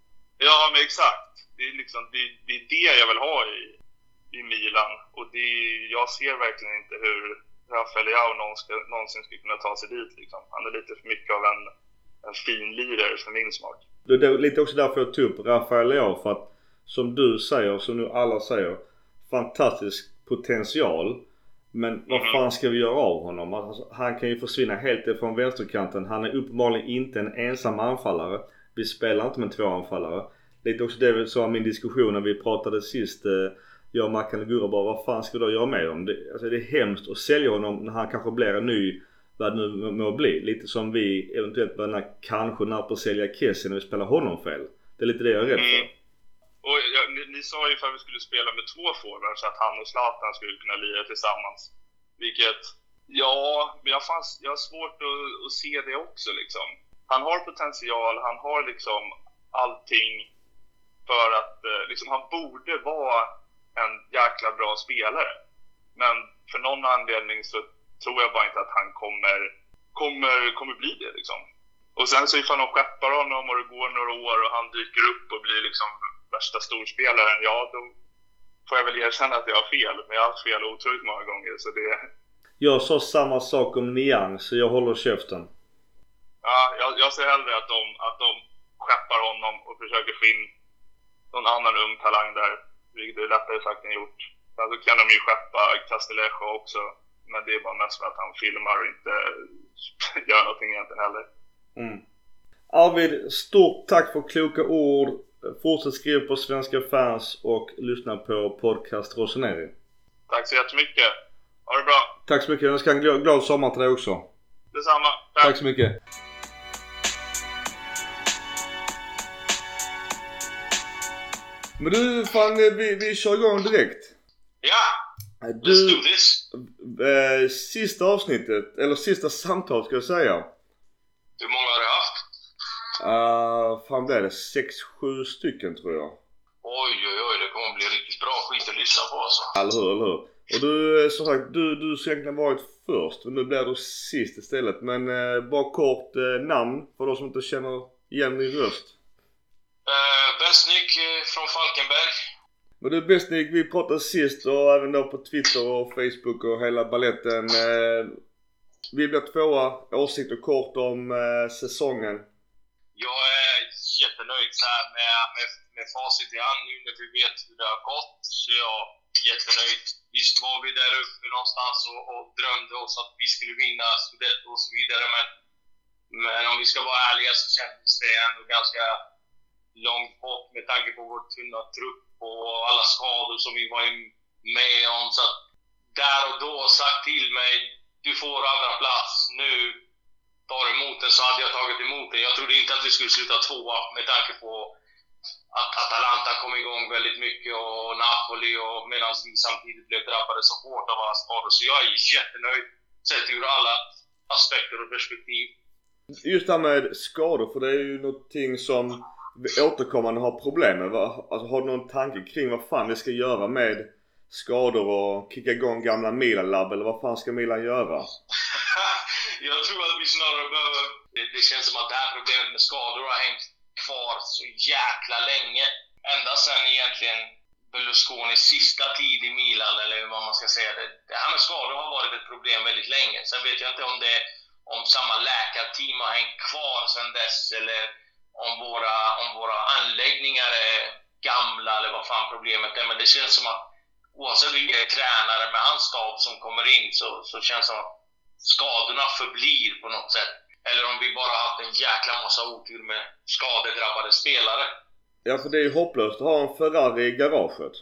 Ja men exakt. Det är liksom det, det är det jag vill ha i i Milan, och det, jag ser verkligen inte hur Rafael Leao någon ska, någonsin ska kunna ta sig dit liksom. Han är lite för mycket av en, en fin lirare för min smak. Det är lite också därför jag tog upp Rafael Leao, för att som du säger, som nu alla säger, fantastisk potential, men vad mm. fan ska vi göra av honom? Alltså, han kan ju försvinna helt ifrån vänsterkanten. Han är uppenbarligen inte en ensam anfallare. Vi spelar inte med två anfallare. Lite också det vi sa i min diskussion när vi pratade sist, eh, jag och Mackan och Gurra, bara vad fan ska du göra med dem? Det, alltså det är hemskt att sälja honom när han kanske blir en ny, vad nu må bli. Lite som vi eventuellt börjar kanske när på sälja Kessie när vi spelar honom fel. Det är lite det jag är rädd för. Mm. Och jag, ni, ni sa ju för att vi skulle spela med två forwards så att han och Zlatan skulle kunna lira tillsammans. Vilket, ja, men jag, fanns, jag har svårt att, att se det också liksom. Han har potential, han har liksom allting för att, liksom han borde vara en jäkla bra spelare. Men för någon anledning så tror jag bara inte att han kommer kommer, kommer bli det liksom. Och sen så ifall de skeppar honom och det går några år och han dyker upp och blir liksom värsta storspelaren, ja då får jag väl erkänna att jag har fel. Men jag har haft fel otroligt många gånger, så det... Jag sa samma sak om Niang, så jag håller käften. Ja, jag, jag ser hellre att de, att de skeppar honom och försöker få in någon annan ung talang där. Vilket är lättare sagt än gjort. Sen så kan de ju skeppa Castillejo också. Men det är bara mest för att han filmar och inte gör någonting egentligen heller. Mm. Arvid, stort tack för kloka ord. Fortsätt skriva på Svenska Fans och lyssna på podcast Rossoneri. Tack så jättemycket. Ha det bra. Tack så mycket. Jag önskar en glad, glad sommar till dig också. Detsamma. Tack, tack så mycket. Men du, fan, vi, vi kör igång direkt. Ja, du, let's do this. Eh, sista avsnittet, eller sista samtalet ska jag säga. Hur många har du haft? Uh, fan blev det? Sex, sju stycken tror jag. Oj, oj, oj, det kommer bli riktigt bra skit att lyssna på alltså. Eller hur, eller hur? Och du, som sagt, du, du ska egentligen varit först, men nu blir du sist istället. Men eh, bara kort eh, namn för de som inte känner igen din röst. Uh, Besnik uh, från Falkenberg. Men du Besnik, vi pratade sist och även då på Twitter och Facebook och hela balletten. Eh, vi blir tvåa, åsikter kort om eh, säsongen. Jag är jättenöjd så här med, med, med facit i hand nu när vi vet hur det har gått. Så jag är jättenöjd. Visst var vi där uppe någonstans och, och drömde oss att vi skulle vinna och så vidare. Men, men om vi ska vara ärliga så kändes det ändå ganska långt bort med tanke på vår tunna trupp och alla skador som vi var med om. Så att där och då sagt till mig, du får andra plats nu. Tar emot den, så hade jag tagit emot den. Jag trodde inte att vi skulle sluta tvåa med tanke på att Atalanta kom igång väldigt mycket och Napoli, och medan vi samtidigt blev drabbade så hårt av alla skador. Så jag är jättenöjd sett ur alla aspekter och perspektiv. Just det här med skador, för det är ju någonting som vi återkommande har problem med. Alltså, har du någon tanke kring vad fan vi ska göra med skador och kicka igång gamla Milan-labb, eller vad fan ska Milan göra? Jag tror att vi snarare behöver... Det, det känns som att det här problemet med skador har hängt kvar så jäkla länge. Ända sen egentligen Berlusconis sista tid i Milan, eller vad man ska säga. Det, det här med skador har varit ett problem väldigt länge. Sen vet jag inte om det om samma läkarteam har hängt kvar sen dess, eller om våra, om våra anläggningar är gamla, eller vad fan problemet är. Men det känns som att oavsett vilka tränare med hans stab som kommer in, så, så känns det som att skadorna förblir på något sätt. Eller om vi bara haft en jäkla massa otur med skadedrabbade spelare. Ja, för det är ju hopplöst att ha en Ferrari i garaget.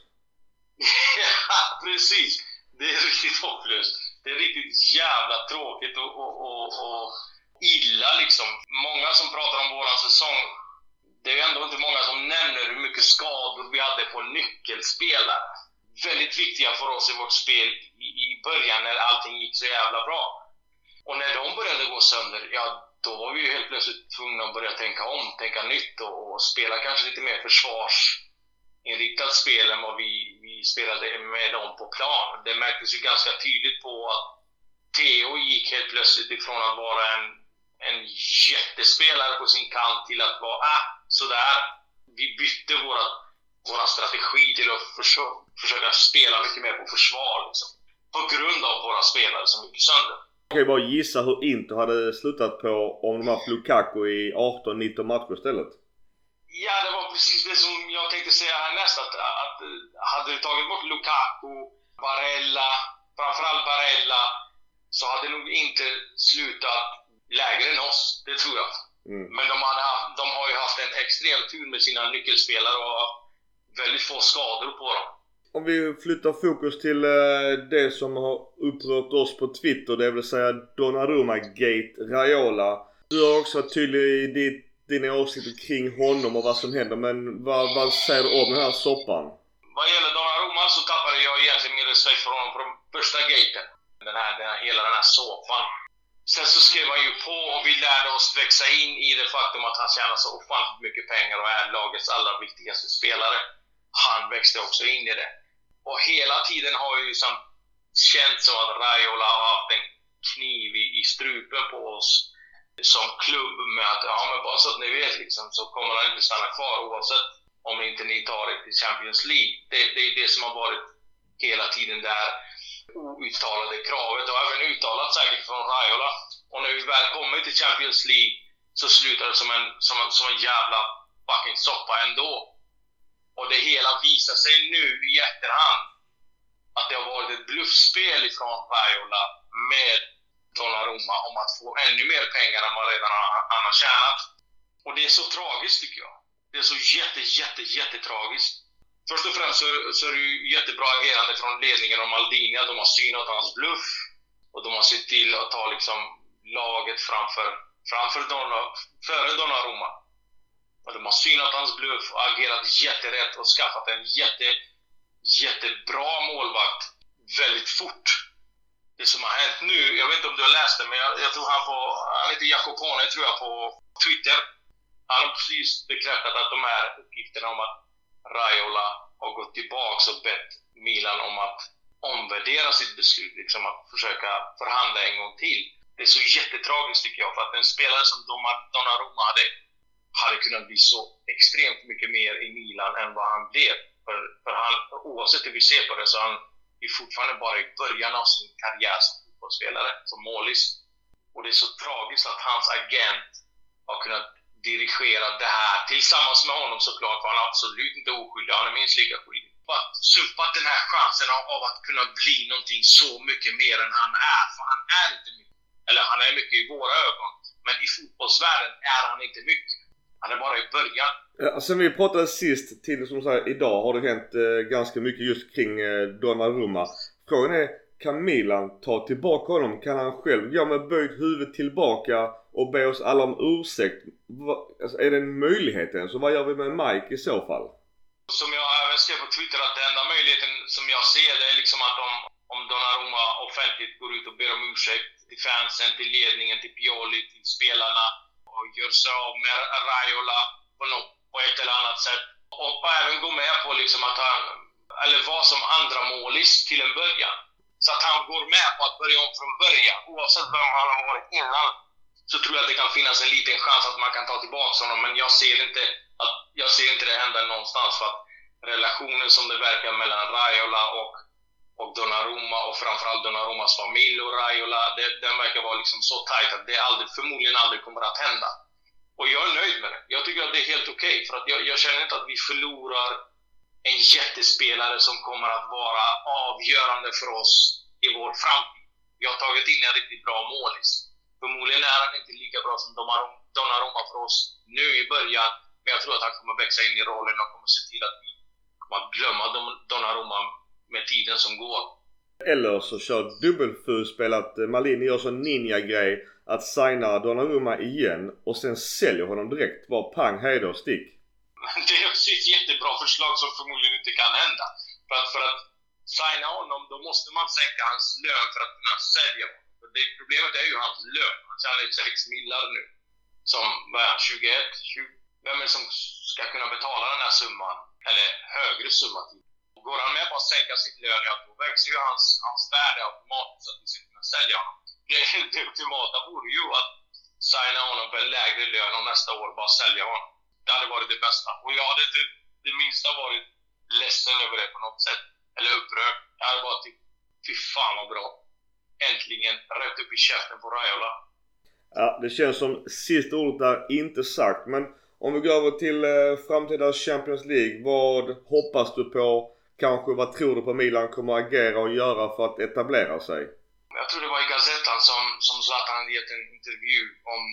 Ja, precis. Det är riktigt hopplöst. Det är riktigt jävla tråkigt och, och, och, och illa liksom. Många som pratar om våran säsong, det är ju ändå inte många som nämner hur mycket skador vi hade på nyckelspelare. Väldigt viktiga för oss i vårt spel i, i början när allting gick så jävla bra. Och när de började gå sönder, ja då var vi ju helt plötsligt tvungna att börja tänka om, tänka nytt och, och spela kanske lite mer försvarsinriktat spel än vad vi, vi spelade med dem på plan. Det märktes ju ganska tydligt på att Theo gick helt plötsligt ifrån att vara en, en jättespelare på sin kant till att vara, ah, sådär. Vi bytte våra, våra strategi till att försöka, försöka spela mycket mer på försvar liksom. På grund av våra spelare som gick sönder. Jag kan ju bara gissa hur Inter hade slutat på om de haft Lukaku i arton nitton matcher istället. Ja, det var precis det som jag tänkte säga härnäst. Att, att hade du tagit bort Lukaku, Barella, framförallt Barella, så hade nog inte slutat lägre än oss. Det tror jag. Mm. Men de, hade haft, de har ju haft en extrem tur med sina nyckelspelare och haft väldigt få skador på dem. Om vi flyttar fokus till eh, det som har upprört oss på Twitter, det vill säga Donnarumma-gate, Raiola. Du har också varit tydlig i ditt, dina åsikter kring honom och vad som händer, men vad, vad säger du om den här soppan? Vad gäller Donnarumma så tappade jag egentligen min respekt för honom på den första gaten. Den här, den här, hela den här såpan. Sen så skrev han ju på och vi lärde oss växa in i det faktum att han tjänar så ofantligt mycket pengar och är lagets allra viktigaste spelare. Han växte också in i det. Och hela tiden har ju som känt som att Raiola har haft en kniv i, i strupen på oss som klubb med att ja men bara så att ni vet liksom, så kommer han inte stanna kvar oavsett om inte ni tar det till Champions League. Det, det är det som har varit hela tiden där outtalade kravet och även uttalat säkert från Raiola. Och när vi väl kommer till Champions League så slutar det som en, som en, som en jävla fucking soppa ändå. Och det hela visar sig nu i efterhand att det har varit ett bluffspel ifrån Raiola med Donnarumma om att få ännu mer pengar än man redan har, han har tjänat. Och det är så tragiskt tycker jag. Det är så jätte, jätte, jättetragiskt. Först och främst så, så är det ju jättebra agerande från ledningen och Maldini. De har synat hans bluff och de har sett till att ta liksom laget framför, framför Donna, före Donnarumma. Och de har har synat hans bluff och agerat jätterätt och skaffat en jätte, jättebra målvakt väldigt fort. Det som har hänt nu, jag vet inte om du har läst det, men jag, jag tror han på, han heter Jakobone tror jag på Twitter. Han har precis bekräftat att de här uppgifterna om att Raiola har gått tillbaka och bett Milan om att omvärdera sitt beslut, liksom att försöka förhandla en gång till. Det är så jättetragiskt tycker jag, för att en spelare som Donnarumma hade, hade kunnat bli så extremt mycket mer i Milan än vad han blev. För, för han, oavsett hur vi ser på det, så han är fortfarande bara i början av sin karriär som fotbollsspelare, som målis. Och det är så tragiskt att hans agent har kunnat dirigera det här tillsammans med honom såklart, för han är absolut inte oskyldig, han är minst lika skyldig. Bara sumpat den här chansen av, av att kunna bli någonting så mycket mer än han är, för han är inte mycket. Eller han är mycket i våra ögon, men i fotbollsvärlden är han inte mycket. Han är bara i början. Ja, sen vi pratade sist till, som sagt, idag har det hänt eh, ganska mycket just kring eh, Donnarumma. Frågan är, kan Milan ta tillbaka honom? Kan han själv gå med böjt huvud tillbaka och be oss alla om ursäkt? Va, alltså, är det en möjlighet än? Så vad gör vi med Mike i så fall? Som jag även skrev på Twitter, att den enda möjligheten som jag ser, det är liksom att om, om Donnarumma offentligt går ut och ber om ursäkt till fansen, till ledningen, till Pioli, till spelarna och gör sig av med Raiola på, något, på ett eller annat sätt. Och, och även gå med på liksom att han, eller vara som andra målis till en början. Så att han går med på att börja om från början. Oavsett vem han har varit innan, så tror jag att det kan finnas en liten chans att man kan ta tillbaka honom. Men jag ser inte, att, jag ser inte det hända någonstans, för att relationen som det verkar mellan Raiola och, och Donnarumma, och framförallt Donnarummas familj och Raiola, det, den verkar vara liksom så tajt att det aldrig, förmodligen aldrig kommer att hända. Och jag är nöjd med det. Jag tycker att det är helt okej, okay, för att jag, jag känner inte att vi förlorar en jättespelare som kommer att vara avgörande för oss i vår framtid. Vi har tagit in en riktigt bra målis. Förmodligen är han inte lika bra som Donnarumma för oss nu i början, men jag tror att han kommer växa in i rollen och kommer se till att vi kommer att glömma Donnarumma med tiden som går. Eller så kör dubbelfusspel att Maldini gör så ninja-grej att signa Donnarumma igen och sen säljer honom direkt. Bara pang, hej då, stick. Det är också ett jättebra förslag som förmodligen inte kan hända. För att, för att signa honom, då måste man sänka hans lön för att kunna sälja honom. För det, problemet är ju hans lön. Han tjänar ju sex millar nu. Som, vad är han, tjugoett? tjugo Vem är det som ska kunna betala den här summan? Eller högre summa till? Går han med på att sänka sitt lön, ja, då växer ju hans, hans värde automatiskt så att vi ska kunna sälja honom. Det, det ultimata vore ju att signa honom på en lägre lön och nästa år bara sälja honom. Det hade varit det bästa. Och jag hade det, det minsta varit ledsen över det på något sätt. Eller upprörd. Jag hade bara tyckt, fy fan vad bra. Äntligen rätt upp i käften på Raiola. Ja, det känns som sista ordet är inte sagt. Men om vi går över till eh, framtida Champions League. Vad hoppas du på? Kanske vad tror du på Milan kommer att agera och göra för att etablera sig? Jag tror det var i Gazettan som, som Zlatan hade gett en intervju om,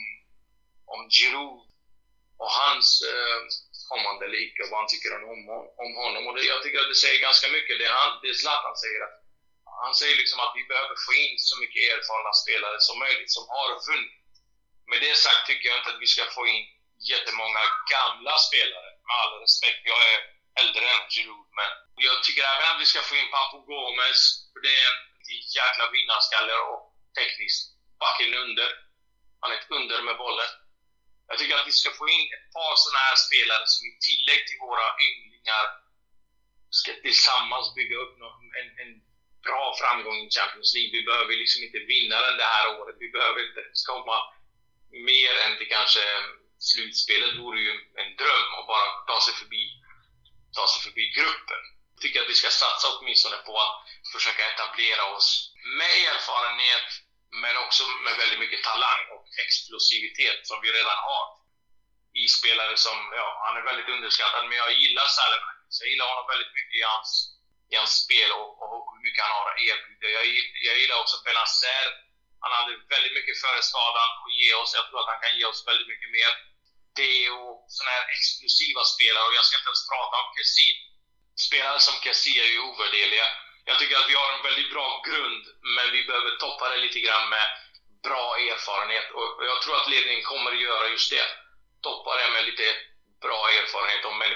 om Giroud och hans eh, kommande lik och vad han tycker om, om honom. Och det, jag tycker att det säger ganska mycket. Det, han, det Zlatan säger, att han säger liksom att vi behöver få in så mycket erfarna spelare som möjligt som har vunnit. Med det sagt tycker jag inte att vi ska få in jättemånga gamla spelare. Med all respekt, jag är äldre än Giroud, men jag tycker även att vi ska få in Papu Gomez, för det är en jäkla vinnarskalle och tekniskt backen under. Han är ett under med bollen. Jag tycker att vi ska få in ett par sådana här spelare som i tillägg till våra ynglingar ska tillsammans bygga upp en, en bra framgång i Champions League. Vi behöver liksom inte vinna den det här året. Vi behöver inte komma mer än till kanske slutspelet. Det vore ju en dröm att bara ta sig förbi, ta sig förbi gruppen. Jag tycker att vi ska satsa åtminstone på att försöka etablera oss med erfarenhet, men också med väldigt mycket talang och explosivitet som vi redan har. I spelare som, ja, han är väldigt underskattad, men jag gillar Saelemaekers. Jag gillar honom väldigt mycket i hans, i hans spel och, och hur mycket han har att erbjuda. Jag, jag gillar också Benazer. Han hade väldigt mycket före skadan att ge oss. Jag tror att han kan ge oss väldigt mycket mer. Det och sådana här explosiva spelare, och jag ska inte ens prata om Kessi. Spelare som Kessi är ju ovärderliga. Jag tycker att vi har en väldigt bra grund, men vi behöver toppa det lite grann med bra erfarenhet. Och jag tror att ledningen kommer att göra just det. Toppa det med lite bra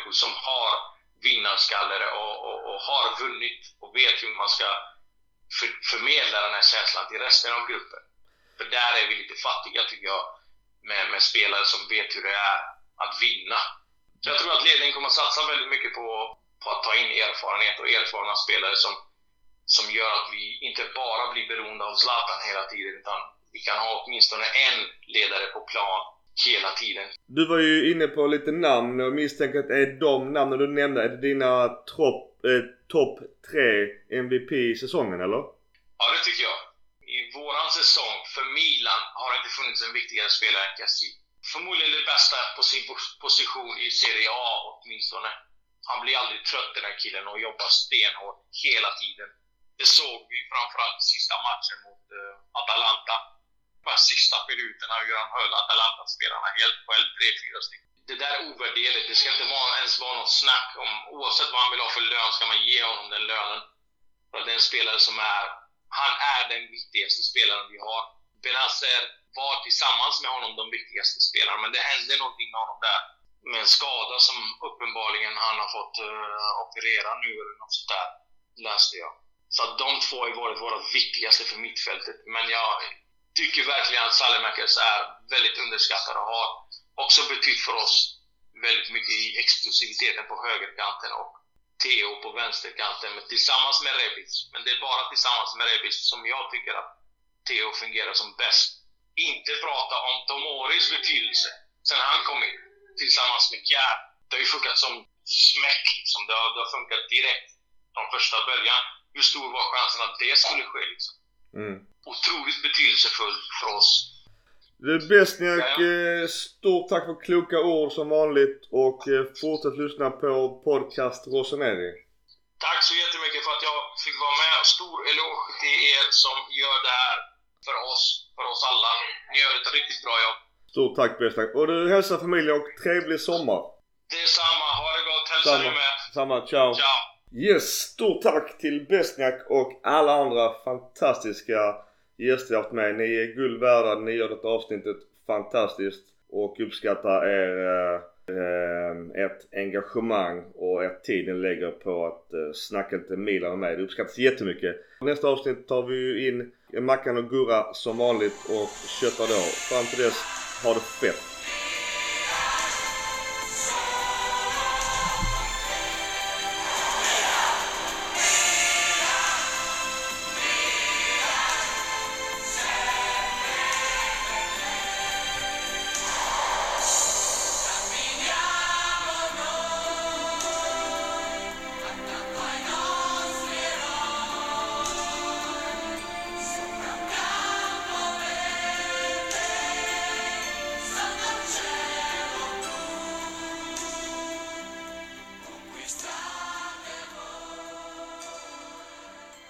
människor som har vinnarskaller och, och, och har vunnit och vet hur man ska för, förmedla den här känslan till resten av gruppen. För där är vi lite fattiga tycker jag med, med spelare som vet hur det är att vinna. Så jag tror att ledningen kommer att satsa väldigt mycket på, på att ta in erfarenhet och erfarna spelare som, som gör att vi inte bara blir beroende av Zlatan hela tiden, utan vi kan ha åtminstone en ledare på plan hela tiden. Du var ju inne på lite namn och misstänker att det är de namnen du nämnde. Är det dina topp eh, top tre M V P i säsongen eller? Ja, det tycker jag. I våran säsong för Milan har det inte funnits en viktigare spelare än Kessie. Förmodligen det bästa på sin position i Serie A åtminstone. Han blir aldrig trött den här killen och jobbar stenhårt hela tiden. Det såg vi framförallt i sista matchen mot uh, Atalanta. De sista minuterna hur han höll Atalanta-spelarna helt på L tre fyra stycken. Det där är ovärderligt. Det ska inte vara, ens vara något snack om. Oavsett vad han vill ha för lön ska man ge honom den lönen. För det är en spelare som är, han är den viktigaste spelaren vi har. Benazer var tillsammans med honom de viktigaste spelarna, men det hände någonting med honom där. Med en skada som uppenbarligen han har fått uh, operera nu eller något sånt där, läste jag. Så att de två har varit våra viktigaste för mittfältet. Men jag tycker verkligen att Salemakers är väldigt underskattad och har också betytt för oss väldigt mycket i explosiviteten på högerkanten och Theo på vänsterkanten, men tillsammans med Rebic. Men det är bara tillsammans med Rebic som jag tycker att Theo fungerar som bäst. Inte prata om Tomoris betydelse sen han kom in tillsammans med Kjär. Det har ju funkat som smäck liksom. Det har, det har funkat direkt från första början. Hur stor var chansen att det skulle ske liksom? Mm. Otroligt betydelsefull för oss. Du Besniak, ja. Stort tack för kloka ord som vanligt och fortsätt lyssna på podcast Rossoneri. Tack så jättemycket för att jag fick vara med. Stor eloge till er som gör det här för oss, för oss alla. Ni gör ett riktigt bra jobb. Stort tack Besniak. Och du hälsar familjen och trevlig sommar. Det är samma. Ha det gott. Hälsa du med. Samma. Ciao. Ciao. Yes, stort tack till Besniak och alla andra fantastiska gäster jag haft med. Ni är guld värda, ni gör detta avsnittet fantastiskt och uppskattar er, eh, ett engagemang och ett tid ni lägger på att eh, snacka lite Milan med mig. Det uppskattas jättemycket. Nästa avsnitt tar vi in Mackan och Gurra som vanligt och köttar då. Fram till dess, ha det fett!